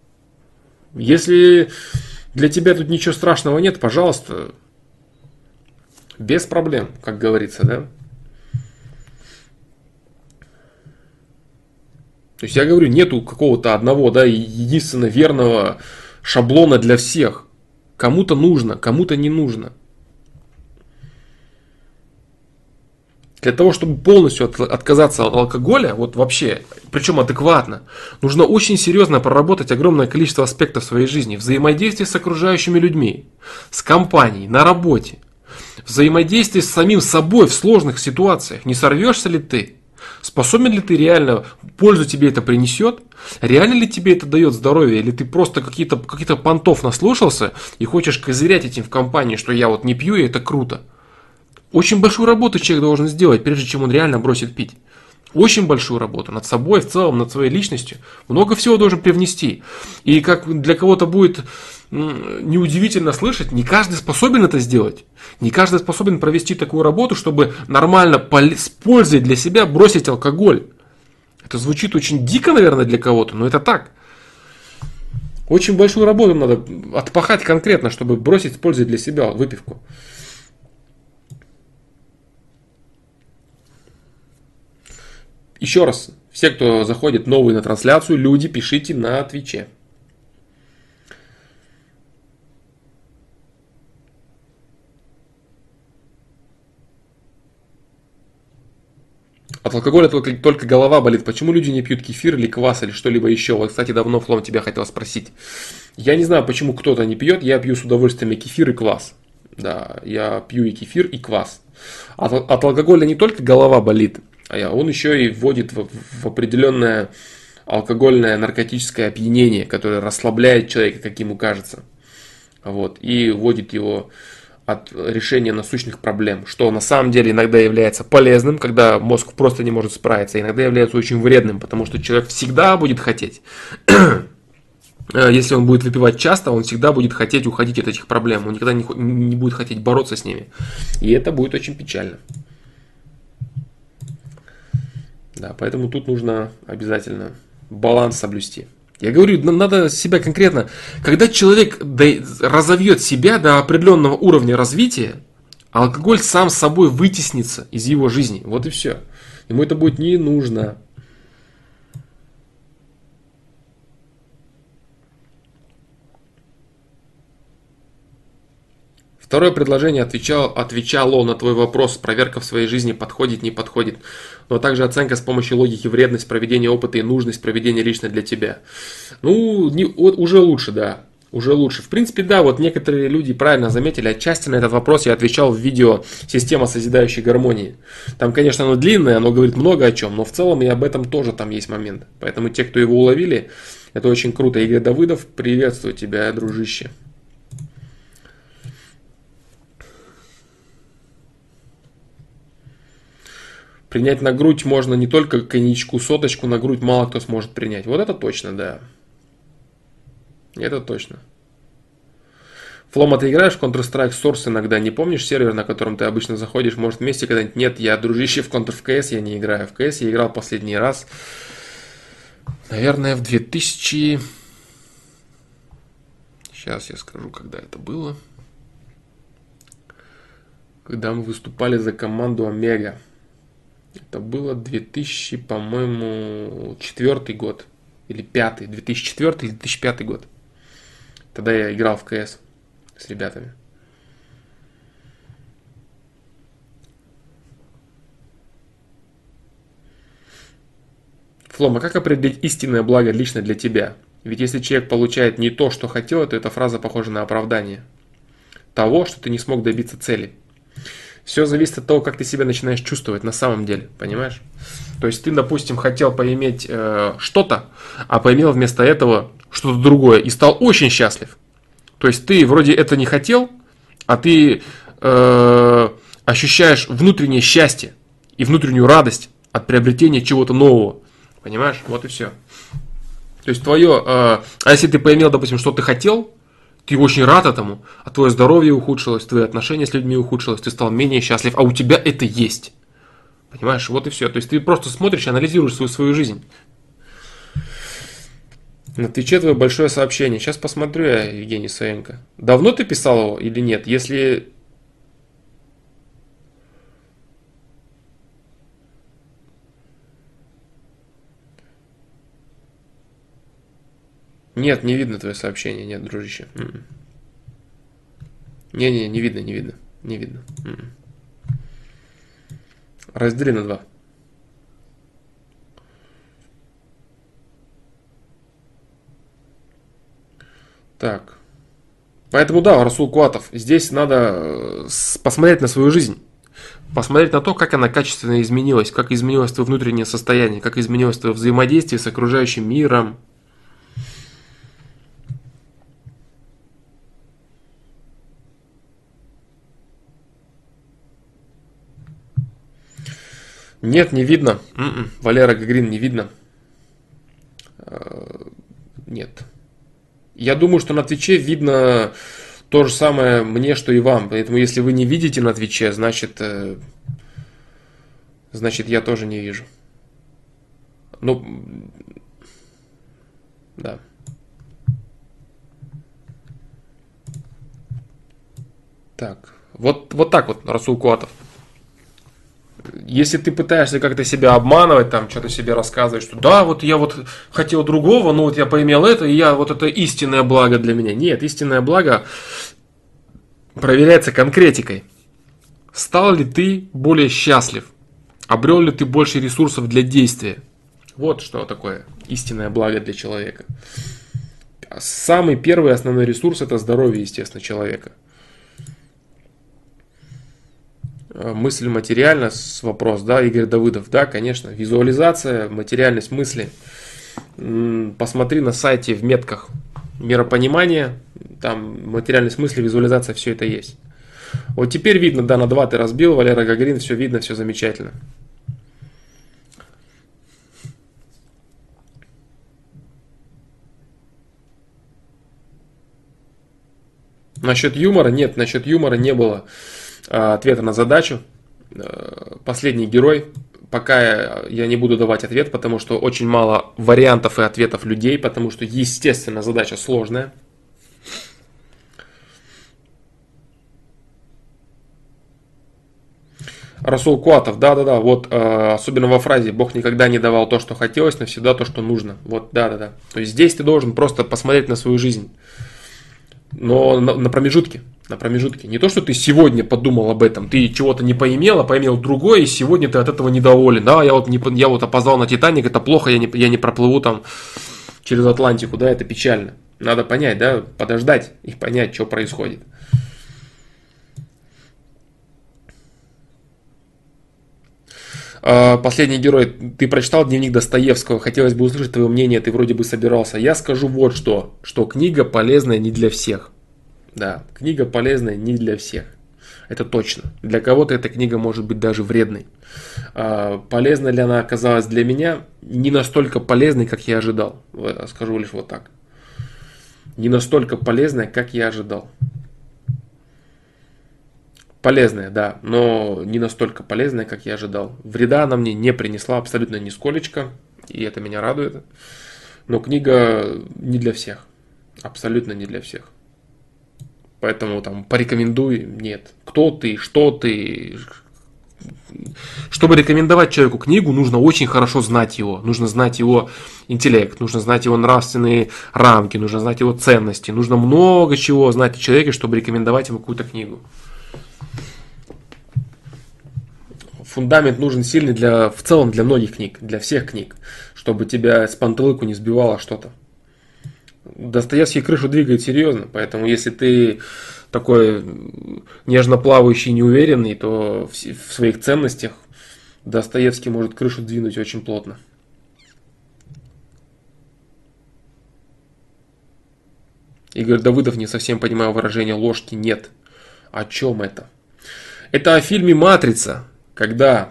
Если для тебя тут ничего страшного нет, пожалуйста, без проблем, как говорится, да? То есть я говорю, нету какого-то одного, да, единственно верного шаблона для всех. Кому-то нужно, кому-то не нужно. Для того, чтобы полностью от, отказаться от алкоголя, вот вообще, причем адекватно, нужно очень серьезно проработать огромное количество аспектов своей жизни. Взаимодействие с окружающими людьми, с компанией, на работе. Взаимодействие с самим собой в сложных ситуациях. Не сорвешься ли ты? Способен ли ты реально, пользу тебе это принесет? Реально ли тебе это дает здоровье? Или ты просто какие-то, какие-то понтов наслушался и хочешь козырять этим в компании, что я вот не пью, и это круто? Очень большую работу человек должен сделать, прежде чем он реально бросит пить. Очень большую работу над собой, в целом, над своей личностью. Много всего должен привнести. И как для кого-то будет неудивительно слышать, не каждый способен это сделать. Не каждый способен провести такую работу, чтобы нормально, с пользой для себя бросить алкоголь. Это звучит очень дико, наверное, для кого-то, но это так. Очень большую работу надо отпахать конкретно, чтобы бросить с пользой для себя выпивку. Еще раз, все, кто заходит новые на трансляцию, люди, пишите на Твиче. От алкоголя только, только голова болит. Почему люди не пьют кефир или квас или что-либо еще? Вот, кстати, давно, Флом, тебя хотел спросить. Я не знаю, почему кто-то не пьет. Я пью с удовольствием и кефир, и квас. Да, я пью и кефир, и квас. От, от алкоголя не только голова болит, а он еще и вводит в, в определенное алкогольное наркотическое опьянение, которое расслабляет человека, как ему кажется, вот, и вводит его от решения насущных проблем, что на самом деле иногда является полезным, когда мозг просто не может справиться, иногда является очень вредным, потому что человек всегда будет хотеть, если он будет выпивать часто, он всегда будет хотеть уходить от этих проблем, он никогда не, не будет хотеть бороться с ними, и это будет очень печально. Да, поэтому тут нужно обязательно баланс соблюсти. Я говорю, надо себя конкретно, когда человек разовьет себя до определенного уровня развития, алкоголь сам собой вытеснится из его жизни. Вот и все. Ему это будет не нужно. Второе предложение отвечал, отвечало на твой вопрос, проверка в своей жизни подходит, не подходит, но также оценка с помощью логики, вредность проведения опыта и нужность проведения лично для тебя. Ну, не, вот, уже лучше, да, уже лучше. В принципе, да, вот некоторые люди правильно заметили, отчасти на этот вопрос я отвечал в видео «Система созидающей гармонии». Там, конечно, оно длинное, оно говорит много о чем, но в целом и об этом тоже там есть момент. Поэтому те, кто его уловили, это очень круто. Игорь Давыдов, приветствую тебя, дружище. Принять на грудь можно не только коньячку, соточку, на грудь мало кто сможет принять. Вот это точно, да. Это точно. Флома, ты играешь в Counter-Strike Source иногда? Не помнишь сервер, на котором ты обычно заходишь? Может, вместе когда-нибудь? Нет, я, дружище, в Counter в КС я не играю. В КС я играл последний раз, наверное, в две тысячи... Сейчас я скажу, когда это было. Когда мы выступали за команду Омега. Это было две тысячи, по-моему, четвёртый год. Или пятый. две тысячи четвёртый или две тысячи пятый год. Тогда я играл в КС с ребятами. Флома, как определить истинное благо лично для тебя? Ведь если человек получает не то, что хотел, то эта фраза похожа на оправдание того, что ты не смог добиться цели. Все зависит от того, как ты себя начинаешь чувствовать на самом деле, понимаешь? То есть ты, допустим, хотел поиметь э, что-то, а поимел вместо этого что-то другое и стал очень счастлив. То есть ты вроде это не хотел, а ты э, ощущаешь внутреннее счастье и внутреннюю радость от приобретения чего-то нового, понимаешь? Вот и все. То есть твое, э, а если ты поимел, допустим, что ты хотел, ты очень рад этому, а твое здоровье ухудшилось, твои отношения с людьми ухудшилось, ты стал менее счастлив, а у тебя это есть. Понимаешь, вот и все. То есть ты просто смотришь и анализируешь свою, свою жизнь. На Твиче твое большое сообщение. Сейчас посмотрю я, Евгений Саенко. Давно ты писал его или нет? Если... Нет, не видно твое сообщение, нет, дружище. Не-не, не видно, не видно, не видно. Раздели на два. Так. Поэтому да, Расул Куатов, здесь надо посмотреть на свою жизнь. Посмотреть на то, как она качественно изменилась, как изменилось твое внутреннее состояние, как изменилось твое взаимодействие с окружающим миром. Нет, не видно. м-м. Валера Гагрин, не видно. Нет. Я думаю, что на Твиче видно то же самое мне, что и вам. Поэтому, если вы не видите на Твиче, значит, значит, я тоже не вижу. Ну, да. Так. Вот, вот так вот, Расул Куатов. Если ты пытаешься как-то себя обманывать, там что-то себе рассказывать, что да, вот я вот хотел другого, но вот я поимел это, и я вот это истинное благо для меня. Нет, истинное благо проверяется конкретикой. Стал ли ты более счастлив? Обрел ли ты больше ресурсов для действия? Вот что такое истинное благо для человека. Самый первый основной ресурс — это здоровье, естественно, человека. Мысль материальность, вопрос, да, Игорь Давыдов, да, конечно, визуализация, материальность мысли, посмотри на сайте в метках миропонимания, там в материальном смысле визуализация, все это есть. Вот теперь видно, да, на два ты разбил, Валера Гагарин, все видно, все замечательно. Насчет юмора, нет, насчет юмора не было а, ответа на задачу. А, последний герой, пока я, я не буду давать ответ, потому что очень мало вариантов и ответов людей, потому что, естественно, задача сложная. Расул Куатов, да-да-да, вот э, особенно во фразе «Бог никогда не давал то, что хотелось, но всегда то, что нужно». Вот, да-да-да. То есть здесь ты должен просто посмотреть на свою жизнь, но на, на промежутке, на промежутке. Не то, что ты сегодня подумал об этом, ты чего-то не поимел, а поимел другое, и сегодня ты от этого недоволен. Да, я вот, не, я вот опоздал на Титаник, это плохо, я не, я не проплыву там через Атлантику, да, это печально. Надо понять, да, подождать и понять, что происходит. Последний герой, ты прочитал дневник Достоевского, хотелось бы услышать твое мнение, ты вроде бы собирался. Я скажу вот что, что книга полезная не для всех. Да, книга полезная не для всех. Это точно. Для кого-то эта книга может быть даже вредной. Полезна ли она оказалась для меня? Не настолько полезной, как я ожидал. Скажу лишь вот так. Не настолько полезная, как я ожидал. Полезная, да, но не настолько полезная, как я ожидал. Вреда она мне не принесла абсолютно нисколечко, и это меня радует. Но книга не для всех, абсолютно не для всех. Поэтому там порекомендуй, нет. Кто ты, что ты. Чтобы рекомендовать человеку книгу, нужно очень хорошо знать его. Нужно знать его интеллект, нужно знать его нравственные рамки, нужно знать его ценности. Нужно много чего знать о человеке, чтобы рекомендовать ему какую-то книгу. Фундамент нужен сильный для, в целом для многих книг, для всех книг, чтобы тебя с панталыку не сбивало что-то. Достоевский крышу двигает серьезно, поэтому если ты такой нежно плавающий, неуверенный, то в, в своих ценностях Достоевский может крышу двинуть очень плотно. Игорь Давыдов, не совсем понимаю выражение ложки нет. О чем это? Это о фильме «Матрица», когда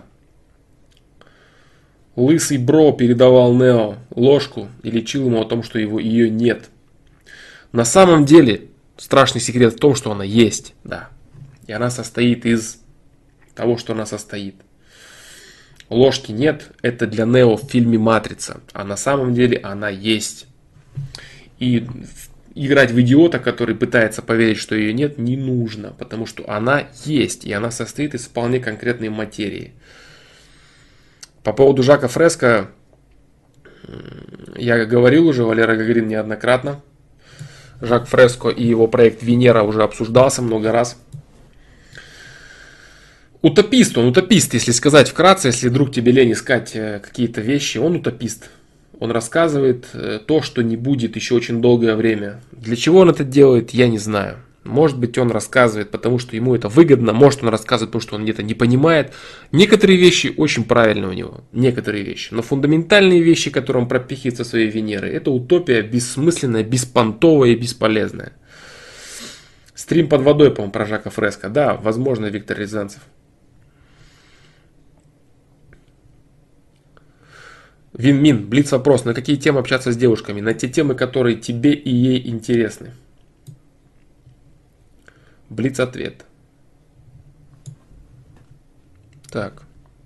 лысый бро передавал Нео ложку и лечил ему о том, что его, ее нет. На самом деле страшный секрет в том, что она есть, да. И она состоит из того, что она состоит. Ложки нет, это для Нео в фильме «Матрица», а на самом деле она есть. И играть в идиота, который пытается поверить, что ее нет, не нужно, потому что она есть, и она состоит из вполне конкретной материи. По поводу Жака Фреско я говорил уже, Валера Гагарин неоднократно. Жак Фреско и его проект «Венера» уже обсуждался много раз. Утопист, он утопист, если сказать вкратце, если вдруг тебе лень искать какие-то вещи, он утопист. Он рассказывает то, что не будет еще очень долгое время. Для чего он это делает, я не знаю. Может быть, он рассказывает, потому что ему это выгодно. Может, он рассказывает, потому что он где-то не понимает. Некоторые вещи очень правильны у него. Некоторые вещи. Но фундаментальные вещи, которые он пропихивает со своей Венеры, это утопия бессмысленная, беспонтовая и бесполезная. Стрим под водой, по-моему, про Жака Фреско. Да, возможно, Виктор Рязанцев. Винмин, блиц вопрос, на какие темы общаться с девушками? На те темы, которые тебе и ей интересны. Блиц ответ. Так.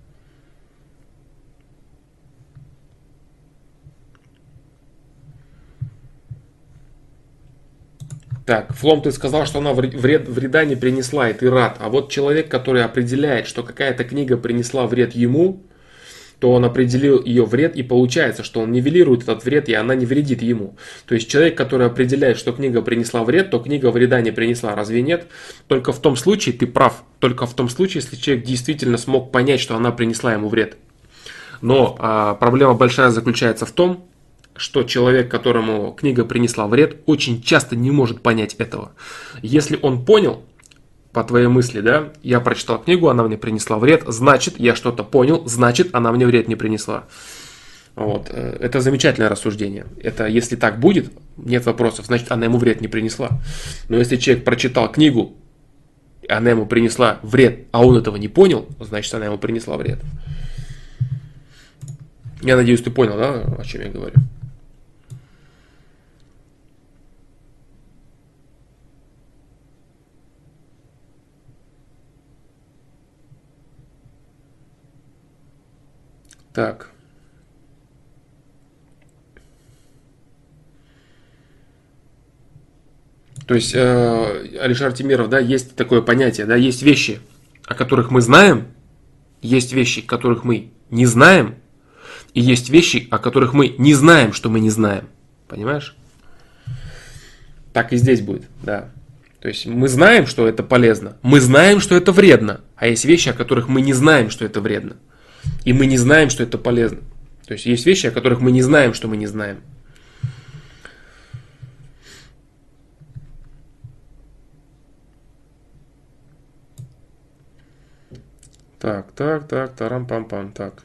Так, Флом, ты сказал, что она вред, вреда не принесла, и ты рад. А вот человек, который определяет, что какая-то книга принесла вред ему, то он определил ее вред, и получается, что он нивелирует этот вред, и она не вредит ему. То есть человек, который определяет, что книга принесла вред, то книга вреда не принесла. Разве нет? Только в том случае, ты прав, только в том случае, если человек действительно смог понять, что она принесла ему вред. Но а, проблема большая заключается в том, что человек, которому книга принесла вред, очень часто не может понять этого. Если он понял, по твоей мысли, да, я прочитал книгу, она мне принесла вред, значит, я что-то понял, значит, она мне вред не принесла. Вот. Это замечательное рассуждение. Это если так будет, нет вопросов, значит она ему вред не принесла. Но если человек прочитал книгу, она ему принесла вред, а он этого не понял, значит она ему принесла вред. Я надеюсь, ты понял, да, о чем я говорю? Так. То есть, э, Алишер Тимиров, да, есть такое понятие, да, есть вещи, о которых мы знаем, есть вещи, которых мы не знаем, и есть вещи, о которых мы не знаем, что мы не знаем. Понимаешь? Так и здесь будет, да. То есть мы знаем, что это полезно, мы знаем, что это вредно, а есть вещи, о которых мы не знаем, что это вредно, и мы не знаем, что это полезно. То есть есть вещи, о которых мы не знаем, что мы не знаем. Так, так, так, тарам-пам-пам, так.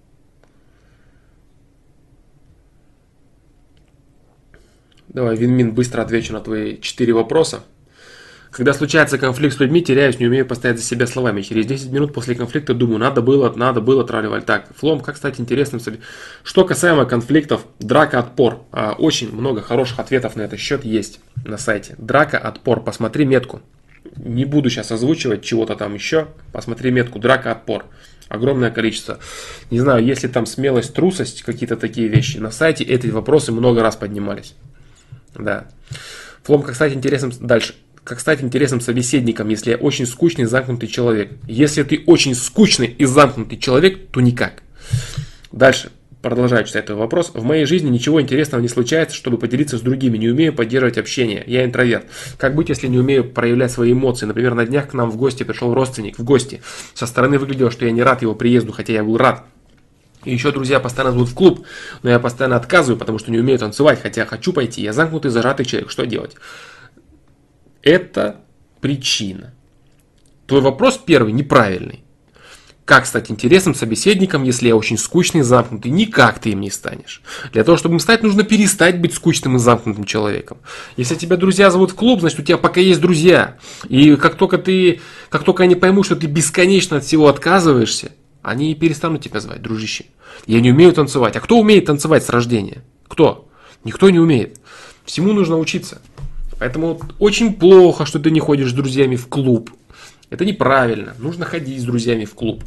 Давай, Винмин, быстро отвечу на твои четыре вопроса. Когда случается конфликт с людьми, теряюсь, не умею постоять за себя словами. Через десять минут после конфликта думаю, надо было, надо было, траливаль. Так, Флом, как стать интересным? Что касаемо конфликтов, драка, отпор. Очень много хороших ответов на этот счет есть на сайте. Драка, отпор. Посмотри метку. Не буду сейчас озвучивать чего-то там еще. Посмотри метку. Драка, отпор. Огромное количество. Не знаю, есть ли там смелость, трусость, какие-то такие вещи. На сайте эти вопросы много раз поднимались. Да. Флом, как стать интересным... Дальше. Как стать интересным собеседником, если я очень скучный, замкнутый человек? Если ты очень скучный и замкнутый человек, то никак. Дальше. Продолжаю читать этот вопрос. В моей жизни ничего интересного не случается, чтобы поделиться с другими. Не умею поддерживать общение. Я интроверт. Как быть, если не умею проявлять свои эмоции? Например, на днях к нам в гости пришел родственник. В гости. Со стороны выглядело, что я не рад его приезду, хотя я был рад. И еще друзья постоянно зовут в клуб, но я постоянно отказываю, потому что не умею танцевать, хотя хочу пойти. Я замкнутый, зажатый человек. Что делать? Это причина. Твой вопрос первый неправильный. Как стать интересным собеседником, если я очень скучный и замкнутый? Никак ты им не станешь. Для того, чтобы им стать, нужно перестать быть скучным и замкнутым человеком. Если тебя друзья зовут в клуб, значит у тебя пока есть друзья. И как только ты, как только они поймут, что ты бесконечно от всего отказываешься, они перестанут тебя звать, дружище. Я не умею танцевать. А кто умеет танцевать с рождения? Кто? Никто не умеет. Всему нужно учиться. Поэтому очень плохо, что ты не ходишь с друзьями в клуб. Это неправильно. Нужно ходить с друзьями в клуб.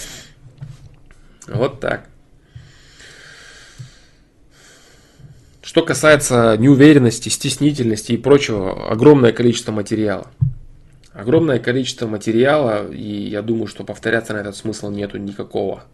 Вот так. Что касается неуверенности, стеснительности и прочего, огромное количество материала. Огромное количество материала, и я думаю, что повторяться на этот смысл нету никакого.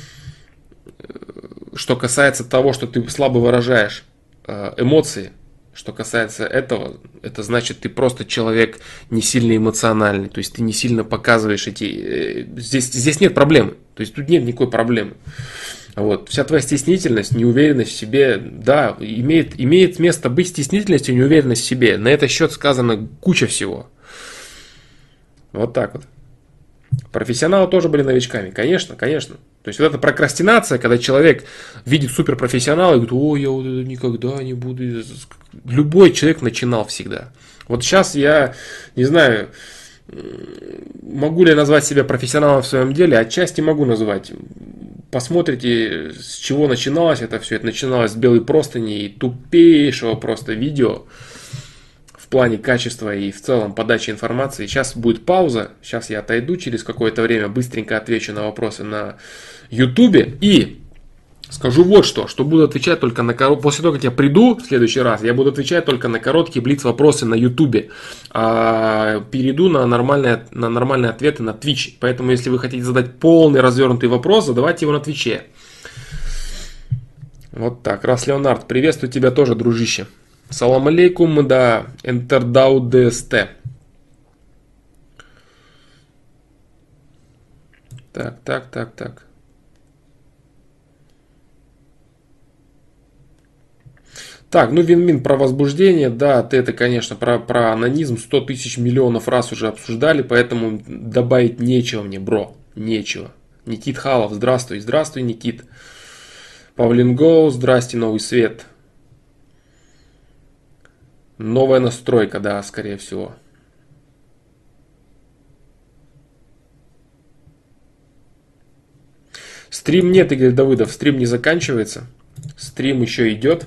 Что касается того, что ты слабо выражаешь эмоции, что касается этого, это значит, ты просто человек не сильно эмоциональный, то есть ты не сильно показываешь эти... Здесь, здесь нет проблемы, то есть тут нет никакой проблемы. Вот. Вся твоя стеснительность, неуверенность в себе, да, имеет, имеет место быть стеснительность и неуверенность в себе. На этот счет сказано куча всего. Вот так вот. Профессионалы тоже были новичками, конечно, конечно. То есть вот эта прокрастинация, когда человек видит суперпрофессионала и говорит, ой, я вот это никогда не буду. Любой человек начинал всегда. Вот сейчас я не знаю, могу ли я назвать себя профессионалом в своем деле, отчасти могу назвать. Посмотрите, с чего начиналось это все. Это начиналось с белой простыни и тупейшего просто видео в плане качества и в целом подачи информации. Сейчас будет пауза, сейчас я отойду, через какое-то время быстренько отвечу на вопросы на ютубе и скажу вот что, что буду отвечать только на короткие, после того, как я приду в следующий раз, я буду отвечать только на короткие блиц-вопросы на ютубе, а перейду на нормальные, на нормальные ответы на Twitch. Поэтому, если вы хотите задать полный развернутый вопрос, задавайте его на Твиче. Вот так. Раз Леонард, приветствую тебя тоже, дружище. Салам алейкум, да, Энтердау ДСТ. Так, так, так, так. Так, ну Винмин про возбуждение, да, ты это, конечно, про, про анонизм сто тысяч миллионов раз уже обсуждали, поэтому добавить нечего мне, бро, нечего. Никит Халов, здравствуй, здравствуй, Никит. Павлин Гоу, здрасте, новый свет. Новая настройка, да, скорее всего. Стрим нет, Игорь Давыдов, стрим не заканчивается. Стрим еще идет.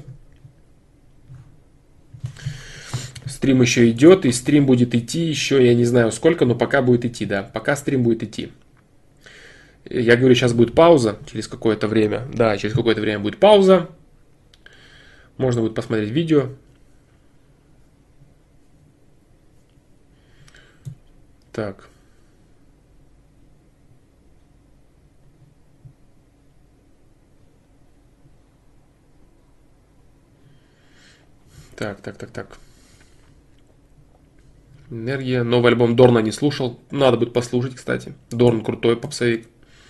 Стрим еще идет, и стрим будет идти еще, я не знаю сколько, но пока будет идти, да. Пока стрим будет идти. Я говорю, сейчас будет пауза через какое-то время. Да, через какое-то время будет пауза. Можно будет посмотреть видео. Так. Так, так, так, так. Энергия. Новый альбом Дорна не слушал. Надо будет послушать, кстати. Дорн крутой попсовик.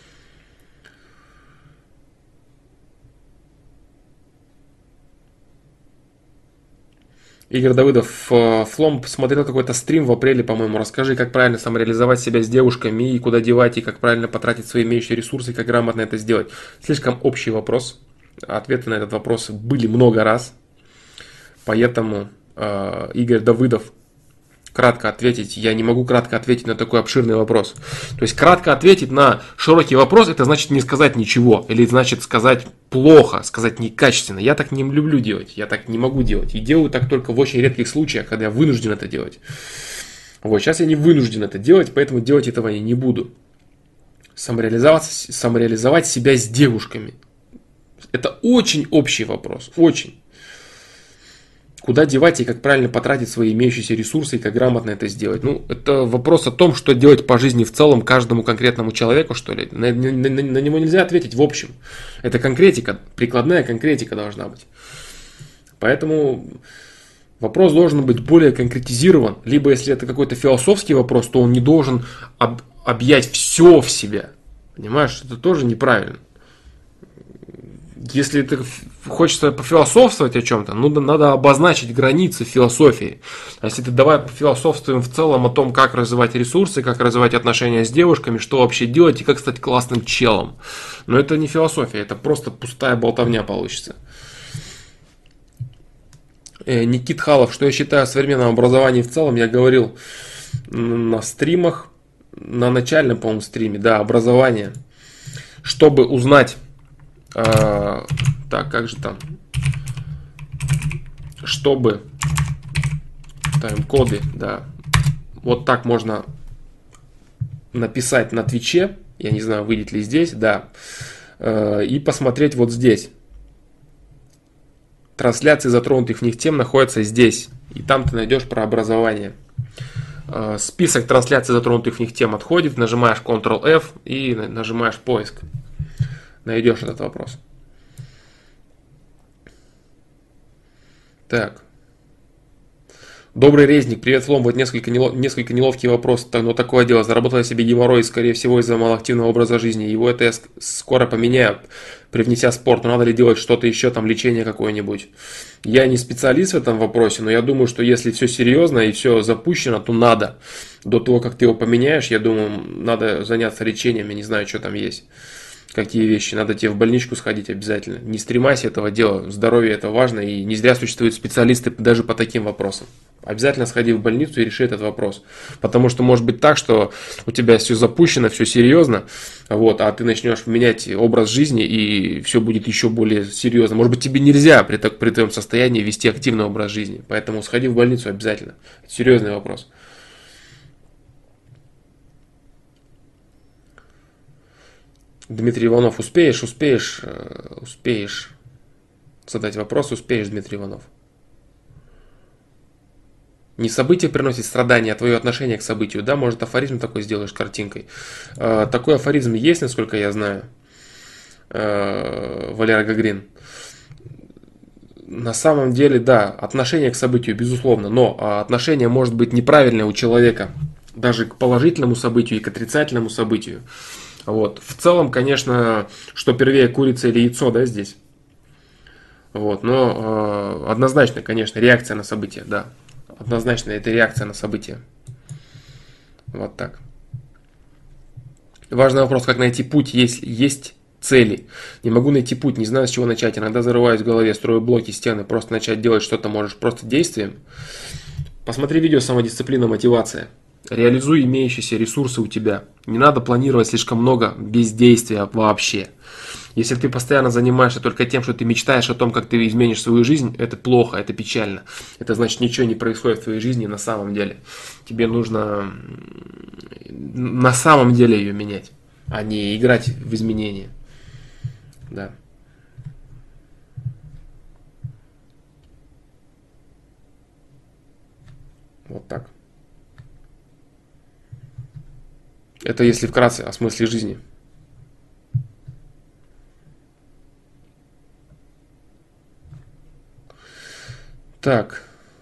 Игорь Давыдов, Флом посмотрел какой-то стрим в апреле, по-моему. Расскажи, как правильно самореализовать себя с девушками и куда девать, и как правильно потратить свои имеющие ресурсы, и как грамотно это сделать. Слишком общий вопрос. Ответы на этот вопрос были много раз. Поэтому э, Игорь Давыдов, кратко ответить, я не могу кратко ответить на такой обширный вопрос. То есть кратко ответить на широкий вопрос, это значит не сказать ничего, или значит сказать плохо, сказать некачественно. Я так не люблю делать, я так не могу делать. И делаю так только в очень редких случаях, когда я вынужден это делать. Вот, сейчас я не вынужден это делать, поэтому делать этого я не буду. Самореализовать, самореализовать себя с девушками. Это очень общий вопрос, очень. Куда девать и как правильно потратить свои имеющиеся ресурсы и как грамотно это сделать. Ну, это вопрос о том, что делать по жизни в целом каждому конкретному человеку, что ли. На, на, на, на него нельзя ответить в общем. Это конкретика, прикладная конкретика должна быть. Поэтому вопрос должен быть более конкретизирован. Либо если это какой-то философский вопрос, то он не должен об, объять все в себя. Понимаешь, это тоже неправильно. Если ты хочется пофилософствовать о чем-то, ну, надо обозначить границы философии. А если ты давай пофилософствуем в целом о том, как развивать ресурсы, как развивать отношения с девушками, что вообще делать и как стать классным челом. Но это не философия, это просто пустая болтовня получится. Никит Халов, что я считаю о современном образовании в целом, я говорил на стримах, на начальном, по-моему, стриме, да, образование, чтобы узнать. А, так, как же там? Чтобы тайм-коды, да. Вот так можно написать на Твиче. Я не знаю, выйдет ли здесь, да. А, и посмотреть вот здесь. Трансляции затронутых в них тем находятся здесь. И там ты найдешь про образование. А, список трансляций затронутых в них тем отходит. Нажимаешь контрол эф и нажимаешь поиск. Найдешь этот вопрос. Так. Добрый резник, привет, Флом. Вот несколько, нелов... несколько неловкий вопрос, но такое дело. Заработал я себе геморрой, скорее всего, из-за малоактивного образа жизни. Его это я скоро поменяю, привнеся спорт. Но надо ли делать что-то еще, там, лечение какое-нибудь? Я не специалист в этом вопросе, но я думаю, что если все серьезно и все запущено, то надо. До того, как ты его поменяешь, я думаю, надо заняться лечением. Я не знаю, что там есть. Какие вещи, надо тебе в больничку сходить обязательно. Не стремайся этого дела, здоровье это важно, и не зря существуют специалисты даже по таким вопросам. Обязательно сходи в больницу и реши этот вопрос. Потому что может быть так, что у тебя все запущено, все серьезно, вот, а ты начнешь менять образ жизни, и все будет еще более серьезно. Может быть, тебе нельзя при, так, при твоем состоянии вести активный образ жизни. Поэтому сходи в больницу обязательно. Это серьезный вопрос. Дмитрий Иванов, успеешь, успеешь, успеешь задать вопрос, успеешь, Дмитрий Иванов. Не событие приносит страдания, а твое отношение к событию. Да, может, афоризм такой сделаешь картинкой. Такой афоризм есть, насколько я знаю, Валера Гагрин. На самом деле, да, отношение к событию, безусловно, но отношение может быть неправильное у человека, даже к положительному событию и к отрицательному событию. Вот. В целом, конечно, что первее, курица или яйцо, да, здесь. Вот. Но э, однозначно, конечно, реакция на события, да. Однозначно, это реакция на события. Вот так. Важный вопрос, как найти путь, если есть цели. Не могу найти путь, не знаю, с чего начать. Иногда зарываюсь в голове, строю блоки, стены. Просто начать делать что-то можешь просто действием. Посмотри видео «Самодисциплина, мотивация». Реализуй имеющиеся ресурсы у тебя. Не надо планировать слишком много бездействия вообще. Если ты постоянно занимаешься только тем, что ты мечтаешь о том, как ты изменишь свою жизнь, это плохо, это печально. Это значит, ничего не происходит в твоей жизни на самом деле. Тебе нужно на самом деле ее менять, а не играть в изменения. Да. Вот так. Это если вкратце о смысле жизни. Так.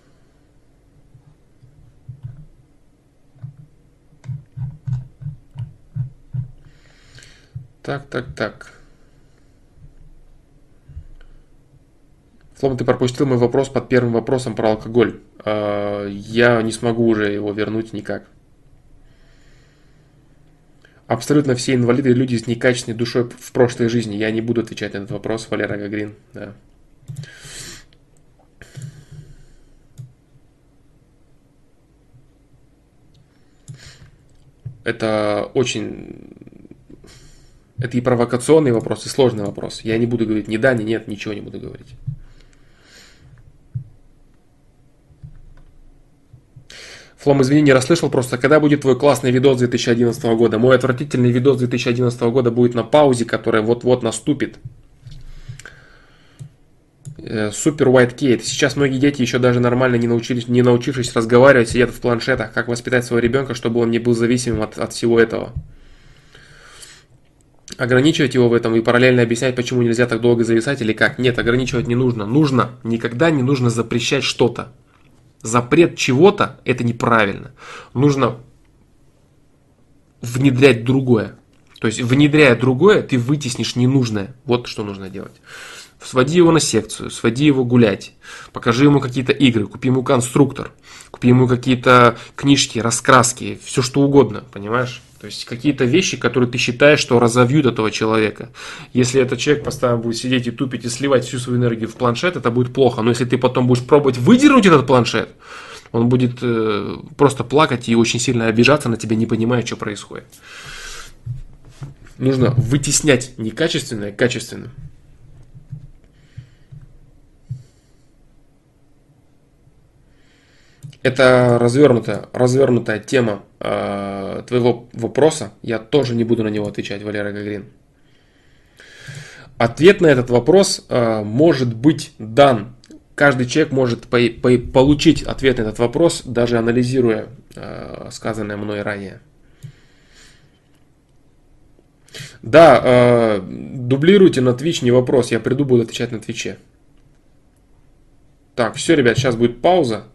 Так, так, так. Словно ты пропустил мой вопрос под первым вопросом про алкоголь. Я не смогу уже его вернуть никак. Абсолютно все инвалиды – люди с некачественной душой в прошлой жизни. Я не буду отвечать на этот вопрос, Валера Гагрин. Да. Это очень... Это и провокационный вопрос, и сложный вопрос. Я не буду говорить ни да, ни нет, ничего не буду говорить. Флом, извини, не расслышал просто, когда будет твой классный видос две тысячи одиннадцатого года? Мой отвратительный видос две тысячи одиннадцатого года будет на паузе, которая вот-вот наступит. Супер White Kate. Сейчас многие дети еще даже нормально не научились, не научившись разговаривать, сидят в планшетах. Как воспитать своего ребенка, чтобы он не был зависимым от, от всего этого? Ограничивать его в этом и параллельно объяснять, почему нельзя так долго зависать или как? Нет, ограничивать не нужно. Нужно, никогда не нужно запрещать что-то. Запрет чего-то – это неправильно. Нужно внедрять другое. То есть, внедряя другое, ты вытеснишь ненужное. Вот что нужно делать. Своди его на секцию, своди его гулять, покажи ему какие-то игры, купи ему конструктор, купи ему какие-то книжки, раскраски, все что угодно, понимаешь? То есть какие-то вещи, которые ты считаешь, что разовьют этого человека. Если этот человек постоянно будет сидеть и тупить и сливать всю свою энергию в планшет, это будет плохо. Но если ты потом будешь пробовать выдернуть этот планшет, он будет э, просто плакать и очень сильно обижаться на тебя, не понимая, что происходит. Нужно вытеснять некачественное качественным. Это развернутая, развернутая тема э, твоего вопроса. Я тоже не буду на него отвечать, Валера Гагрин. Ответ на этот вопрос э, может быть дан. Каждый человек может по, по, получить ответ на этот вопрос, даже анализируя э, сказанное мной ранее. Да, э, дублируйте на Twitch, не вопрос. Я приду, буду отвечать на Твиче. Так, все, ребят, сейчас будет пауза.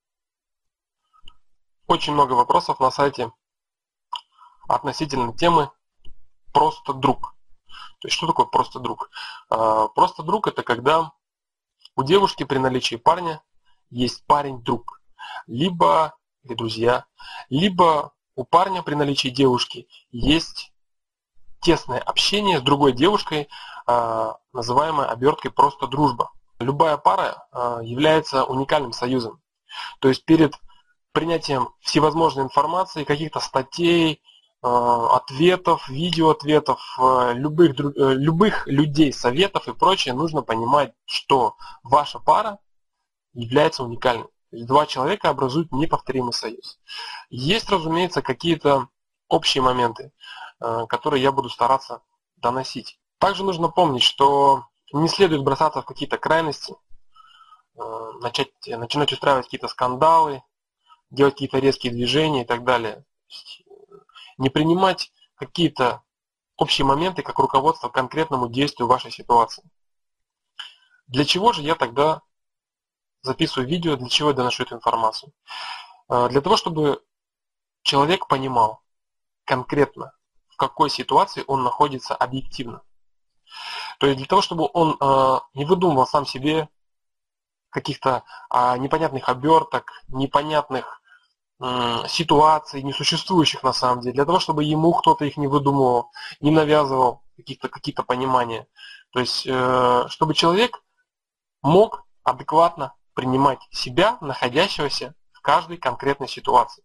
Очень много вопросов на сайте относительно темы «просто друг». То есть, что такое просто друг? Просто друг – это когда у девушки при наличии парня есть парень-друг, либо, или друзья, либо у парня при наличии девушки есть тесное общение с другой девушкой, называемое оберткой «просто дружба». Любая пара является уникальным союзом. То есть, перед принятием всевозможной информации, каких-то статей, ответов, видеоответов, любых, любых людей, советов и прочее, нужно понимать, что ваша пара является уникальной. Два человека образуют неповторимый союз. Есть, разумеется, какие-то общие моменты, которые я буду стараться доносить. Также нужно помнить, что не следует бросаться в какие-то крайности, начать, начинать устраивать какие-то скандалы, делать какие-то резкие движения и так далее. Не принимать какие-то общие моменты как руководство к конкретному действию вашей ситуации. Для чего же я тогда записываю видео, для чего я доношу эту информацию? Для того, чтобы человек понимал конкретно, в какой ситуации он находится объективно. То есть для того, чтобы он не выдумывал сам себе каких-то непонятных оберток, непонятных ситуаций, несуществующих на самом деле, для того, чтобы ему кто-то их не выдумывал, не навязывал какие-то какие-то понимания. То есть, чтобы человек мог адекватно принимать себя, находящегося в каждой конкретной ситуации.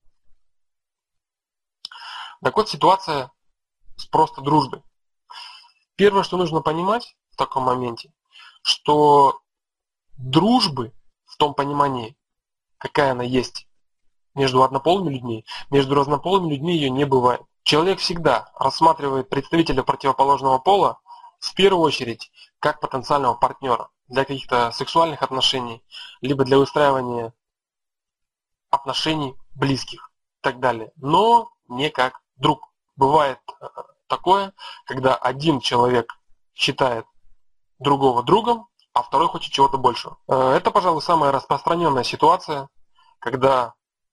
Так вот, ситуация с просто дружбой. Первое, что нужно понимать в таком моменте, что дружбы в том понимании, какая она есть, между однополыми людьми, между разнополыми людьми ее не бывает. Человек всегда рассматривает представителя противоположного пола в первую очередь как потенциального партнера для каких-то сексуальных отношений, либо для выстраивания отношений близких и так далее, но не как друг. Бывает такое, когда один человек считает другого другом, а второй хочет чего-то большего. Это, пожалуй, самая распространенная ситуация, когда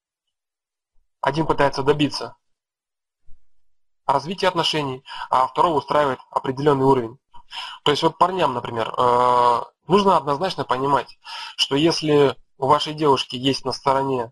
один пытается добиться развития отношений, а второго устраивает определенный уровень. То есть вот парням, например, нужно однозначно понимать, что если у вашей девушки есть на стороне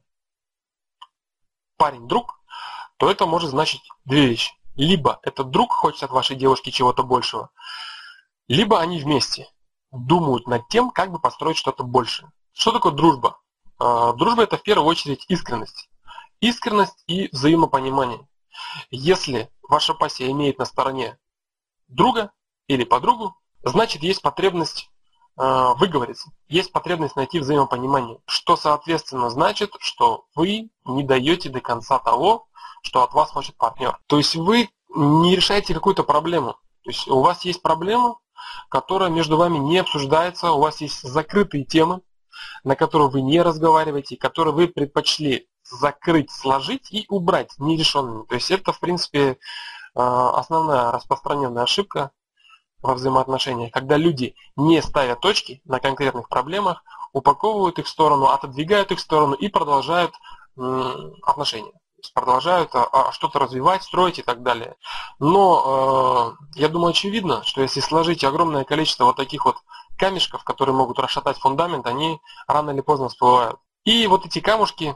парень-друг, то это может значить две вещи. Либо этот друг хочет от вашей девушки чего-то большего, либо они вместе думают над тем, как бы построить что-то большее. Что такое дружба? Дружба – это в первую очередь искренность. Искренность и взаимопонимание. Если ваша пассия имеет на стороне друга или подругу, значит есть потребность э, выговориться, есть потребность найти взаимопонимание, что соответственно значит, что вы не даете до конца того, что от вас хочет партнер. То есть вы не решаете какую-то проблему. То есть у вас есть проблема, которая между вами не обсуждается, у вас есть закрытые темы, на которые вы не разговариваете, которые вы предпочли закрыть, сложить и убрать нерешенными. То есть это, в принципе, основная распространенная ошибка во взаимоотношениях, когда люди, не ставя точки на конкретных проблемах, упаковывают их в сторону, отодвигают их в сторону и продолжают отношения. То есть продолжают что-то развивать, строить и так далее. Но я думаю, очевидно, что если сложить огромное количество вот таких вот камешков, которые могут расшатать фундамент, они рано или поздно всплывают. И вот эти камушки,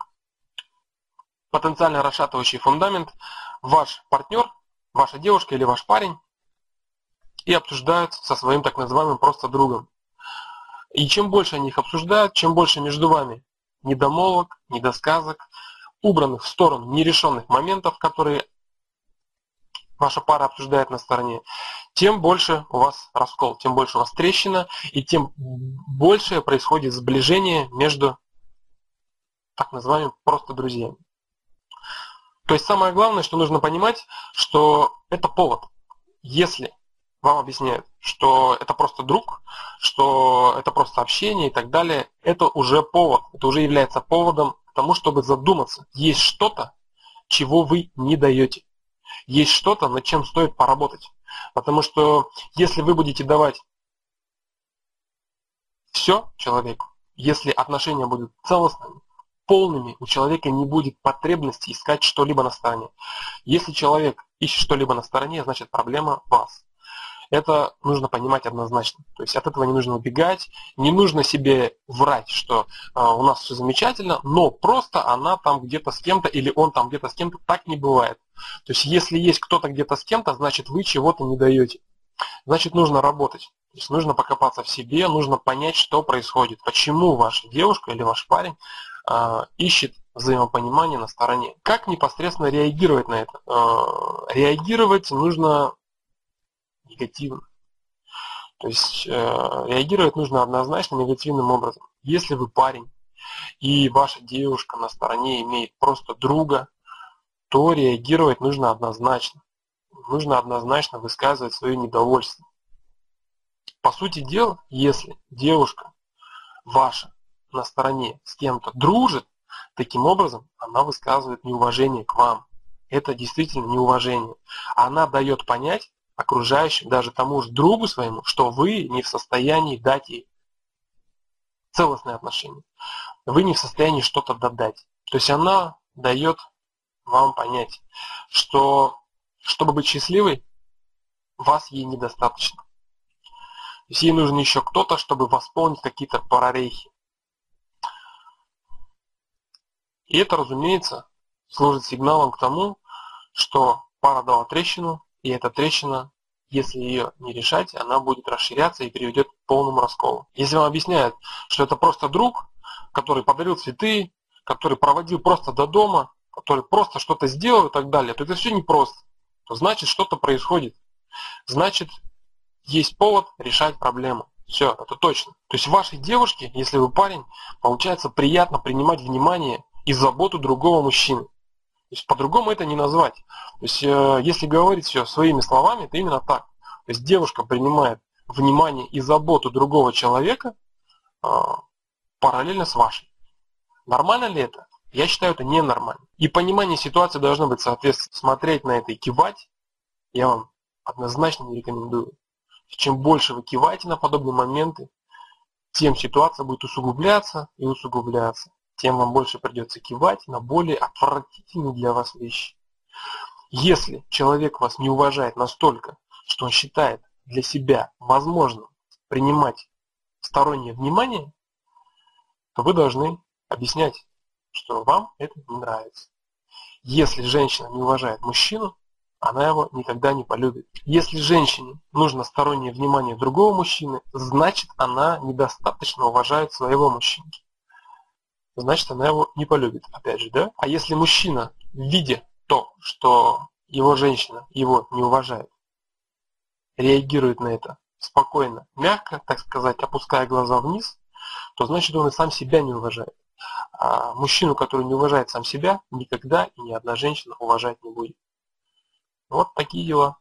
потенциально расшатывающий фундамент, ваш партнер, ваша девушка или ваш парень и обсуждают со своим так называемым просто другом. И чем больше они их обсуждают, чем больше между вами недомолвок, недосказок, убранных в сторону нерешенных моментов, которые ваша пара обсуждает на стороне, тем больше у вас раскол, тем больше у вас трещина, и тем больше происходит сближение между так называемыми просто друзьями. То есть самое главное, что нужно понимать, что это повод. Если вам объясняют, что это просто друг, что это просто общение и так далее, это уже повод, это уже является поводом к тому, чтобы задуматься. Есть что-то, чего вы не даете. Есть что-то, над чем стоит поработать. Потому что если вы будете давать все человеку, если отношения будут целостными, полными, у человека не будет потребности искать что-либо на стороне. Если человек ищет что-либо на стороне, значит проблема в вас. Это нужно понимать однозначно. То есть от этого не нужно убегать, не нужно себе врать, что э, у нас все замечательно, но просто она там где-то с кем-то или он там где-то с кем-то. Так не бывает. То есть если есть кто-то где-то с кем-то, значит вы чего-то не даете. Значит нужно работать. То есть нужно покопаться в себе, нужно понять, что происходит, почему ваша девушка или ваш парень э, ищет взаимопонимание на стороне. Как непосредственно реагировать на это? Э, реагировать нужно негативно. То есть э, реагировать нужно однозначно негативным образом. Если вы парень и ваша девушка на стороне имеет просто друга, то реагировать нужно однозначно. Нужно однозначно высказывать свое недовольство. По сути дела, если девушка ваша на стороне с кем-то дружит, таким образом она высказывает неуважение к вам. Это действительно неуважение. Она дает понять окружающим, даже тому же другу своему, что вы не в состоянии дать ей целостные отношения. Вы не в состоянии что-то додать. То есть она дает вам понять, что чтобы быть счастливой, вас ей недостаточно. То есть ей нужен еще кто-то, чтобы восполнить какие-то прорехи. И это, разумеется, служит сигналом к тому, что пара дала трещину, и эта трещина, если ее не решать, она будет расширяться и приведет к полному расколу. Если вам объясняют, что это просто друг, который подарил цветы, который проводил просто до дома, который просто что-то сделал и так далее, то это все непросто. То значит, что-то происходит. Значит, есть повод решать проблему. Все, это точно. То есть вашей девушке, если вы парень, получается приятно принимать внимание и заботу другого мужчины. То есть по-другому это не назвать. То есть э, если говорить все своими словами, то именно так. То есть девушка принимает внимание и заботу другого человека э, параллельно с вашей. Нормально ли это? Я считаю, это ненормально. И понимание ситуации должно быть соответственно. Смотреть на это и кивать я вам однозначно не рекомендую. Чем больше вы киваете на подобные моменты, тем ситуация будет усугубляться и усугубляться. Тем вам больше придется кивать на более отвратительные для вас вещи. Если человек вас не уважает настолько, что он считает для себя возможным принимать стороннее внимание, то вы должны объяснять, что вам это не нравится. Если женщина не уважает мужчину, она его никогда не полюбит. Если женщине нужно стороннее внимание другого мужчины, значит она недостаточно уважает своего мужчину. Значит она его не полюбит, опять же, да? А если мужчина, видя то, что его женщина его не уважает, реагирует на это спокойно, мягко, так сказать, опуская глаза вниз, то значит он и сам себя не уважает. А мужчину, который не уважает сам себя, никогда и ни одна женщина уважать не будет. Вот такие дела.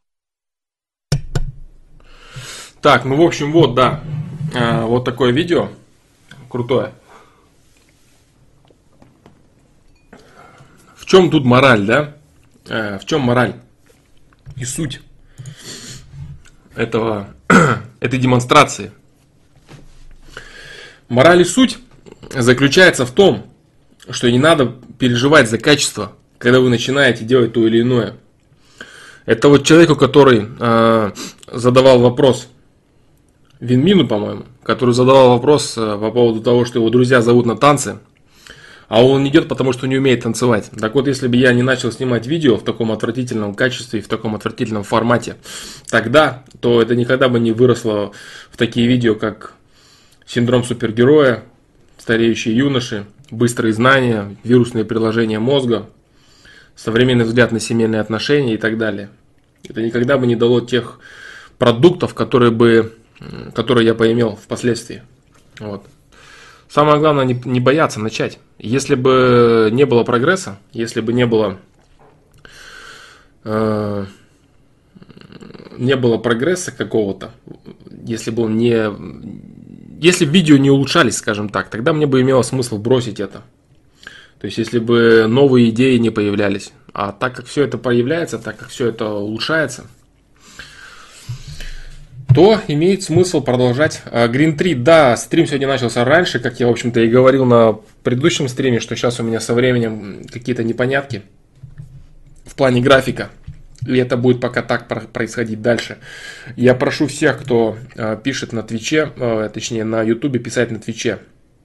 Так, ну в общем, вот, да, а, вот такое видео, крутое. В чем тут мораль, да? А, в чем мораль и суть этого, этой демонстрации? Мораль и суть заключается в том, что не надо переживать за качество, когда вы начинаете делать то или иное. Это вот человеку, который э, задавал вопрос, Винмину, по-моему, который задавал вопрос э, по поводу того, что его друзья зовут на танцы, а он идет, потому что не умеет танцевать. Так вот, если бы я не начал снимать видео в таком отвратительном качестве и в таком отвратительном формате тогда, то это никогда бы не выросло в такие видео, как синдром супергероя, стареющие юноши, быстрые знания, вирусные приложения мозга, современный взгляд на семейные отношения и так далее. Это никогда бы не дало тех продуктов, которые, бы, которые я поимел впоследствии. Вот. Самое главное не, не бояться начать. Если бы не было прогресса, если бы не было, э, не было прогресса какого-то, если бы он не, если бы видео не улучшались, скажем так, тогда мне бы имело смысл бросить это. То есть, если бы новые идеи не появлялись. А так как все это появляется, так как все это улучшается, то имеет смысл продолжать. Green три, да, стрим сегодня начался раньше, как я, в общем-то, и говорил на предыдущем стриме, что сейчас у меня со временем какие-то непонятки в плане графика. И это будет пока так происходить дальше. Я прошу всех, кто пишет на Твиче, точнее на Ютубе, писать на Твиче.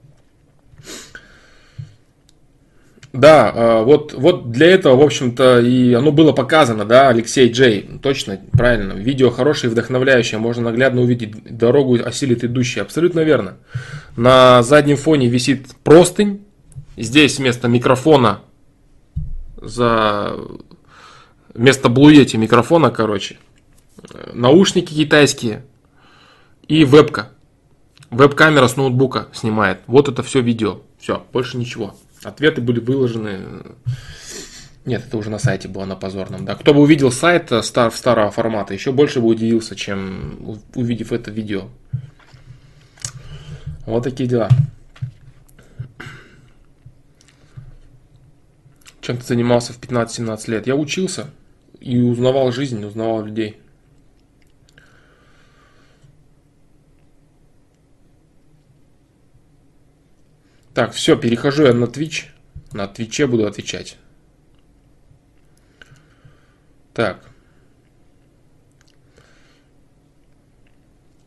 Да, вот, вот для этого, в общем-то, и оно было показано, да, Алексей Джей, точно, правильно, видео хорошее и вдохновляющее, можно наглядно увидеть дорогу осилит идущий, абсолютно верно. На заднем фоне висит простынь, здесь вместо микрофона, за... вместо блуети микрофона, короче, наушники китайские и вебка, веб-камера с ноутбука снимает, вот это все видео, все, больше ничего. Ответы были выложены. Нет, это уже на сайте было, на позорном. Да. Кто бы увидел сайт стар, старого формата, еще больше бы удивился, чем увидев это видео. Вот такие дела. Чем ты занимался в пятнадцать-семнадцать лет? Я учился и узнавал жизнь, узнавал людей. Так, все, перехожу я на Twitch. На Твиче буду отвечать. Так.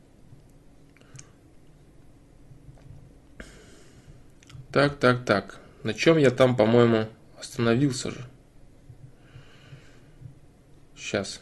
Так, так, так. На чем я там, по-моему, остановился же. Сейчас.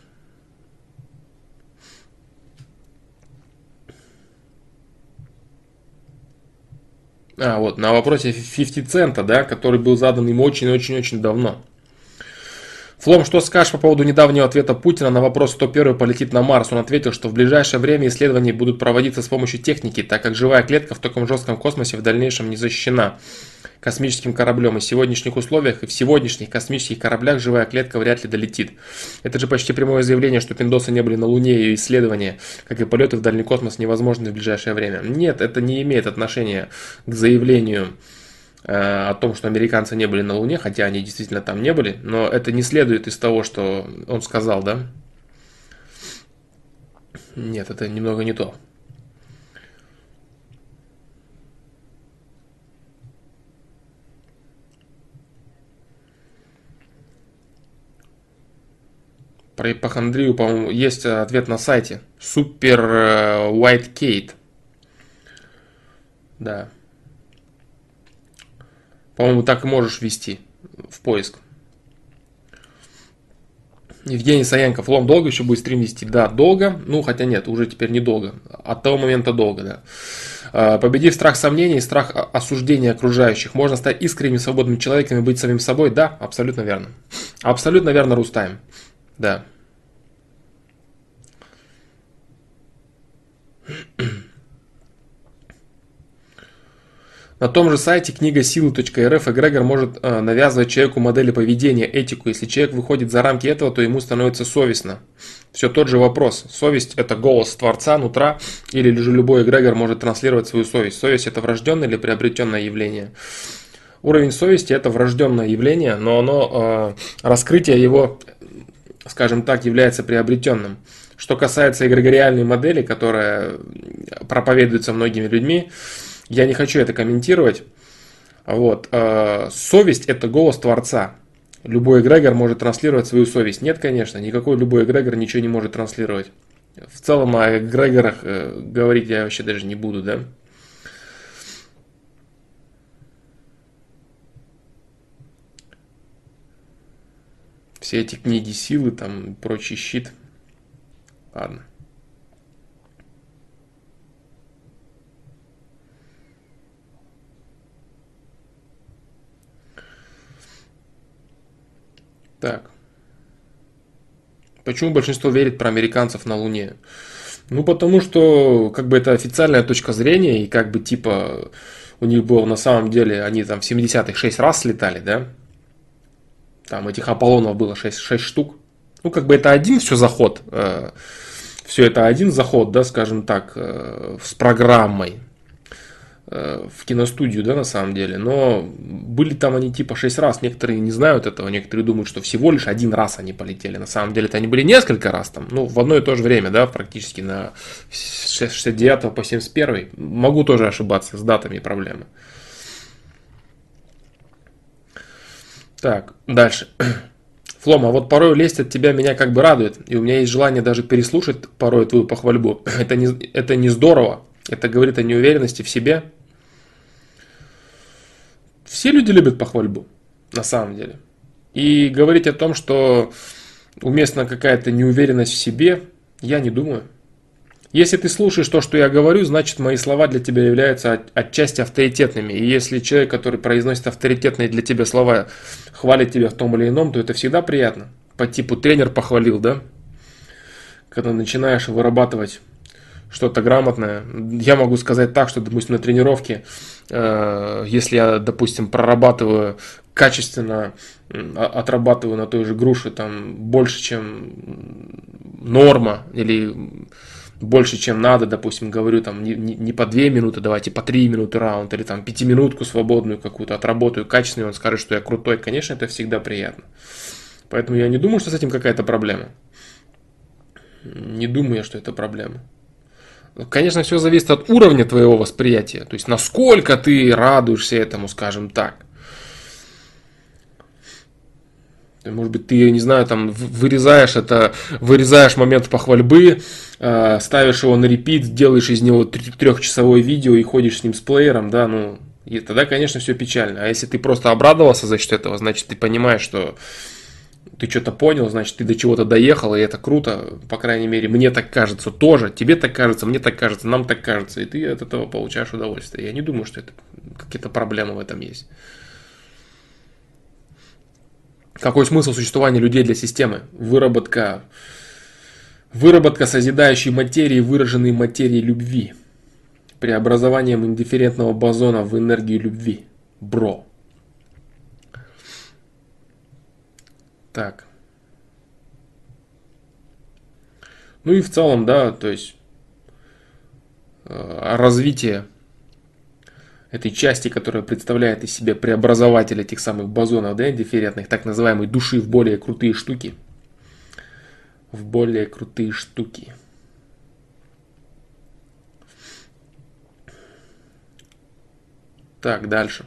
А, вот, на вопросе пятьдесят цента, да, который был задан им очень-очень-очень давно. Флом, что скажешь по поводу недавнего ответа Путина на вопрос, кто первый полетит на Марс? Он ответил, что в ближайшее время исследования будут проводиться с помощью техники, так как живая клетка в таком жестком космосе в дальнейшем не защищена космическим кораблем. И в сегодняшних условиях, и в сегодняшних космических кораблях живая клетка вряд ли долетит. Это же почти прямое заявление, что пиндосы не были на Луне, и исследования, как и полеты в дальний космос, невозможны в ближайшее время. Нет, это не имеет отношения к заявлению о том, что американцы не были на Луне, хотя они действительно там не были, но это не следует из того, что он сказал, да? Нет, это немного не то. Про ипохондрию, по-моему, есть ответ на сайте. Супер White Kate. Да. По-моему, так и можешь ввести в поиск. Евгений Саенко. Флом, долго еще будет стрим вести? Да, долго. Ну, хотя нет, уже теперь недолго. От того момента долго, да. Победив страх сомнений, страх осуждения окружающих, можно стать искренним, свободным человеком и быть самим собой? Да, абсолютно верно. Абсолютно верно, Рустайм. Да. На том же сайте книга силы точка эр эф эгрегор может э, навязывать человеку модели поведения, этику. Если человек выходит за рамки этого, то ему становится совестно. Все тот же вопрос. Совесть – это голос Творца, нутра, или же любой эгрегор может транслировать свою совесть. Совесть – это врожденное или приобретенное явление? Уровень совести – это врожденное явление, но оно, э, раскрытие его, скажем так, является приобретенным. Что касается эгрегориальной модели, которая проповедуется многими людьми, я не хочу это комментировать. Вот. Совесть – это голос Творца. Любой эгрегор может транслировать свою совесть. Нет, конечно, никакой любой эгрегор ничего не может транслировать. В целом о эгрегорах говорить я вообще даже не буду, да? Все эти книги силы, там, прочий щит. Ладно. Так. Почему большинство верит про американцев на Луне? Ну, потому что, как бы, это официальная точка зрения, и как бы, типа, у них было на самом деле, они там в семидесятых шесть раз слетали, да? Там этих Аполлонов было шесть, шесть штук. Ну, как бы, это один все заход. Э, все это один заход, да, скажем так, э, с программой. В киностудию, да, на самом деле, но были там они типа шесть раз, некоторые не знают этого, некоторые думают, что всего лишь один раз они полетели, на самом деле это они были несколько раз там, ну, в одно и то же время, да, практически на шестьдесят девятого по семьдесят первый, могу тоже ошибаться, с датами проблемы. Так, дальше. Флом, а вот порой лесть от тебя меня как бы радует, и у меня есть желание даже переслушать порой твою похвальбу, это не, это не здорово, это говорит о неуверенности в себе. Все люди любят похвальбу, на самом деле. И говорить о том, что уместна какая-то неуверенность в себе, я не думаю. Если ты слушаешь то, что я говорю, значит мои слова для тебя являются отчасти авторитетными. И если человек, который произносит авторитетные для тебя слова, хвалит тебя в том или ином, то это всегда приятно. По типу тренер похвалил, да? Когда начинаешь вырабатывать что-то грамотное. Я могу сказать так, что, допустим, на тренировке, э, если я, допустим, прорабатываю качественно, э, отрабатываю на той же груше там больше, чем норма, или больше, чем надо, допустим, говорю там не, не, не по две минуты, давайте по три минуты раунд, или там пятиминутку свободную какую-то отработаю качественно, и он скажет, что я крутой, конечно, это всегда приятно. Поэтому я не думаю, что с этим какая-то проблема. Не думаю, что это проблема. Конечно, все зависит от уровня твоего восприятия, то есть насколько ты радуешься этому, скажем так. Может быть, ты, не знаю, там вырезаешь это, вырезаешь момент похвальбы, э, ставишь его на репит, делаешь из него трехчасовое видео и ходишь с ним с плеером, да, ну, И тогда, конечно, все печально. А если ты просто обрадовался за счет этого, значит, ты понимаешь, что ты что-то понял, значит, ты до чего-то доехал, и это круто. По крайней мере, мне так кажется тоже. Тебе так кажется, мне так кажется, нам так кажется. И ты от этого получаешь удовольствие. Я не думаю, что это какие-то проблемы в этом есть. Какой смысл существования людей для системы? Выработка, выработка созидающей материи, выраженной материи любви. Преобразованием индифферентного бозона в энергию любви. Бро. Так. Ну и в целом, да, то есть э, развитие этой части, которая представляет из себя преобразователь этих самых бозонов, да, индифферентных, так называемой души в более крутые штуки. В более крутые штуки. Так, дальше.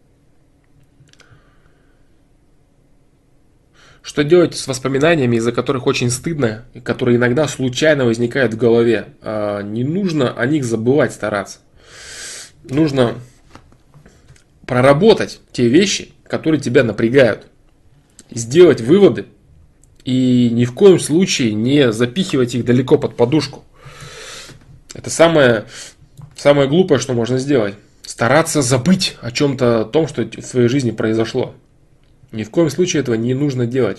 Что делать с воспоминаниями, из-за которых очень стыдно, и которые иногда случайно возникают в голове? А, не нужно о них забывать, стараться. Нужно проработать те вещи, которые тебя напрягают. Сделать выводы и ни в коем случае не запихивать их далеко под подушку. Это самое, самое глупое, что можно сделать. Стараться забыть о чем-то том, что в своей жизни произошло. Ни в коем случае этого не нужно делать.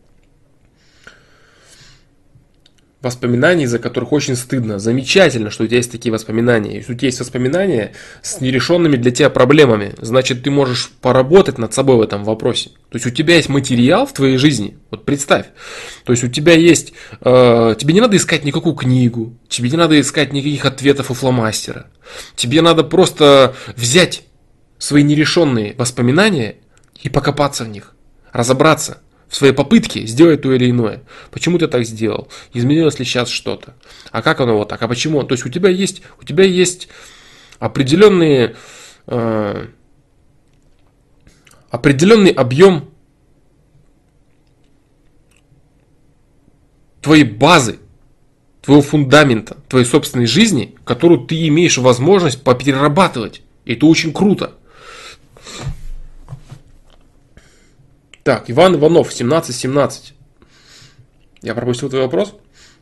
Воспоминания, из-за которых очень стыдно. Замечательно, что у тебя есть такие воспоминания. Если у тебя есть воспоминания с нерешенными для тебя проблемами, значит, ты можешь поработать над собой в этом вопросе. То есть у тебя есть материал в твоей жизни. Вот представь. То есть у тебя есть... Э, тебе не надо искать никакую книгу. Тебе не надо искать никаких ответов у фломастера. Тебе надо просто взять свои нерешенные воспоминания и покопаться в них. Разобраться в своей попытке сделать то или иное. Почему ты так сделал? Изменилось ли сейчас что-то? А как оно вот так? А почему? То есть у тебя есть, у тебя есть определенные, э, определенный объем твоей базы, твоего фундамента, твоей собственной жизни, которую ты имеешь возможность поперерабатывать. И это очень круто. Так, Иван Иванов, семнадцать семнадцать. Я пропустил твой вопрос?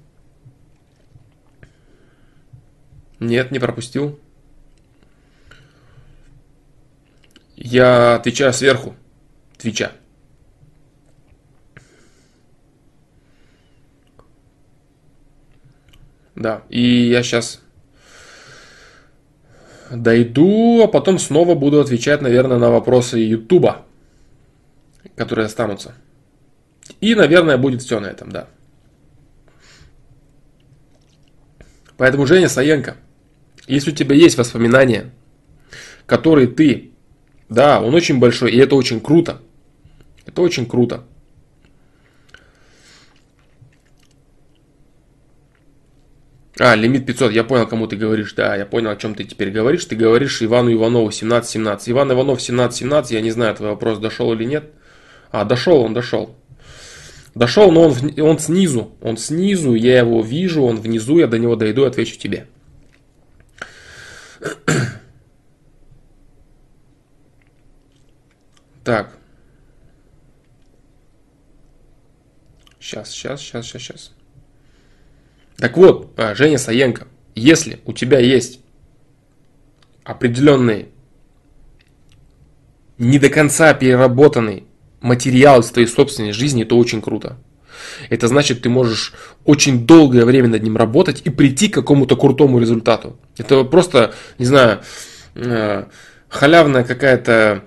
Нет, не пропустил. Я отвечаю сверху Твича. Да, и я сейчас дойду, а потом снова буду отвечать, наверное, на вопросы Ютуба, которые останутся. И, наверное, будет все на этом, да. Поэтому, Женя Саенко, если у тебя есть воспоминания, которые ты, да, он очень большой, и это очень круто. Это очень круто. А, лимит пятьсот, я понял, кому ты говоришь, да, я понял, о чем ты теперь говоришь. Ты говоришь Ивану Иванову семнадцать семнадцать. Иван Иванов семнадцать семнадцать, я не знаю, твой вопрос дошел или нет. А, дошел, он дошел. Дошел, но он, он снизу. Он снизу, я его вижу, он внизу, я до него дойду и отвечу тебе. Так. Сейчас, сейчас, сейчас, сейчас, сейчас. Так вот, Женя Саенко, если у тебя есть определенный, не до конца переработанный материал из твоей собственной жизни, то очень круто. Это значит, ты можешь очень долгое время над ним работать и прийти к какому-то крутому результату. Это просто, не знаю, халявная какая-то,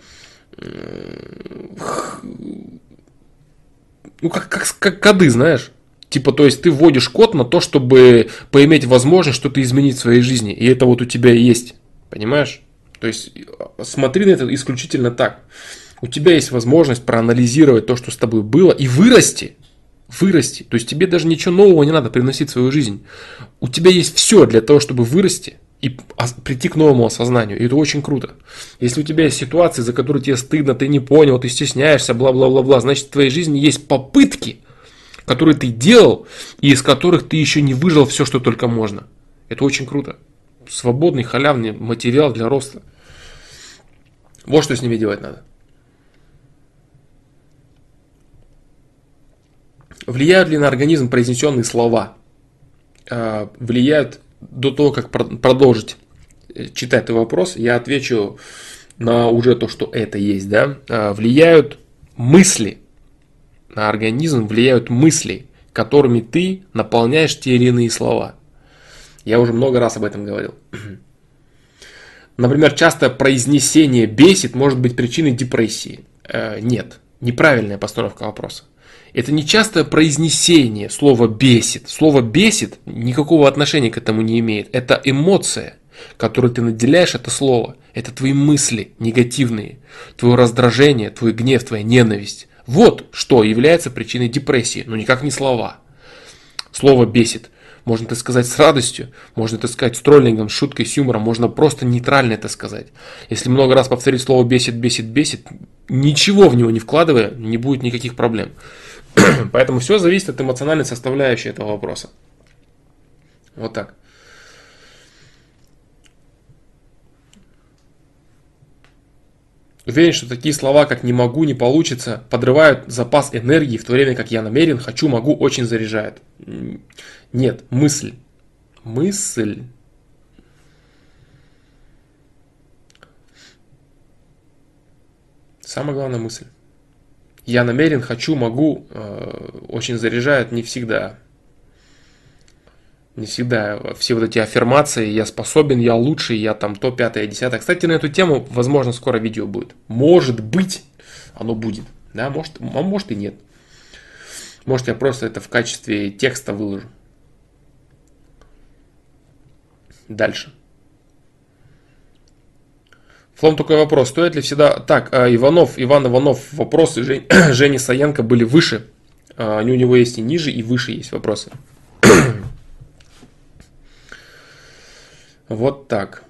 ну как, как, как коды, знаешь. Типа, то есть ты вводишь код на то, чтобы поиметь возможность что-то изменить в своей жизни. И это вот у тебя и есть. Понимаешь? То есть смотри на это исключительно так. У тебя есть возможность проанализировать то, что с тобой было, и вырасти. Вырасти. То есть тебе даже ничего нового не надо привносить в свою жизнь. У тебя есть все для того, чтобы вырасти и прийти к новому осознанию. И это очень круто. Если у тебя есть ситуации, за которые тебе стыдно, ты не понял, ты стесняешься, бла-бла-бла-бла, значит в твоей жизни есть попытки, которые ты делал, и из которых ты еще не выжил все, что только можно. Это очень круто. Свободный, халявный материал для роста. Вот что с ними делать надо. Влияют ли на организм произнесенные слова? Э, влияют до того, как продолжить читать твой вопрос, я отвечу на уже то, что это есть, да. Э, влияют мысли. На организм влияют мысли, которыми ты наполняешь те или иные слова. Я уже много раз об этом говорил. Например, частое произнесение бесит может быть причиной депрессии. Э, нет, неправильная постановка вопроса. Это не частое произнесение слова бесит. Слово бесит никакого отношения к этому не имеет. Это эмоция, которой ты наделяешь это слово. Это твои мысли негативные, твое раздражение, твой гнев, твоя ненависть. Вот что является причиной депрессии, но никак не слова. Слово бесит. Можно это сказать с радостью, можно это сказать с троллингом, с шуткой, с юмором, можно просто нейтрально это сказать. Если много раз повторить слово бесит, бесит, бесит, ничего в него не вкладывая, не будет никаких проблем. Поэтому все зависит от эмоциональной составляющей этого вопроса. Вот так. Уверен, что такие слова, как «не могу», «не получится», подрывают запас энергии, в то время как «я намерен», «хочу», «могу» очень заряжает. Нет, мысль. Мысль. Самая главная мысль. «Я намерен», «хочу», «могу» очень заряжает не всегда. Не всегда все вот эти аффирмации, я способен, я лучший, я там то, пятое, десятое. Кстати, на эту тему, возможно, скоро видео будет. Может быть, оно будет. Да, может, а может и нет. Может, я просто это в качестве текста выложу. Дальше. Флом, такой вопрос. Стоит ли всегда... Так, Иванов, Иван Иванов, вопросы Жень... Жени Саенко были выше. Они у него есть и ниже, и выше есть вопросы. Вот так.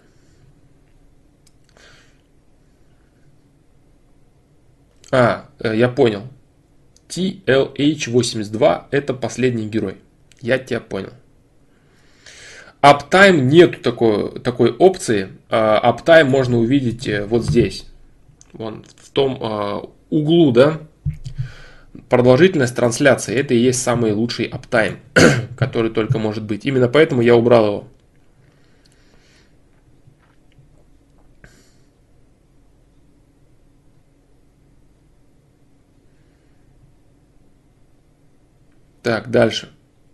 А, я понял. ти эл эйч восемьдесят два это последний герой. Я тебя понял. Uptime нету такой, такой опции. Uptime можно увидеть вот здесь. Вон, в том uh, углу, да? Продолжительность трансляции. Это и есть самый лучший uptime, который только может быть. Именно поэтому я убрал его. Так, дальше.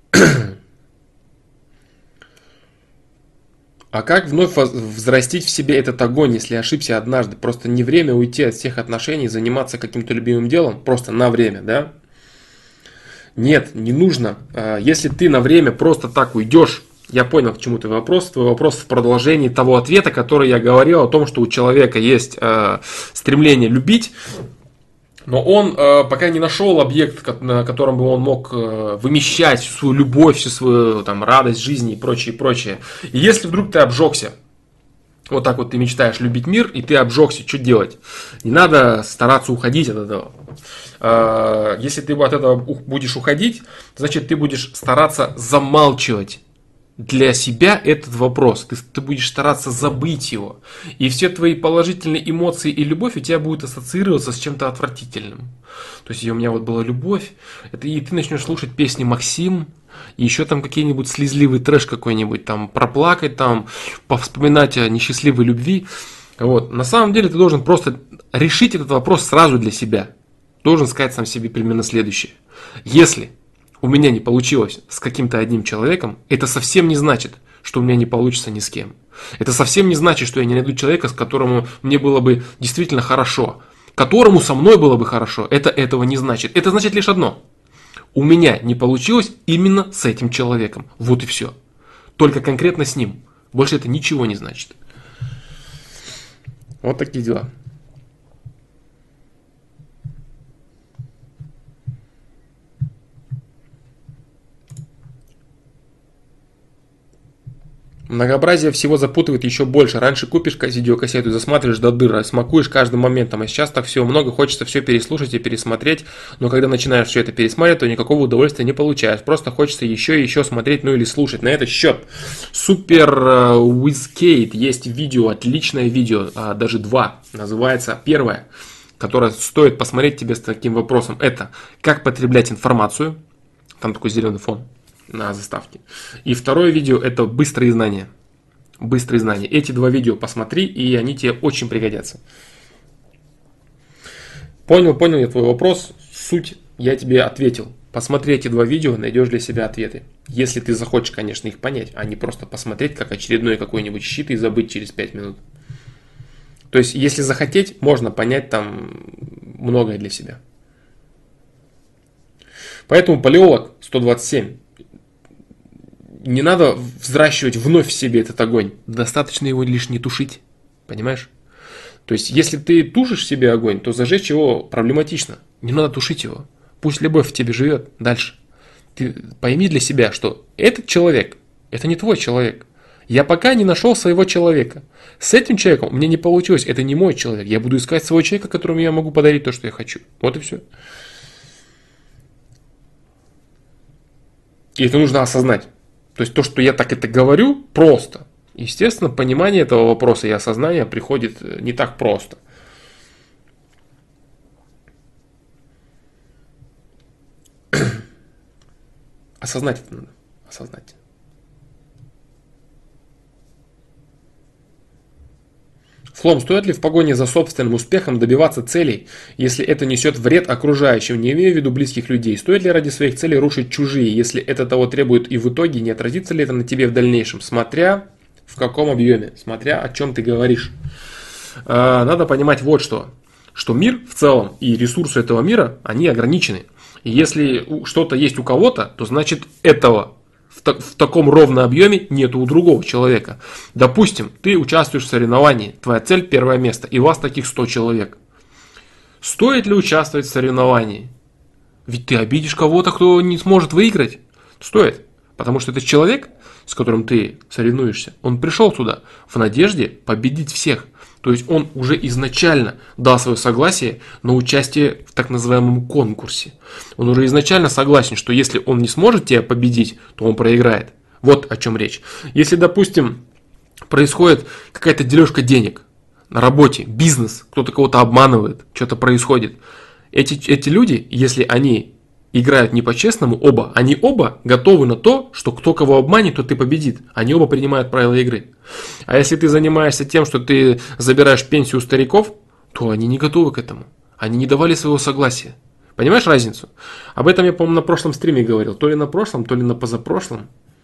А как вновь взрастить в себе этот огонь, если ошибся однажды? Просто не время уйти от всех отношений, заниматься каким-то любимым делом, просто на время, да? Нет, не нужно. Если ты на время просто так уйдешь, я понял, к чему твой вопрос. Твой вопрос в продолжении того ответа, который я говорил о том, что у человека есть стремление любить, но он э, пока не нашел объект, на котором бы он мог э, вымещать всю свою любовь, всю свою там, радость жизни и прочее, прочее. И если вдруг ты обжегся, вот так вот ты мечтаешь любить мир, и ты обжегся, что делать? Не надо стараться уходить от этого. Э, если ты от этого будешь уходить, значит ты будешь стараться замалчивать для себя этот вопрос. Ты, ты будешь стараться забыть его. И все твои положительные эмоции и любовь у тебя будут ассоциироваться с чем-то отвратительным. То есть у меня вот была любовь, это, и ты начнешь слушать песни Максим, и еще там какие-нибудь слезливый трэш какой-нибудь, там проплакать, там повспоминать о несчастливой любви. Вот. На самом деле ты должен просто решить этот вопрос сразу для себя. Должен сказать сам себе примерно следующее. Если у меня не получилось с каким-то одним человеком, это совсем не значит, что у меня не получится ни с кем. Это совсем не значит, что я не найду человека, с которым мне было бы действительно хорошо. Которому со мной было бы хорошо. Это этого не значит. Это значит лишь одно. У меня не получилось именно с этим человеком. Вот и все. Только конкретно с ним. Больше это ничего не значит. Вот такие дела. Многообразие всего запутывает еще больше. Раньше купишь видеокассету, засматриваешь до дыр, смакуешь каждым моментом. А сейчас так всего много, хочется все переслушать и пересмотреть. Но когда начинаешь все это пересматривать, то никакого удовольствия не получаешь. Просто хочется еще и еще смотреть, ну или слушать. На этот счет Супер Wizkate есть видео, отличное видео, даже два. Называется первое, которое стоит посмотреть тебе с таким вопросом. Это как потреблять информацию. Там такой зеленый фон на заставке. И второе видео это быстрые знания. Быстрые знания. Эти два видео посмотри, и они тебе очень пригодятся. Понял, понял я твой вопрос. Суть я тебе ответил. Посмотри эти два видео, найдешь для себя ответы. Если ты захочешь, конечно, их понять, а не просто посмотреть как очередной какой-нибудь щит и забыть через пять минут. То есть, если захотеть, можно понять там многое для себя. Поэтому палеолог сто двадцать семь. Не надо взращивать вновь в себе этот огонь. Достаточно его лишь не тушить. Понимаешь? То есть, если ты тушишь в себе огонь, то зажечь его проблематично. Не надо тушить его. Пусть любовь в тебе живет дальше. Ты пойми для себя, что этот человек, это не твой человек. Я пока не нашел своего человека. С этим человеком мне не получилось. Это не мой человек. Я буду искать своего человека, которому я могу подарить то, что я хочу. Вот и все. И это нужно осознать. То есть то, что я так это говорю, просто. Естественно, понимание этого вопроса и осознание приходит не так просто. Осознать это надо. Осознать. Флом, стоит ли в погоне за собственным успехом добиваться целей, если это несет вред окружающим, не имея в виду близких людей? Стоит ли ради своих целей рушить чужие, если это того требует и в итоге не отразится ли это на тебе в дальнейшем? Смотря в каком объеме, смотря о чем ты говоришь. Надо понимать вот что. Что мир в целом и ресурсы этого мира, они ограничены. И если что-то есть у кого-то, то значит этого в, так, в таком ровном объеме нету у другого человека. Допустим, ты участвуешь в соревновании, твоя цель первое место, и у вас таких сто человек. Стоит ли участвовать в соревновании? Ведь ты обидишь кого-то, кто не сможет выиграть. Стоит. Потому что этот человек, с которым ты соревнуешься, он пришел туда в надежде победить всех. То есть он уже изначально дал свое согласие на участие в так называемом конкурсе. Он уже изначально согласен, что если он не сможет тебя победить, то он проиграет. Вот о чем речь. Если, допустим, происходит какая-то дележка денег на работе, бизнес, кто-то кого-то обманывает, что-то происходит. Эти, эти люди, если они играют не по-честному, оба, они оба готовы на то, что кто кого обманет, то ты победит. Они оба принимают правила игры. А если ты занимаешься тем, что ты забираешь пенсию у стариков, то они не готовы к этому. Они не давали своего согласия. Понимаешь разницу? Об этом я, по-моему, на прошлом стриме говорил. То ли на прошлом, то ли на позапрошлом.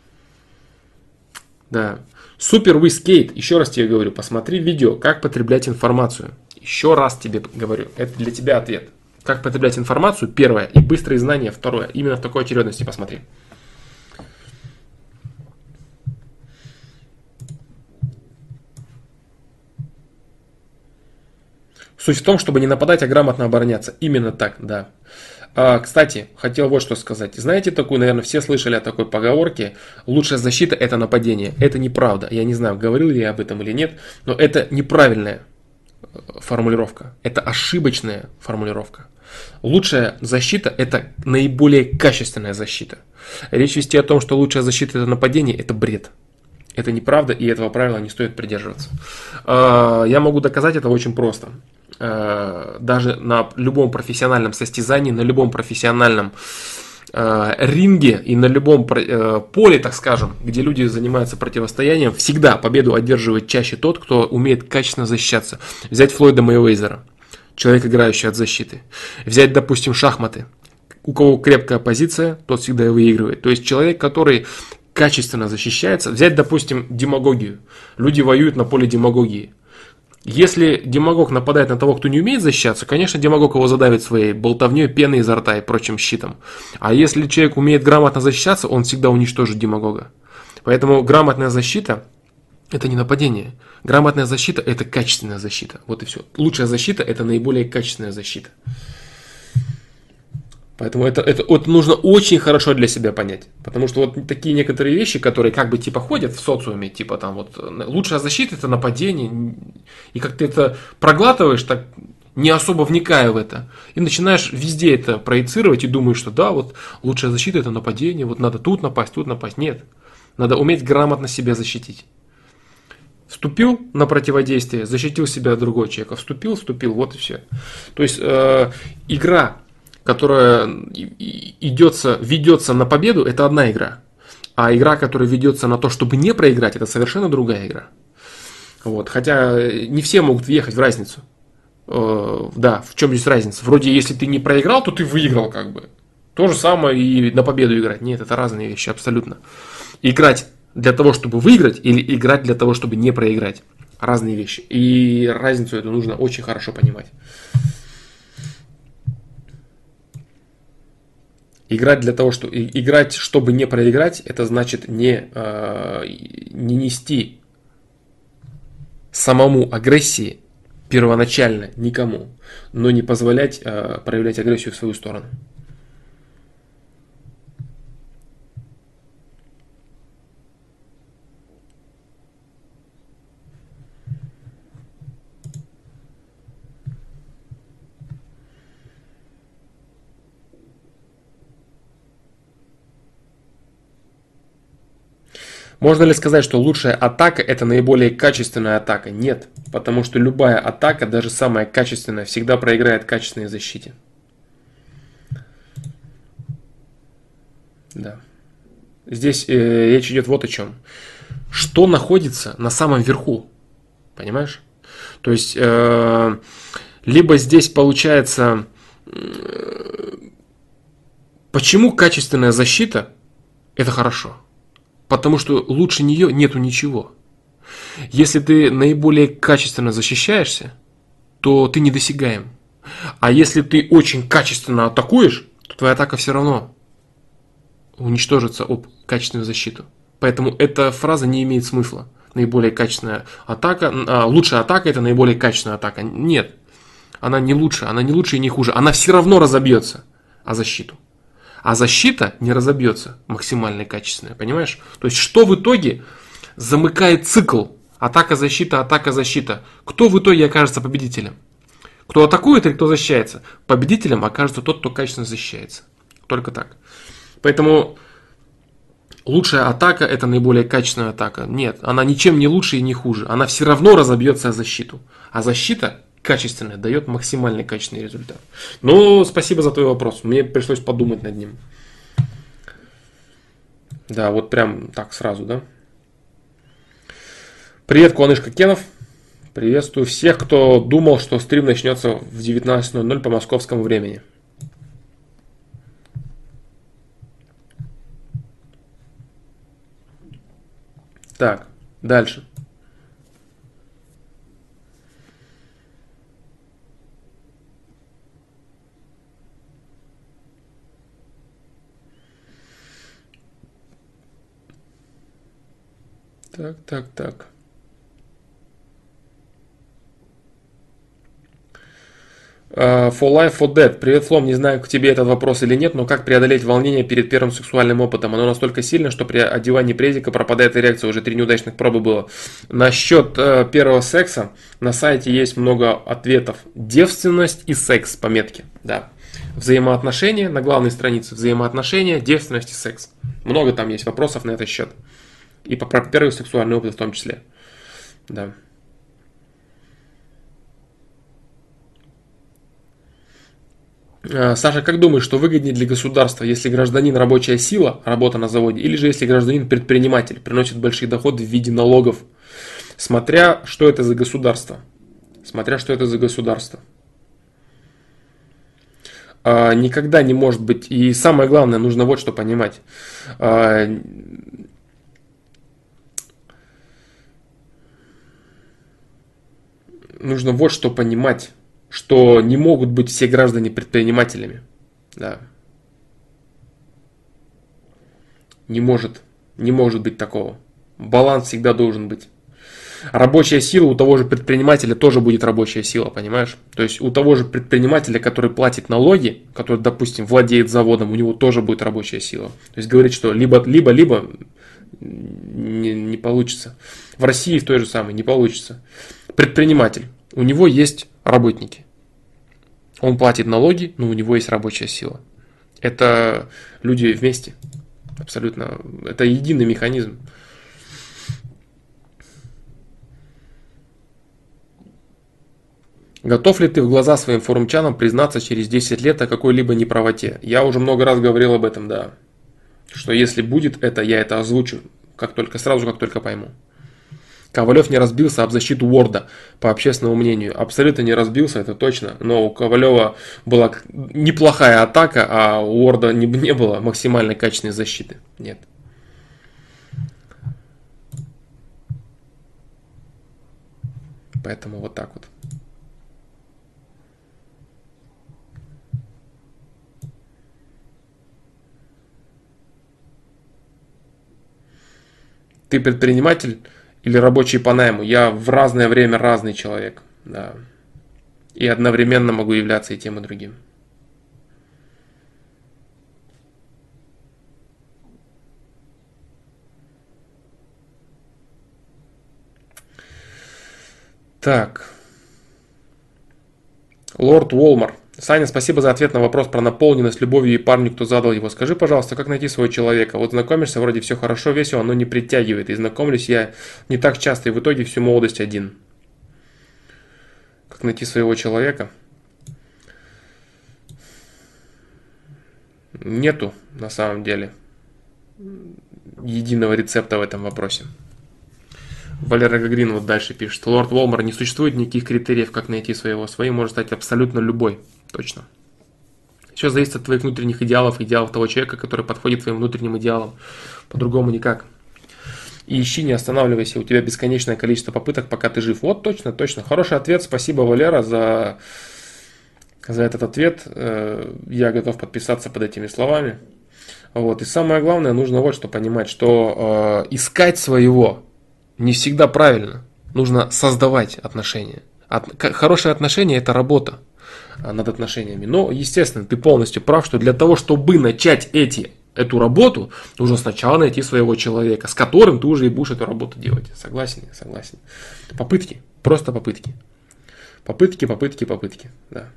Да. Супер Wizkate. Еще раз тебе говорю, посмотри видео, как потреблять информацию. Еще раз тебе говорю, это для тебя ответ. Как потреблять информацию, первое, и быстрые знания, второе. Именно в такой очередности посмотри. Суть в том, чтобы не нападать, а грамотно обороняться. Именно так, да. А, кстати, хотел вот что сказать. Знаете такую, наверное, все слышали о такой поговорке: лучшая защита – это нападение. Это неправда. Я не знаю, говорил ли я об этом или нет, но это неправильная формулировка. Это ошибочная формулировка. Лучшая защита – это наиболее качественная защита. Речь вести о том, что лучшая защита – это нападение – это бред. Это неправда, и этого правила не стоит придерживаться. Я могу доказать это очень просто. Даже на любом профессиональном состязании, на любом профессиональном ринге и на любом поле, так скажем, где люди занимаются противостоянием, всегда победу одерживает чаще тот, кто умеет качественно защищаться. Взять Флойда Мейуэзера, человек, играющий от защиты. Взять, допустим, шахматы. У кого крепкая позиция, тот всегда и выигрывает. То есть человек, который качественно защищается. Взять, допустим, демагогию. Люди воюют на поле демагогии. Если демагог нападает на того, кто не умеет защищаться, конечно, демагог его задавит своей болтовней, пеной изо рта и прочим щитом. А если человек умеет грамотно защищаться, он всегда уничтожит демагога. Поэтому грамотная защита – это не нападение. Грамотная защита – это качественная защита. Вот и все. Лучшая защита – это наиболее качественная защита. Поэтому это, это, это нужно очень хорошо для себя понять. Потому что вот такие некоторые вещи, которые как бы типа ходят в социуме, типа там вот лучшая защита это нападение, и как ты это проглатываешь, так не особо вникая в это, и начинаешь везде это проецировать и думаешь, что да, вот лучшая защита это нападение, вот надо тут напасть, тут напасть. Нет, надо уметь грамотно себя защитить. Вступил на противодействие, защитил себя от другого человека, вступил, вступил, вот и все. То есть э, игра, которая идется, ведется на победу, это одна игра. А игра, которая ведется на то, чтобы не проиграть, это совершенно другая игра. Вот. Хотя не все могут въехать в разницу. Э, да, в чем здесь разница? Вроде, если ты не проиграл, то ты выиграл как бы. То же самое и на победу играть. Нет, это разные вещи абсолютно. Играть для того, чтобы выиграть, или играть для того, чтобы не проиграть. Разные вещи. И разницу эту нужно очень хорошо понимать. Играть для того, что играть, чтобы не проиграть, это значит не, э, не нести самому агрессии первоначально никому, но не позволять э, проявлять агрессию в свою сторону. Можно ли сказать, что лучшая атака это наиболее качественная атака? Нет, потому что любая атака, даже самая качественная, всегда проиграет качественной защите. Да. Здесь э, речь идет вот о чем. Что находится на самом верху? Понимаешь? То есть, э, либо здесь получается, э, почему качественная защита это хорошо? Потому что лучше нее нету ничего. Если ты наиболее качественно защищаешься, то ты недосягаем. А если ты очень качественно атакуешь, то твоя атака все равно уничтожится об качественную защиту. Поэтому эта фраза не имеет смысла. Наиболее качественная атака, а, лучшая атака это наиболее качественная атака. Нет, она не лучше, она не лучше и не хуже. Она все равно разобьется о защиту. А защита не разобьется максимально качественная, понимаешь? То есть, что в итоге замыкает цикл атака-защита, атака-защита? Кто в итоге окажется победителем? Кто атакует или кто защищается? Победителем окажется тот, кто качественно защищается. Только так. Поэтому лучшая атака это наиболее качественная атака. Нет, она ничем не лучше и не хуже. Она все равно разобьется о защиту. А защита качественная дает максимально качественный результат. Ну, спасибо за твой вопрос. Мне пришлось подумать над ним. Да, вот прям так сразу, да? Привет, Куанышка Кенов. Приветствую всех, кто думал, что стрим начнется в девятнадцать ноль ноль по московскому времени. Так, дальше. Так, так, так. Uh, for Life, for Dead. Привет, Флом. Не знаю, к тебе этот вопрос или нет, но как преодолеть волнение перед первым сексуальным опытом? Оно настолько сильно, что при одевании презика пропадает эрекция. Уже три неудачных пробы было. Насчет uh, первого секса на сайте есть много ответов. Девственность и секс, пометки. Да. Взаимоотношения на главной странице. Взаимоотношения, девственность и секс. Много там есть вопросов на этот счет. И про первый сексуальный опыт в том числе. Да. Саша, как думаешь, что выгоднее для государства, если гражданин рабочая сила, работа на заводе, или же если гражданин предприниматель, приносит большие доходы в виде налогов? Смотря, что это за государство. Смотря, что это за государство. А, никогда не может быть. И самое главное, нужно вот что понимать. А, нужно вот что понимать, что не могут быть все граждане предпринимателями. Да. Не может, не может быть такого. Баланс всегда должен быть. Рабочая сила у того же предпринимателя тоже будет рабочая сила, понимаешь? То есть у того же предпринимателя, который платит налоги, который, допустим, владеет заводом, у него тоже будет рабочая сила. То есть говорит, что либо, либо, либо не, не получится. В России в той же самой не получится. Предприниматель, у него есть работники. Он платит налоги, но у него есть рабочая сила. Это люди вместе. Абсолютно. Это единый механизм. Готов ли ты в глаза своим форумчанам признаться через десять лет о какой-либо неправоте? Я уже много раз говорил об этом, да. Что если будет это, я это озвучу, как только, сразу, как только пойму. Ковалев не разбился об защиту Уорда, по общественному мнению. Абсолютно не разбился, это точно. Но у Ковалева была неплохая атака, а у Уорда не, не было максимально качественной защиты. Нет. Поэтому вот так вот. Ты предприниматель или рабочий по найму? Я в разное время разный человек. Да. И одновременно могу являться и тем, и другим. Так. Лорд Уолмар. Саня, спасибо за ответ на вопрос про наполненность любовью и парню, кто задал его. Скажи, пожалуйста, как найти своего человека? Вот знакомишься, вроде все хорошо, весело, но не притягивает. И знакомлюсь я не так часто, и в итоге всю молодость один. Как найти своего человека? Нету, на самом деле, единого рецепта в этом вопросе. Валера Гагрин вот дальше пишет. Лорд Волмар, не существует никаких критериев, как найти своего. Своим может стать абсолютно любой. Точно. Все зависит от твоих внутренних идеалов, идеалов того человека, который подходит твоим внутренним идеалам. По-другому никак. И ищи, не останавливайся. У тебя бесконечное количество попыток, пока ты жив. Вот точно, точно. Хороший ответ. Спасибо, Валера, за, за этот ответ. Я готов подписаться под этими словами. Вот. И самое главное, нужно вот что понимать, что э, искать своего не всегда правильно. Нужно создавать отношения. От, хорошие отношения – это работа над отношениями. Но, естественно, ты полностью прав, что для того, чтобы начать эти, эту работу, нужно сначала найти своего человека, с которым ты уже и будешь эту работу делать. Согласен? Согласен. Попытки. Просто попытки. Попытки, попытки, попытки. Да.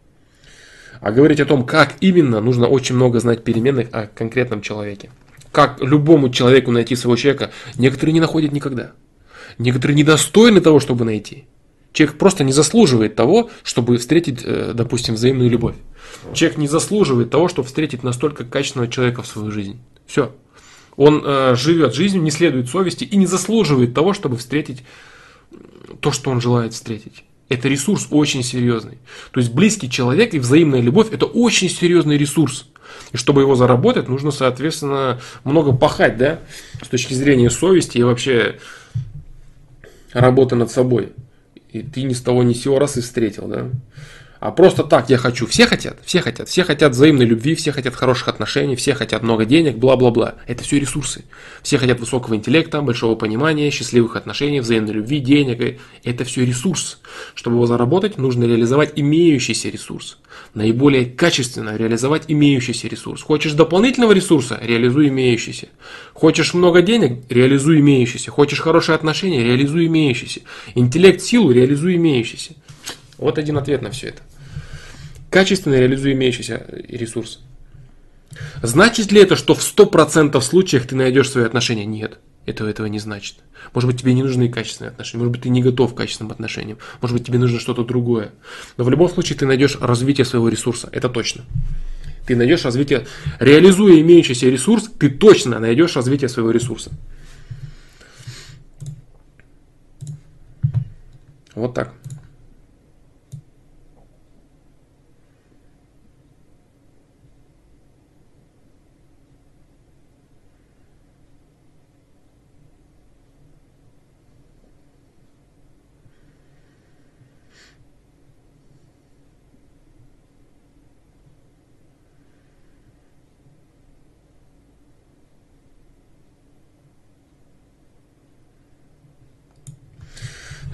А говорить о том, как именно, нужно очень много знать переменных о конкретном человеке. Как любому человеку найти своего человека, некоторые не находят никогда. Некоторые недостойны того, чтобы найти. Человек просто не заслуживает того, чтобы встретить, допустим, взаимную любовь. Человек не заслуживает того, чтобы встретить настолько качественного человека в свою жизнь. Все. Он э, живет жизнью, не следует совести и не заслуживает того, чтобы встретить то, что он желает встретить. Это ресурс очень серьезный. То есть близкий человек и взаимная любовь – это очень серьезный ресурс. И чтобы его заработать, нужно, соответственно, много пахать, да, с точки зрения совести и вообще работы над собой. И ты ни с того ни с сего раз и встретил, да. А просто так я хочу. Все хотят, все хотят. Все хотят взаимной любви, все хотят хороших отношений, все хотят много денег, бла-бла-бла. Это все ресурсы. Все хотят высокого интеллекта, большого понимания, счастливых отношений, взаимной любви, денег. Это все ресурс. Чтобы его заработать, нужно реализовать имеющийся ресурс. Наиболее качественно реализовать имеющийся ресурс. Хочешь дополнительного ресурса? Реализуй имеющийся. Хочешь много денег? Реализуй имеющийся. Хочешь хорошие отношения? Реализуй имеющийся. Интеллект, силу? Реализуй имеющийся. Вот один ответ на все это. Качественно реализуй имеющийся ресурс. Значит ли это, что в сто процентов случаях ты найдешь свои отношения? Нет, этого, этого не значит. Может быть, тебе не нужны качественные отношения, может быть, ты не готов к качественным отношениям, может быть, тебе нужно что-то другое. Но в любом случае ты найдешь развитие своего ресурса, это точно. Ты найдешь развитие, реализуя имеющийся ресурс, ты точно найдешь развитие своего ресурса. Вот так.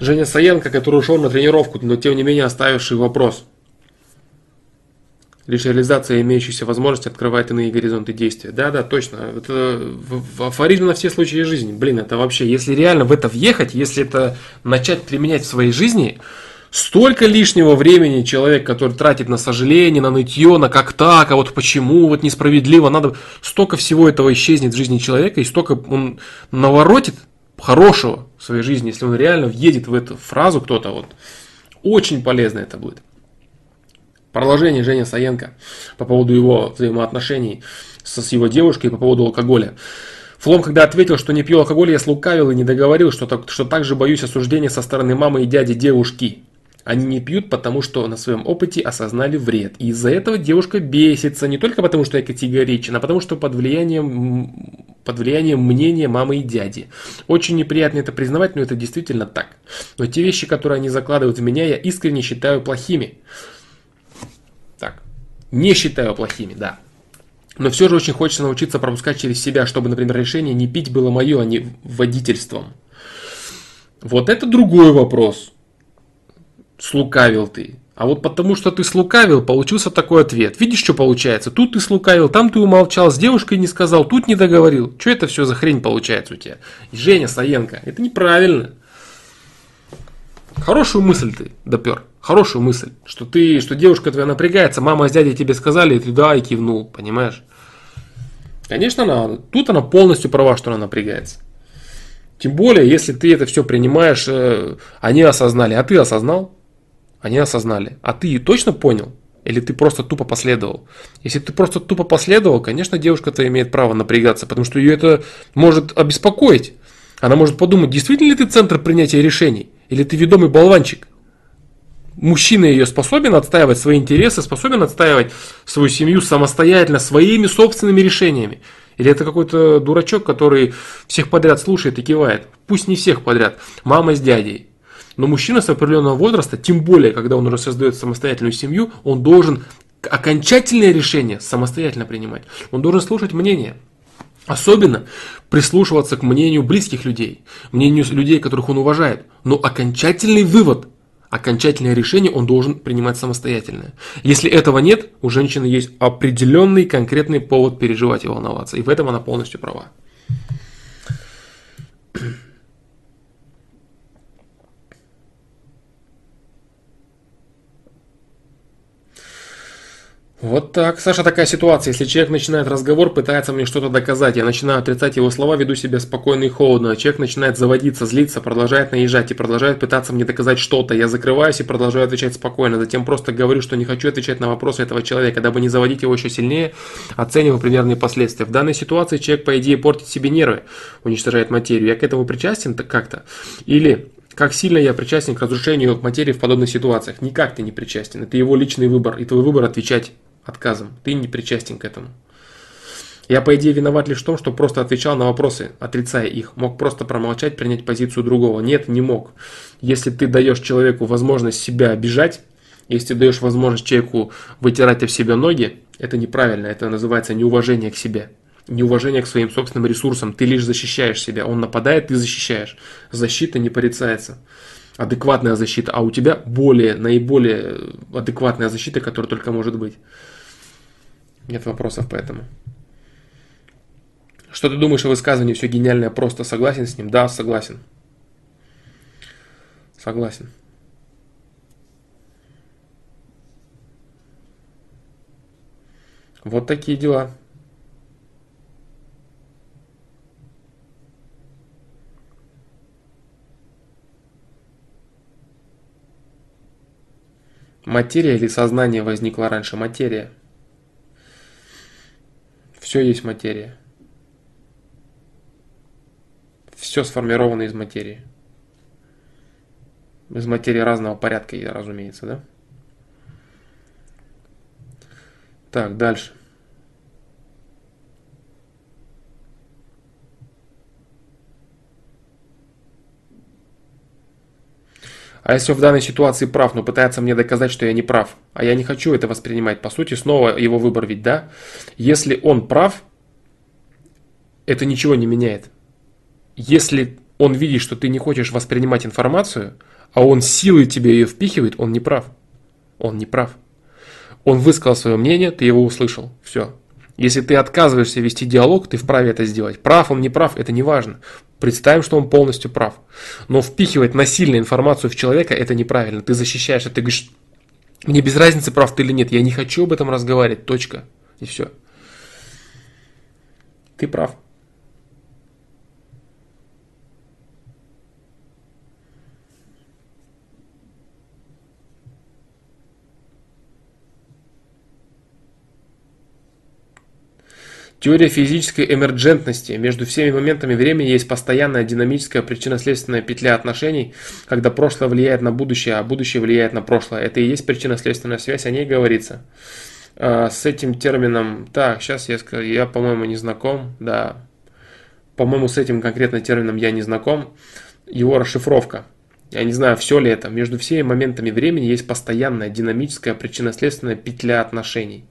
Женя Саенко, который ушел на тренировку, но тем не менее оставивший вопрос. Лишь реализация имеющейся возможности открывает иные горизонты действия. Да, да, точно. Это афоризм на все случаи жизни. Блин, это вообще, если реально в это въехать, если это начать применять в своей жизни, столько лишнего времени человек, который тратит на сожаление, на нытье, на как так, а вот почему, вот несправедливо, надо, столько всего этого исчезнет в жизни человека, и столько он наворотит хорошего в своей жизни, если он реально въедет в эту фразу кто-то, вот, очень полезно это будет. Продолжение Женя Саенко по поводу его взаимоотношений с, с его девушкой по поводу алкоголя. Флом, когда ответил, что не пью алкоголь, я слукавил и не договорил, что, так, что также боюсь осуждения со стороны мамы и дяди девушки. Они не пьют, потому что на своем опыте осознали вред. И из-за этого девушка бесится не только потому, что я категоричен, а потому что под влиянием, под влиянием мнения мамы и дяди. Очень неприятно это признавать, но это действительно так. Но те вещи, которые они закладывают в меня, я искренне считаю плохими. Так, не считаю плохими, да. Но все же очень хочется научиться пропускать через себя, чтобы, например, решение не пить было мое, а не водительством. Вот это другой вопрос. Слукавил ты. А вот потому что ты слукавил, получился такой ответ. Видишь, что получается? Тут ты слукавил, там ты умолчал, с девушкой не сказал, тут не договорил. Что это все за хрень получается у тебя? Женя Саенко, это неправильно. Хорошую мысль ты допер. Хорошую мысль, что ты, что девушка твоя напрягается, мама с дядей тебе сказали, и ты да, и кивнул, понимаешь? Конечно, она, тут она полностью права, что она напрягается. Тем более, если ты это все принимаешь, э, они осознали, а ты осознал? Они осознали. А ты точно понял? Или ты просто тупо последовал? Если ты просто тупо последовал, конечно, девушка-то имеет право напрягаться, потому что ее это может обеспокоить. Она может подумать, действительно ли ты центр принятия решений? Или ты ведомый болванчик? Мужчина ее способен отстаивать свои интересы, способен отстаивать свою семью самостоятельно, своими собственными решениями. Или это какой-то дурачок, который всех подряд слушает и кивает. Пусть не всех подряд, мама с дядей. Но мужчина с определенного возраста, тем более, когда он уже создает самостоятельную семью, он должен окончательное решение самостоятельно принимать. Он должен слушать мнение. Особенно прислушиваться к мнению близких людей, мнению людей, которых он уважает. Но окончательный вывод, окончательное решение он должен принимать самостоятельно. Если этого нет, у женщины есть определенный конкретный повод переживать и волноваться. И в этом она полностью права. Вот так. Саша, такая ситуация. Если человек начинает разговор, пытается мне что-то доказать, я начинаю отрицать его слова, веду себя спокойно и холодно. Человек начинает заводиться, злиться, продолжает наезжать и продолжает пытаться мне доказать что-то. Я закрываюсь и продолжаю отвечать спокойно. Затем просто говорю, что не хочу отвечать на вопросы этого человека, дабы не заводить его еще сильнее, оценивая примерные последствия. В данной ситуации человек, по идее, портит себе нервы, уничтожает материю. Я к этому причастен как-то? Или... Как сильно я причастен к разрушению материи в подобных ситуациях? Никак ты не причастен. Это его личный выбор. И твой выбор отвечать отказом. Ты не причастен к этому. Я, по идее, виноват лишь в том, что просто отвечал на вопросы, отрицая их. Мог просто промолчать, принять позицию другого. Нет, не мог. Если ты даешь человеку возможность себя обижать, если ты даешь возможность человеку вытирать об себя ноги, это неправильно. Это называется неуважение к себе. Неуважение к своим собственным ресурсам. Ты лишь защищаешь себя. Он нападает, ты защищаешь. Защита не порицается. Адекватная защита. А у тебя более, наиболее адекватная защита, которая только может быть. Нет вопросов по этому. Что ты думаешь о высказывании? Все гениальное, просто согласен с ним? Да, согласен. Согласен. Вот такие дела. Материя или сознание возникло раньше? Материя. Все есть материя. Все сформировано из материи. Из материи разного порядка, разумеется, да? Так, дальше. А если в данной ситуации прав, но пытается мне доказать, что я не прав, а я не хочу это воспринимать, по сути, снова его выбор ведь, да? Если он прав, это ничего не меняет. Если он видит, что ты не хочешь воспринимать информацию, а он силой тебе ее впихивает, он не прав. Он не прав. Он высказал свое мнение, ты его услышал. Все. Если ты отказываешься вести диалог, ты вправе это сделать. Прав он, не прав, это не важно. Представим, что он полностью прав. Но впихивать насильно информацию в человека, это неправильно. Ты защищаешься, ты говоришь, мне без разницы, прав ты или нет, я не хочу об этом разговаривать, точка. И все. Ты прав. Теория физической эмерджентности. Между всеми моментами времени есть постоянная динамическая причинно-следственная петля отношений, когда прошлое влияет на будущее, а будущее влияет на прошлое. Это и есть причинно-следственная связь, о ней говорится. А, с этим термином, так, сейчас я скажу, я, по-моему, не знаком, да. По-моему, с этим конкретно термином я не знаком. Его расшифровка. Я не знаю, все ли это. Между всеми моментами времени есть постоянная динамическая причинно-следственная петля отношений.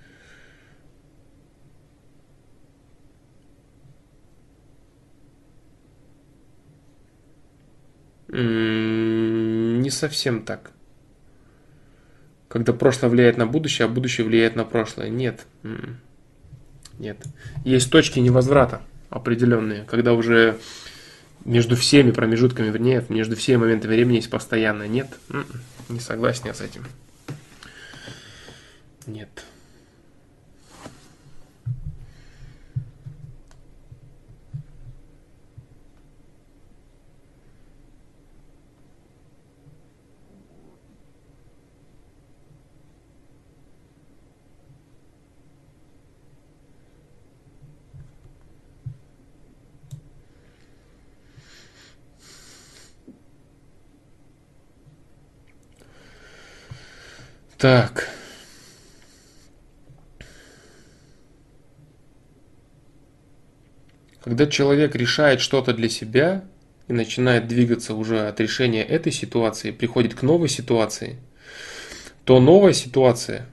Не совсем так. Когда прошлое влияет на будущее, а будущее влияет на прошлое. Нет. Нет. Есть точки невозврата определенные, когда уже между всеми промежутками, нет, между всеми моментами времени есть постоянное. Нет. Не согласен я с этим. Нет. Так. Когда человек решает что-то для себя и начинает двигаться уже от решения этой ситуации, приходит к новой ситуации, то новая ситуация,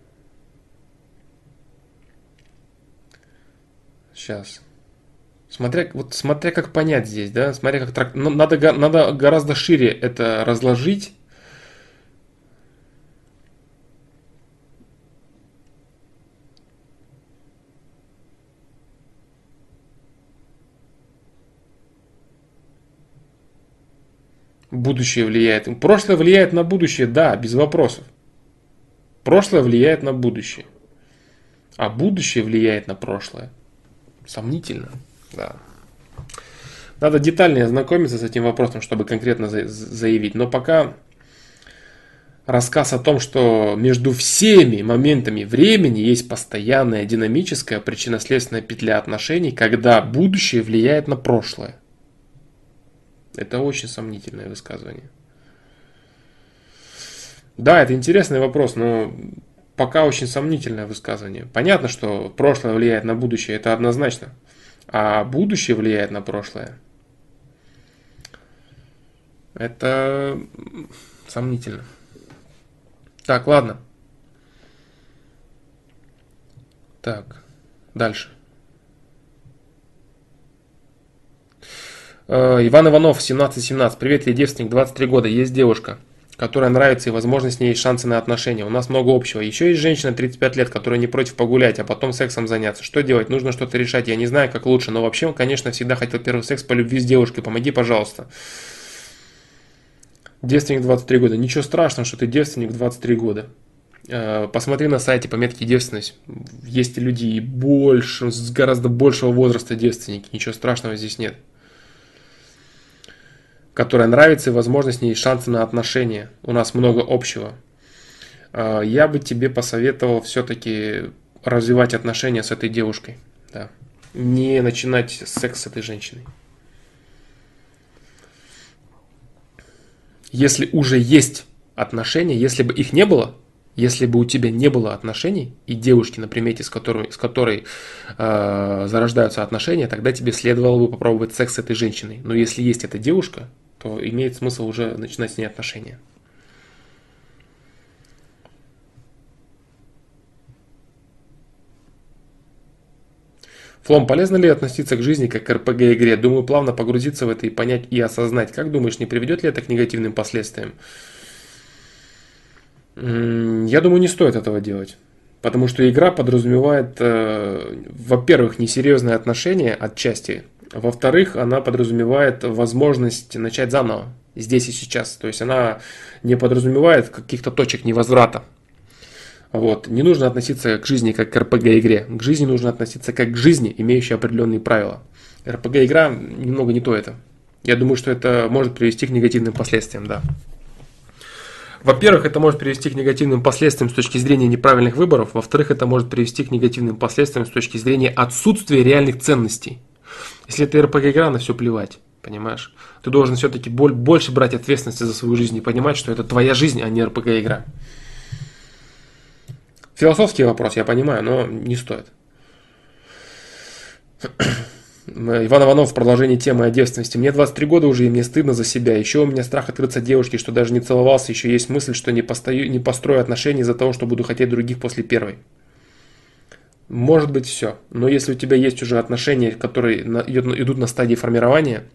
сейчас, смотря, вот, смотря как понять здесь, да, смотря как трак... надо, надо гораздо шире это разложить. Будущее влияет. Прошлое влияет на будущее, да, без вопросов. Прошлое влияет на будущее. А будущее влияет на прошлое. Сомнительно, да. Надо детальнее ознакомиться с этим вопросом, чтобы конкретно заявить. Но пока рассказ о том, что между всеми моментами времени есть постоянная динамическая причинно-следственная петля отношений, когда будущее влияет на прошлое. Это очень сомнительное высказывание. Да, это интересный вопрос, но пока очень сомнительное высказывание. Понятно, что прошлое влияет на будущее, это однозначно. А будущее влияет на прошлое. Это сомнительно. Так, ладно. Так, дальше. Иван Иванов, семнадцать семнадцать. Привет, я девственник, двадцать три года. Есть девушка, которая нравится, и, возможно, с ней есть шансы на отношения. У нас много общего. Еще есть женщина тридцать пять лет, которая не против погулять, а потом сексом заняться. Что делать? Нужно что-то решать. Я не знаю, как лучше, но вообще, конечно, всегда хотел первый секс по любви с девушкой. Помоги, пожалуйста. Девственник двадцать три года. Ничего страшного, что ты девственник двадцать три года. Посмотри на сайте пометки девственность. Есть люди и больше, с гораздо большего возраста девственники. Ничего страшного здесь нет. Которая нравится, и, возможно, с ней шансы на отношения. У нас много общего. Я бы тебе посоветовал все-таки развивать отношения с этой девушкой. Да. Не начинать секс с этой женщиной. Если уже есть отношения, если бы их не было, если бы у тебя не было отношений и девушки на примете, с которой, с которой э, зарождаются отношения, тогда тебе следовало бы попробовать секс с этой женщиной. Но если есть эта девушка, то имеет смысл уже начинать с ней отношения. Флом, полезно ли относиться к жизни как к эр пэ гэ-игре? Думаю, плавно погрузиться в это и понять и осознать. Как думаешь, не приведет ли это к негативным последствиям? Я думаю, не стоит этого делать. Потому что игра подразумевает, э, во-первых, несерьезные отношения отчасти. Во-вторых, она подразумевает возможность начать заново, здесь и сейчас. То есть она не подразумевает каких-то точек невозврата. Вот. Не нужно относиться к жизни как к эр пэ гэ-игре. К жизни нужно относиться как к жизни, имеющей определенные правила. эр пэ гэ-игра немного не то это. Я думаю, что это может привести к негативным последствиям, да. Во-первых, это может привести к негативным последствиям с точки зрения неправильных выборов. Во-вторых, это может привести к негативным последствиям с точки зрения отсутствия реальных ценностей. Если это эр пэ гэ-игра, на все плевать, понимаешь? Ты должен все-таки больше брать ответственности за свою жизнь и понимать, что это твоя жизнь, а не эр пэ гэ-игра. Философский вопрос, я понимаю, но не стоит. Иван Иванов в продолжении темы о девственности. Мне двадцать три года уже, и мне стыдно за себя. Еще у меня страх открыться девушке, что даже не целовался. Еще есть мысль, что не, постою, не построю отношения из-за того, что буду хотеть других после первой. Может быть все. Но если у тебя есть уже отношения, которые идут на стадии формирования,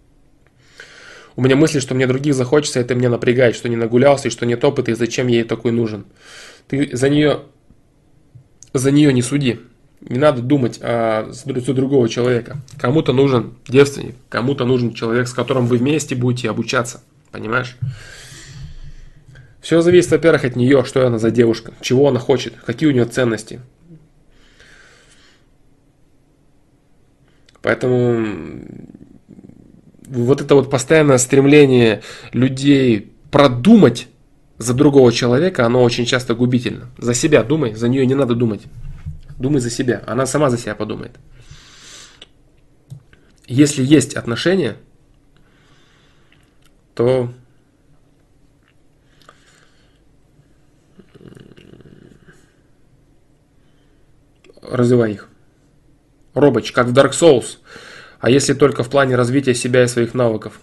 у меня мысли, что мне других захочется, это меня напрягает, что не нагулялся, и что нет опыта, и зачем ей такой нужен. Ты за нее, за нее не суди. Не надо думать о за другого человека. Кому-то нужен девственник, кому-то нужен человек, с которым вы вместе будете обучаться. Понимаешь? Все зависит, во-первых, от нее, что она за девушка, чего она хочет, какие у нее ценности. Поэтому вот это вот постоянное стремление людей продумать за другого человека, оно очень часто губительно. За себя думай, за нее не надо думать. Думай за себя, она сама за себя подумает. Если есть отношения, то развивай их. Робоч, как в Dark Souls. А если только в плане развития себя и своих навыков?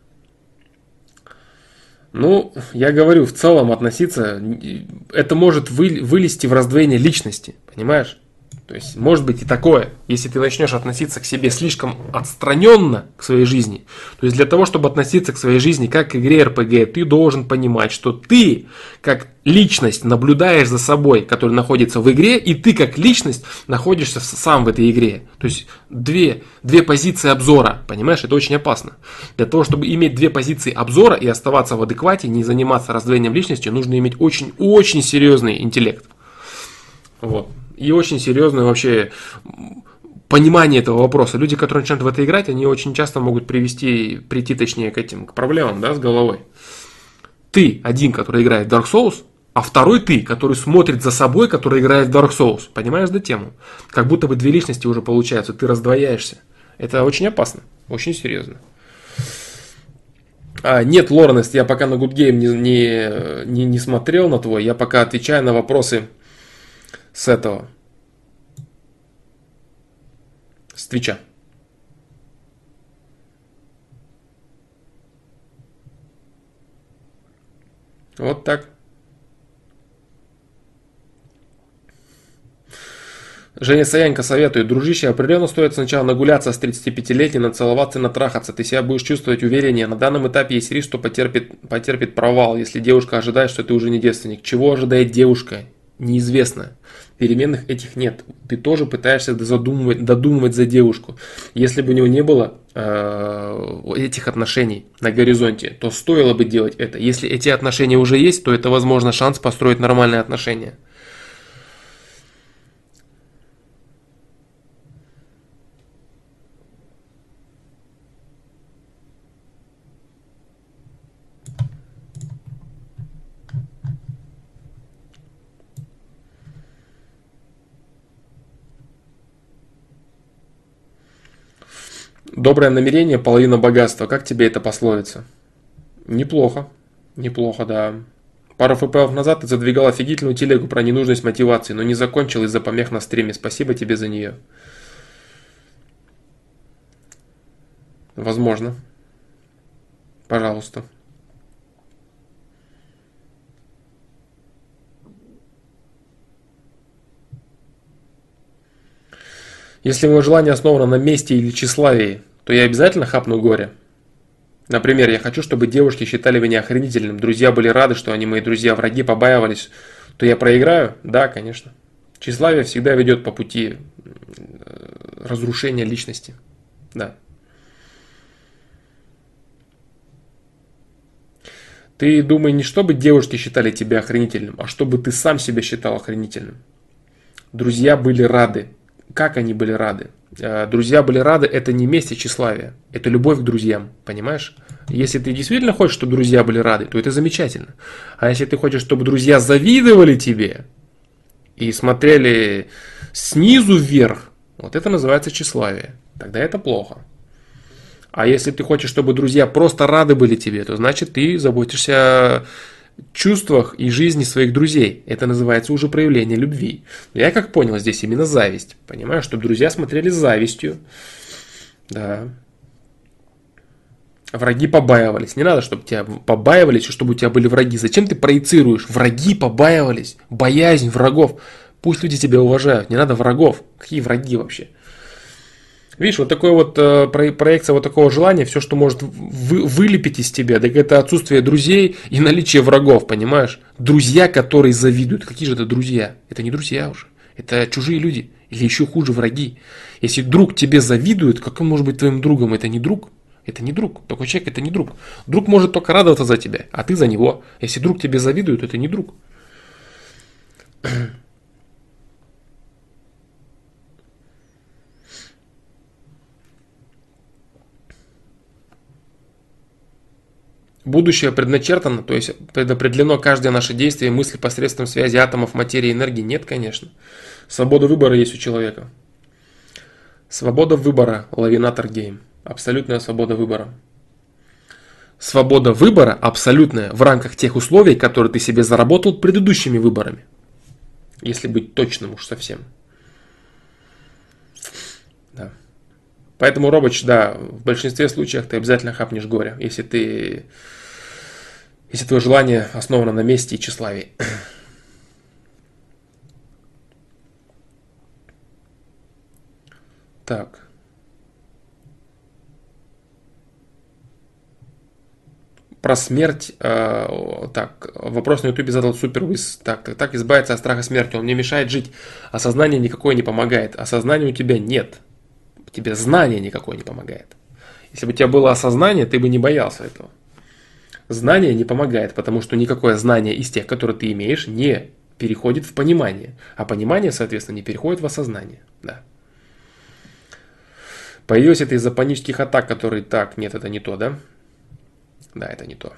Ну, я говорю, в целом относиться, это может вы, вылезти в раздвоение личности, понимаешь? То есть, может быть и такое, если ты начнешь относиться к себе слишком отстраненно к своей жизни. То есть, для того, чтобы относиться к своей жизни как к игре эр пэ гэ, ты должен понимать, что ты, как личность, наблюдаешь за собой, который находится в игре, и ты, как личность, находишься сам в этой игре. То есть, две, две позиции обзора, понимаешь, это очень опасно. Для того, чтобы иметь две позиции обзора и оставаться в адеквате, не заниматься раздвоением личности, нужно иметь очень-очень серьезный интеллект. Вот. И очень серьезное вообще понимание этого вопроса. Люди, которые начинают в это играть, они очень часто могут привести, прийти точнее к этим к проблемам, да, с головой. Ты один, который играет в Dark Souls, а второй ты, который смотрит за собой, который играет в Dark Souls. Понимаешь, да, тему? Как будто бы две личности уже получаются, ты раздвояешься. Это очень опасно, очень серьезно. А, нет, Лоренест, я пока на Good Game не, не, не, не смотрел на твой, я пока отвечаю на вопросы с этого, с Твича. Вот так. Женя Саянко советует: дружище, определенно стоит сначала нагуляться с тридцатипятилетней, нацеловаться и натрахаться. Ты себя будешь чувствовать увереннее. На данном этапе есть риск, что потерпит, потерпит провал, если девушка ожидает, что ты уже не девственник. Чего ожидает девушка? Неизвестно. Переменных этих нет. Ты тоже пытаешься задумывать, додумывать за девушку. Если бы у него не было э, этих отношений на горизонте, то стоило бы делать это. Если эти отношения уже есть, то это, возможно, шанс построить нормальные отношения. Доброе намерение, половина богатства. Как тебе это пословица? Неплохо. Неплохо, да. Пару эф пэ ов назад ты задвигал офигительную телегу про ненужность мотивации, но не закончил из-за помех на стриме. Спасибо тебе за нее. Возможно. Пожалуйста. Если мое желание основано на мести или тщеславии, то я обязательно хапну горе. Например, я хочу, чтобы девушки считали меня охренительным, друзья были рады, что они мои друзья, враги побаивались, то я проиграю? Да, конечно. Тщеславие всегда ведет по пути разрушения личности. Да. Ты думай не чтобы девушки считали тебя охренительным, а чтобы ты сам себя считал охренительным. Друзья были рады. Как они были рады? Друзья были рады, это не месть и тщеславие, это любовь к друзьям, понимаешь? Если ты действительно хочешь, чтобы друзья были рады, то это замечательно. А если ты хочешь, чтобы друзья завидовали тебе и смотрели снизу вверх, вот это называется тщеславие. Тогда это плохо. А если ты хочешь, чтобы друзья просто рады были тебе, то значит ты заботишься о чувствах и жизни своих друзей. Это называется уже проявление любви. Я как понял, здесь именно зависть. Понимаешь, чтобы друзья смотрели с завистью. Да. Враги побаивались. Не надо, чтобы тебя побаивались, чтобы у тебя были враги. Зачем ты проецируешь? Враги побаивались. Боязнь врагов. Пусть люди тебя уважают. Не надо врагов. Какие враги вообще? Видишь, вот такое вот э, проекция вот такого желания, все, что может вы, вылепить из тебя, так это отсутствие друзей и наличие врагов, понимаешь? Друзья, которые завидуют. Какие же это друзья? Это не друзья уже. Это чужие люди. Или еще хуже, враги. Если друг тебе завидует, как он может быть твоим другом? Это не друг. Это не друг. Такой человек это не друг. Друг может только радоваться за тебя, а ты за него. Если друг тебе завидует, это не друг. Будущее предначертано, то есть предопределено каждое наше действие и мысли посредством связи атомов, материи и энергии? Нет, конечно. Свобода выбора есть у человека. Свобода выбора, Лавинатор Гейм. Абсолютная свобода выбора. Свобода выбора абсолютная в рамках тех условий, которые ты себе заработал предыдущими выборами. Если быть точным уж совсем. Да. Поэтому, Робоч, да, в большинстве случаев ты обязательно хапнешь горе, если ты, если твое желание основано на мести и тщеславии. Так. Про смерть, э, так, вопрос на ютубе задал Супервиз. Так, так, так, избавиться от страха смерти, он мне мешает жить, осознание никакое не помогает. Осознания у тебя нет. Тебе знание никакое не помогает. Если бы у тебя было осознание, ты бы не боялся этого. Знание не помогает, потому что никакое знание из тех, которые ты имеешь, не переходит в понимание. А понимание, соответственно, не переходит в осознание. Да. Появилось это из-за панических атак, которые... Так, нет, это не то, да? Да, это не то.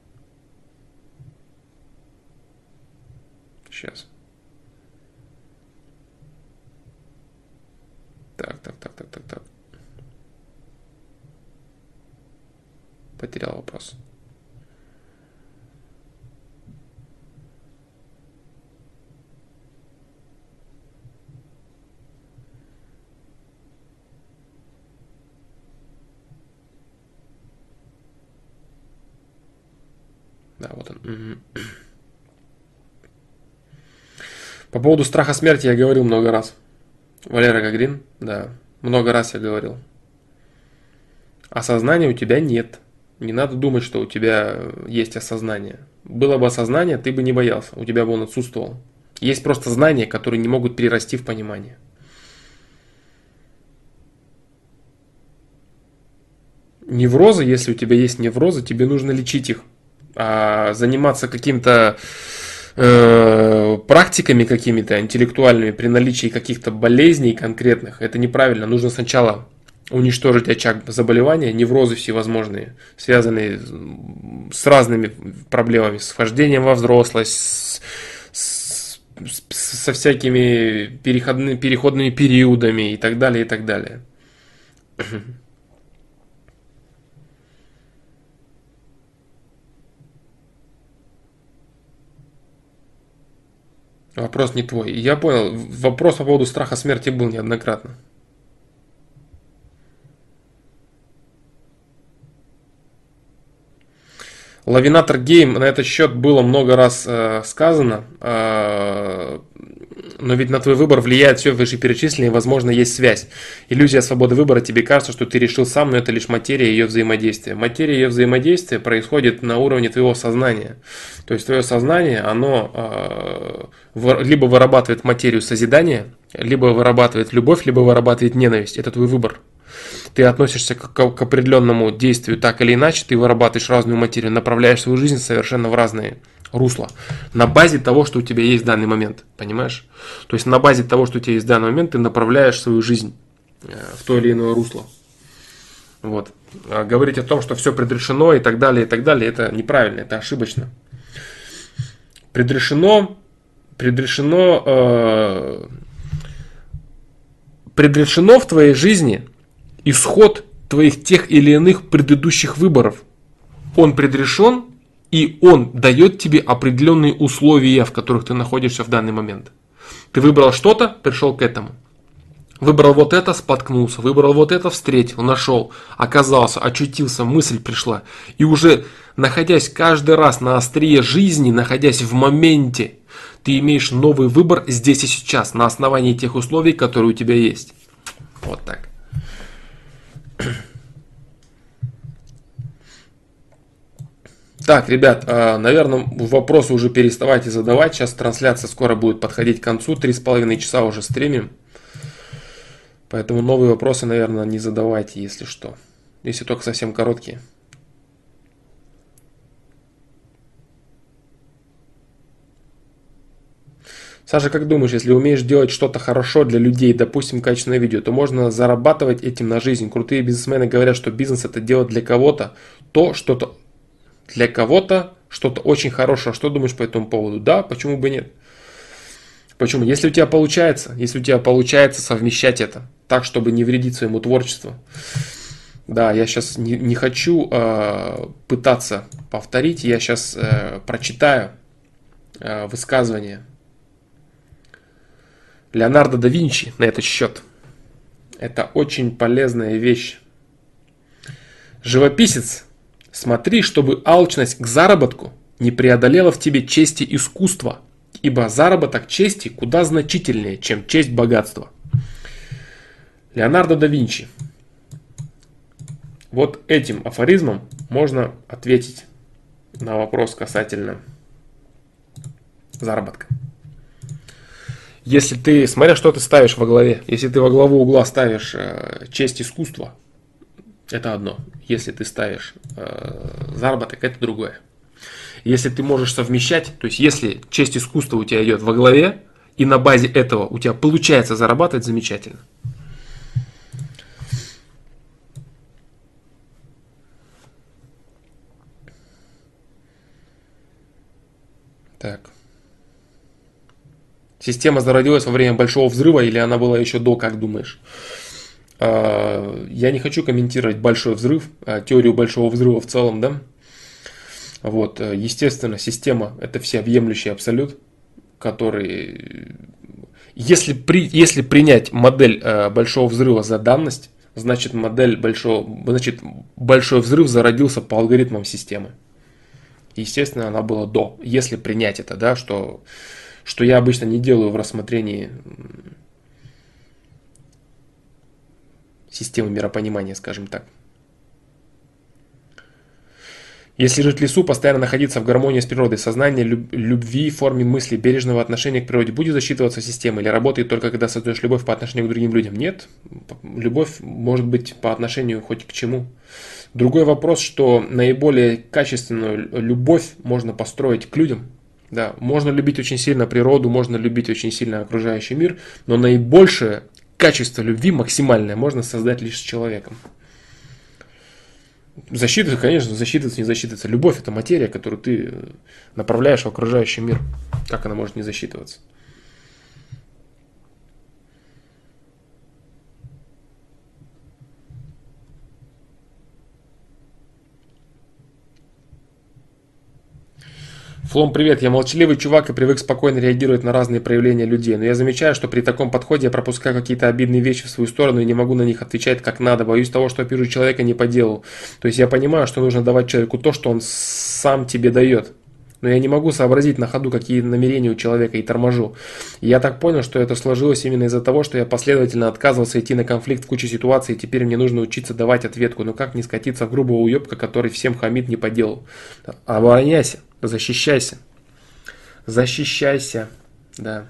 Сейчас. Так, так, так, так, так, так. Потерял вопрос. Да, вот он. По поводу страха смерти я говорил много раз. Валера Гагрин, да, много раз я говорил. Осознания у тебя нет. Не надо думать, что у тебя есть осознание. Было бы осознание, ты бы не боялся, у тебя бы он отсутствовал. Есть просто знания, которые не могут перерасти в понимание. Неврозы, если у тебя есть неврозы, тебе нужно лечить их. А заниматься каким-то э, практиками какими-то интеллектуальными при наличии каких-то болезней конкретных, это неправильно. Нужно сначала уничтожить очаг заболевания, неврозы всевозможные, связанные с разными проблемами, с вхождением во взрослость, с, с, со всякими переходными, переходными периодами и так далее, и так далее. Вопрос не твой. Я понял. Вопрос по поводу страха смерти был неоднократно. Лавинатор Гейм, на этот счет было много раз э, сказано. Э, Но ведь на твой выбор влияет все вышеперечисленное, и, возможно, есть связь. Иллюзия свободы выбора, тебе кажется, что ты решил сам, но это лишь материя ее взаимодействия. Материя ее взаимодействия происходит на уровне твоего сознания. То есть твое сознание, оно э, либо вырабатывает материю созидания, либо вырабатывает любовь, либо вырабатывает ненависть. Это твой выбор. Ты относишься к, к определенному действию так или иначе, ты вырабатываешь разную материю, направляешь свою жизнь совершенно в разные русло. На базе того, что у тебя есть в данный момент. Понимаешь? То есть на базе того, что у тебя есть в данный момент, ты направляешь свою жизнь в то или иное русло. Вот. А говорить о том, что все предрешено и так далее, и так далее, это неправильно, это ошибочно. Предрешено, предрешено, э, предрешено в твоей жизни исход твоих тех или иных предыдущих выборов. Он предрешен, и он дает тебе определенные условия, в которых ты находишься в данный момент. Ты выбрал что-то, пришел к этому. Выбрал вот это, споткнулся. Выбрал вот это, встретил, нашел, оказался, очутился, мысль пришла. И уже находясь каждый раз на острие жизни, находясь в моменте, ты имеешь новый выбор здесь и сейчас, на основании тех условий, которые у тебя есть. Вот так. Так, ребят, наверное, вопросы уже переставайте задавать. Сейчас трансляция скоро будет подходить к концу. Три с половиной часа уже стримим. Поэтому новые вопросы, наверное, не задавайте, если что. Если только совсем короткие. Саша, как думаешь, если умеешь делать что-то хорошо для людей, допустим, качественное видео, то можно зарабатывать этим на жизнь? Крутые бизнесмены говорят, что бизнес это делать для кого-то, то что-то для кого-то, что-то очень хорошее. Что думаешь по этому поводу? Да, почему бы нет? Почему? Если у тебя получается, если у тебя получается совмещать это так, чтобы не вредить своему творчеству. Да, я сейчас не, не хочу э, пытаться повторить, я сейчас э, прочитаю э, высказывание Леонардо да Винчи на этот счет. Это очень полезная вещь. Живописец, смотри, чтобы алчность к заработку не преодолела в тебе чести искусства, ибо заработок чести куда значительнее, чем честь богатства. Леонардо да Винчи. Вот этим афоризмом можно ответить на вопрос касательно заработка. Если ты, смотря что ты ставишь во главе, если ты во главу угла ставишь э, честь искусства, это одно. Если ты ставишь э, заработок, это другое. Если ты можешь совмещать, то есть если честь искусства у тебя идет во главе, и на базе этого у тебя получается зарабатывать, замечательно. Так. Система зародилась во время Большого взрыва или она была еще до, как думаешь? Я не хочу комментировать Большой взрыв, теорию Большого взрыва в целом, да? Вот, естественно, система это всеобъемлющий абсолют, который, если, при, если принять модель Большого взрыва за данность, значит модель большого, значит Большой взрыв зародился по алгоритмам системы. Естественно, она была до, если принять это, да, что, что я обычно не делаю в рассмотрении системы миропонимания, скажем так. Если жить в лесу, постоянно находиться в гармонии с природой, сознание любви в форме мысли, бережного отношения к природе будет засчитываться системой или работает только когда создаешь любовь по отношению к другим людям? Нет, любовь может быть по отношению хоть к чему. Другой вопрос, что наиболее качественную любовь можно построить к людям. Да, можно любить очень сильно природу, можно любить очень сильно окружающий мир, но наибольшее качество любви, максимальное, можно создать лишь с человеком. Засчитывается, конечно, засчитывается, не засчитывается. Любовь – это материя, которую ты направляешь в окружающий мир. Как она может не засчитываться? Флом, привет, я молчаливый чувак и привык спокойно реагировать на разные проявления людей, но я замечаю, что при таком подходе я пропускаю какие-то обидные вещи в свою сторону и не могу на них отвечать как надо, боюсь того, что опишу человека не по делу. То есть я понимаю, что нужно давать человеку то, что он сам тебе дает. Но я не могу сообразить на ходу, какие намерения у человека, и торможу. И я так понял, что это сложилось именно из-за того, что я последовательно отказывался идти на конфликт в куче ситуаций, и теперь мне нужно учиться давать ответку. Но как не скатиться в грубого уебка, который всем хамит не по делу? Обороняйся, защищайся. Защищайся, да.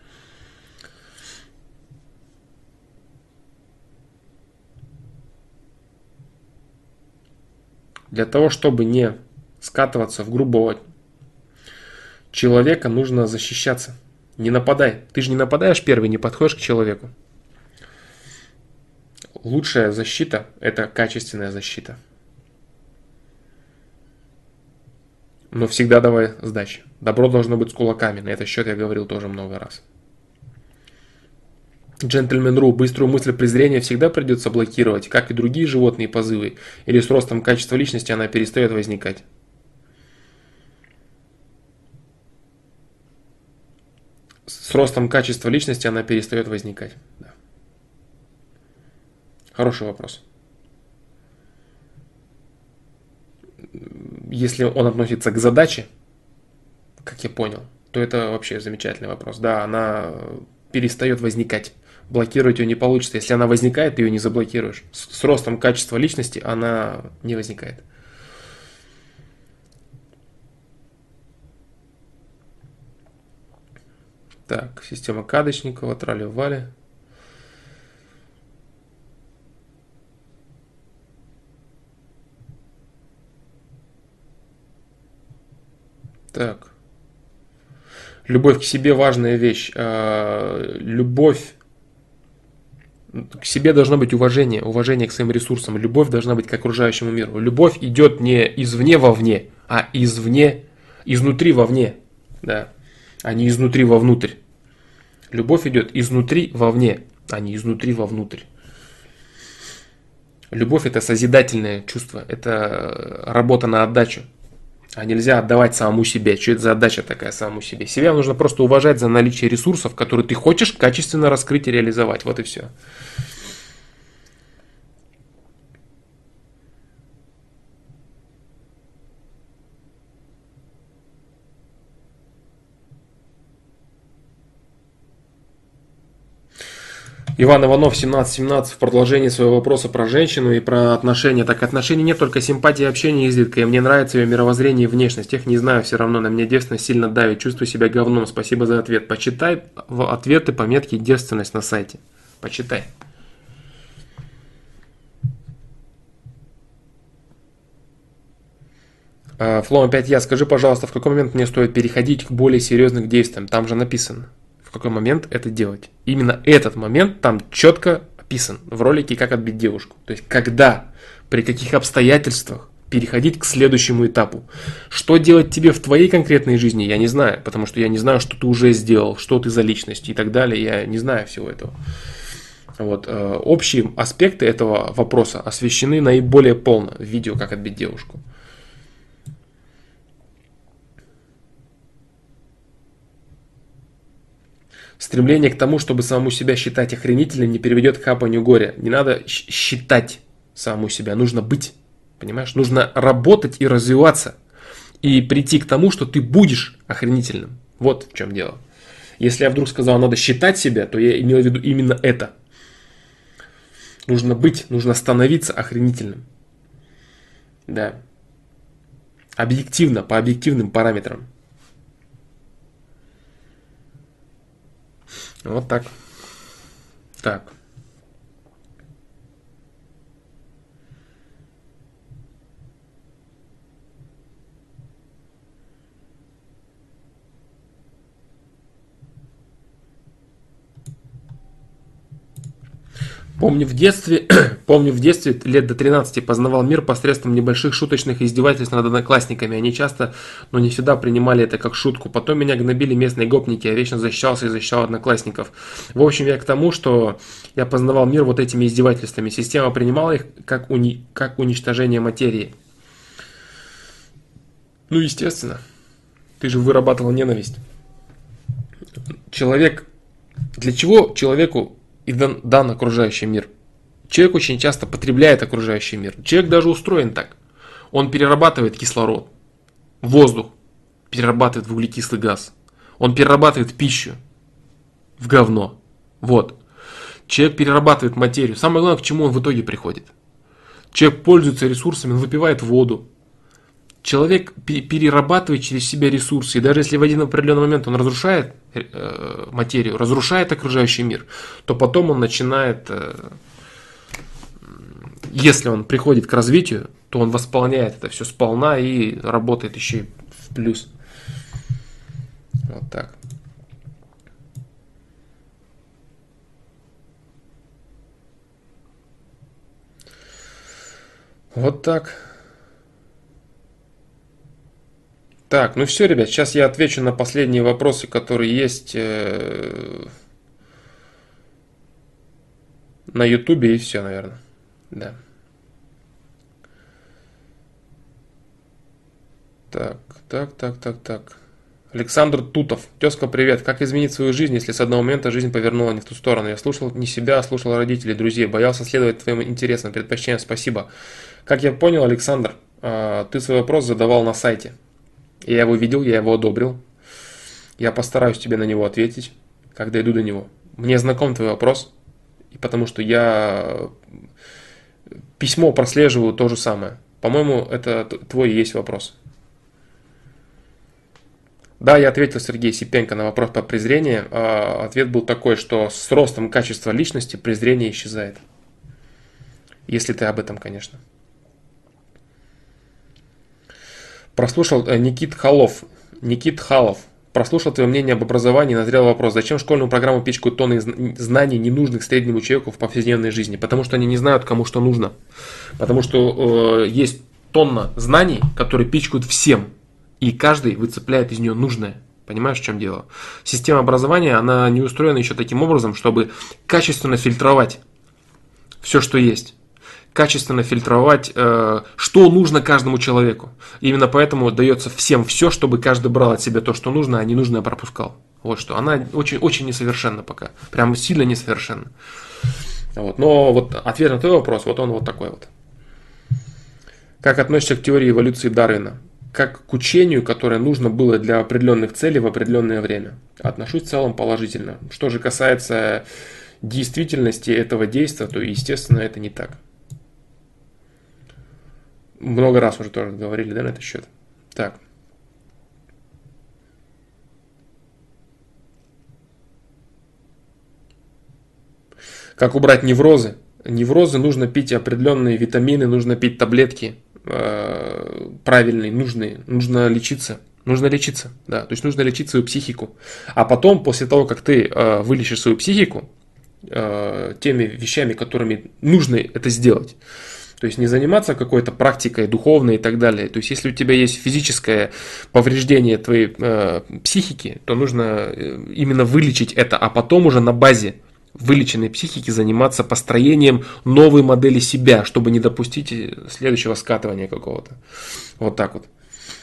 Для того, чтобы не скатываться в грубого человека, нужно защищаться. Не нападай. Ты же не нападаешь первый, не подходишь к человеку. Лучшая защита – это качественная защита. Но всегда давай сдачи. Добро должно быть с кулаками. На этот счет я говорил тоже много раз. Джентльмен.ру. Быструю мысль презрения всегда придется блокировать, как и другие животные позывы, или с ростом качества личности она перестает возникать. С ростом качества личности она перестает возникать. Да. Хороший вопрос. Если он относится к задаче, как я понял, то это вообще замечательный вопрос. Да, она перестает возникать. Блокировать ее не получится. Если она возникает, ты ее не заблокируешь. С ростом качества личности она не возникает. Так, система Кадочникова, трали-вали. Так. Любовь к себе важная вещь. Любовь к себе должно быть уважение, уважение к своим ресурсам. Любовь должна быть к окружающему миру. Любовь идет не извне вовне, а извне, изнутри вовне, да, а не изнутри вовнутрь. Любовь идет изнутри вовне, а не изнутри вовнутрь. Любовь – это созидательное чувство, это работа на отдачу. А нельзя отдавать самому себе. Что это за отдача такая самому себе? Себя нужно просто уважать за наличие ресурсов, которые ты хочешь качественно раскрыть и реализовать. Вот и все. Иван Иванов, семнадцать семнадцать, в продолжении своего вопроса про женщину и про отношения. Так, отношений нет, только симпатии и общение изредка. И мне нравится ее мировоззрение и внешность. Их не знаю, все равно на меня девственность сильно давит. Чувствую себя говном. Спасибо за ответ. Почитай в ответы по метке девственность на сайте. Почитай. Флоу опять я. Скажи, пожалуйста, в какой момент мне стоит переходить к более серьезным действиям? Там же написано. В какой момент это делать. Именно этот момент там четко описан в ролике «Как отбить девушку». То есть, когда, при каких обстоятельствах переходить к следующему этапу. Что делать тебе в твоей конкретной жизни, я не знаю, потому что я не знаю, что ты уже сделал, что ты за личность и так далее. Я не знаю всего этого. Вот. Общие аспекты этого вопроса освещены наиболее полно в видео «Как отбить девушку». Стремление к тому, чтобы самому себя считать охренительным, не приведет к хапанию горя. Не надо считать самому себя, нужно быть. Понимаешь? Нужно работать и развиваться. И прийти к тому, что ты будешь охренительным. Вот в чем дело. Если я вдруг сказал, надо считать себя, то я имел в виду именно это. Нужно быть, нужно становиться охренительным. Да. Объективно, по объективным параметрам. Вот так. Так. Помню в детстве, помню в детстве, лет до тринадцати, познавал мир посредством небольших шуточных издевательств над одноклассниками. Они часто, но не всегда принимали это как шутку. Потом меня гнобили местные гопники, я вечно защищался и защищал одноклассников. В общем, я к тому, что я познавал мир вот этими издевательствами. Система принимала их как, уни, как уничтожение материи. Ну, естественно. Ты же вырабатывал ненависть. Человек... Для чего человеку и дан, дан окружающий мир? Человек очень часто потребляет окружающий мир. Человек даже устроен так. Он перерабатывает кислород, воздух, перерабатывает в углекислый газ. Он перерабатывает пищу в говно. Вот. Человек перерабатывает материю. Самое главное, к чему он в итоге приходит. Человек пользуется ресурсами, он выпивает воду. Человек перерабатывает через себя ресурсы. И даже если в один определенный момент он разрушает э, материю, разрушает окружающий мир, то потом он начинает, э, если он приходит к развитию, то он восполняет это все сполна и работает еще и в плюс. Вот так. Вот так. Так, ну все, ребят, сейчас я отвечу на последние вопросы, которые есть э, на Ютубе, и все, наверное. Да. Так, так, так, так, так. Александр Тутов. Тезка, привет. Как изменить свою жизнь, если с одного момента жизнь повернула не в ту сторону? Я слушал не себя, а слушал родителей, друзей. Боялся следовать твоим интересам, предпочтениям. Спасибо. Как я понял, Александр, ты свой вопрос задавал на сайте. Я его видел, я его одобрил. Я постараюсь тебе на него ответить, когда иду до него. Мне знаком твой вопрос, потому что я письмо прослеживаю то же самое. По-моему, это твой и есть вопрос. Да, я ответил Сергею Сипенко на вопрос по презрению. Ответ был такой, что с ростом качества личности презрение исчезает. Если ты об этом, конечно. Прослушал Никит Халов. Никит Халов. Прослушал твое мнение об образовании, назрел вопрос, зачем школьную программу пичкают тонны знаний, ненужных среднему человеку в повседневной жизни? Потому что они не знают, кому что нужно. Потому что э, есть тонна знаний, которые пичкают всем. И каждый выцепляет из нее нужное. Понимаешь, в чем дело? Система образования, она не устроена еще таким образом, чтобы качественно фильтровать все, что есть. Качественно фильтровать, э, что нужно каждому человеку. Именно поэтому дается всем все, чтобы каждый брал от себя то, что нужно, а ненужное пропускал. Вот что. Она очень, очень несовершенна пока. Прям сильно несовершенна. Вот. Но вот ответ на твой вопрос, вот он вот такой вот. Как относишься к теории эволюции Дарвина? Как к учению, которое нужно было для определенных целей в определенное время. Отношусь в целом положительно. Что же касается действительности этого действия, то, естественно, это не так. Много раз уже тоже говорили, да, на этот счет. Так. Как убрать неврозы? Неврозы нужно пить определенные витамины, нужно пить таблетки э, правильные, нужные. Нужно лечиться. Нужно лечиться, да. То есть нужно лечить свою психику. А потом, после того, как ты э, вылечишь свою психику, э, теми вещами, которыми нужно это сделать, то есть не заниматься какой-то практикой духовной и так далее. То есть если у тебя есть физическое повреждение твоей э, психики, то нужно именно вылечить это, а потом уже на базе вылеченной психики заниматься построением новой модели себя, чтобы не допустить следующего скатывания какого-то. Вот так вот.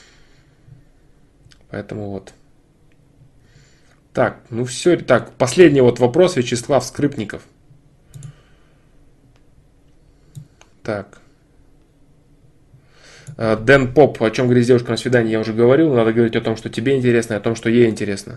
Поэтому вот. Так, ну все. Так, последний вот вопрос. Вячеслав Скрипников. Так. Дэн Поп, о чем говорит девушка на свидании, я уже говорил. Надо говорить о том, что тебе интересно, и о том, что ей интересно.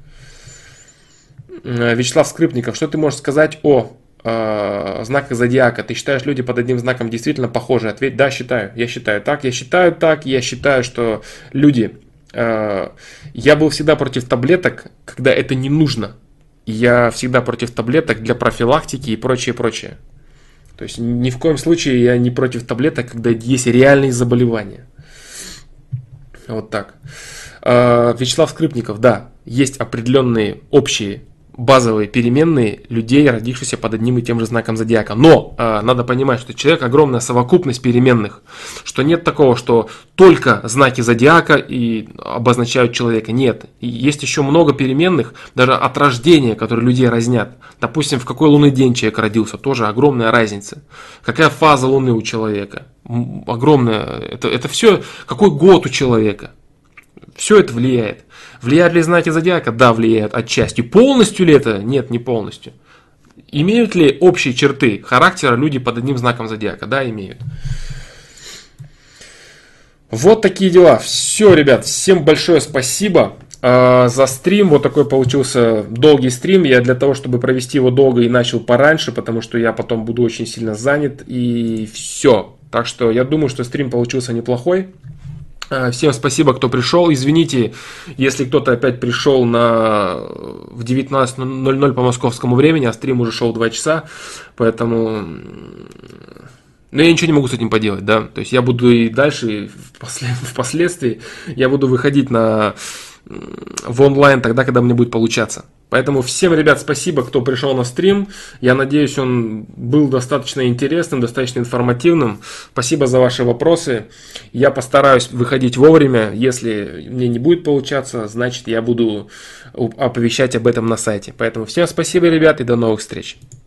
Вячеслав Скрипников, что ты можешь сказать о э, знаках зодиака? Ты считаешь, люди под одним знаком действительно похожи? Ответь, да, считаю. Я считаю так, я считаю так, я считаю, что люди... Э, я был всегда против таблеток, когда это не нужно. Я всегда против таблеток для профилактики и прочее, прочее. То есть ни в коем случае я не против таблеток, когда есть реальные заболевания. Вот так. Э, Вячеслав Скрипников, да, есть определенные общие базовые переменные людей, родившихся под одним и тем же знаком зодиака. Но э, надо понимать, что человек огромная совокупность переменных, что нет такого, что только знаки зодиака и обозначают человека. Нет. И есть еще много переменных, даже от рождения, которые людей разнят. Допустим, в какой лунный день человек родился, тоже огромная разница. Какая фаза луны у человека. Огромная. Это, это все, какой год у человека. Все это влияет. Влияют ли знаки зодиака? Да, влияют отчасти. Полностью ли это? Нет, не полностью. Имеют ли общие черты характера люди под одним знаком зодиака? Да, имеют. Вот такие дела. Все, ребят, всем большое спасибо э, за стрим. Вот такой получился долгий стрим. Я для того, чтобы провести его долго, и начал пораньше, потому что я потом буду очень сильно занят. И все. Так что я думаю, что стрим получился неплохой. Всем спасибо, кто пришел. Извините, если кто-то опять пришел на... в девятнадцать ноль ноль по московскому времени, а стрим уже шел два часа, поэтому... Но я ничего не могу с этим поделать, да. То есть я буду и дальше, впоследствии, я буду выходить на... в онлайн тогда, когда мне будет получаться. Поэтому всем, ребят, спасибо, кто пришел на стрим. Я надеюсь, он был достаточно интересным, достаточно информативным. Спасибо за ваши вопросы. Я постараюсь выходить вовремя. Если мне не будет получаться, значит, я буду оповещать об этом на сайте. Поэтому всем спасибо, ребят, и до новых встреч.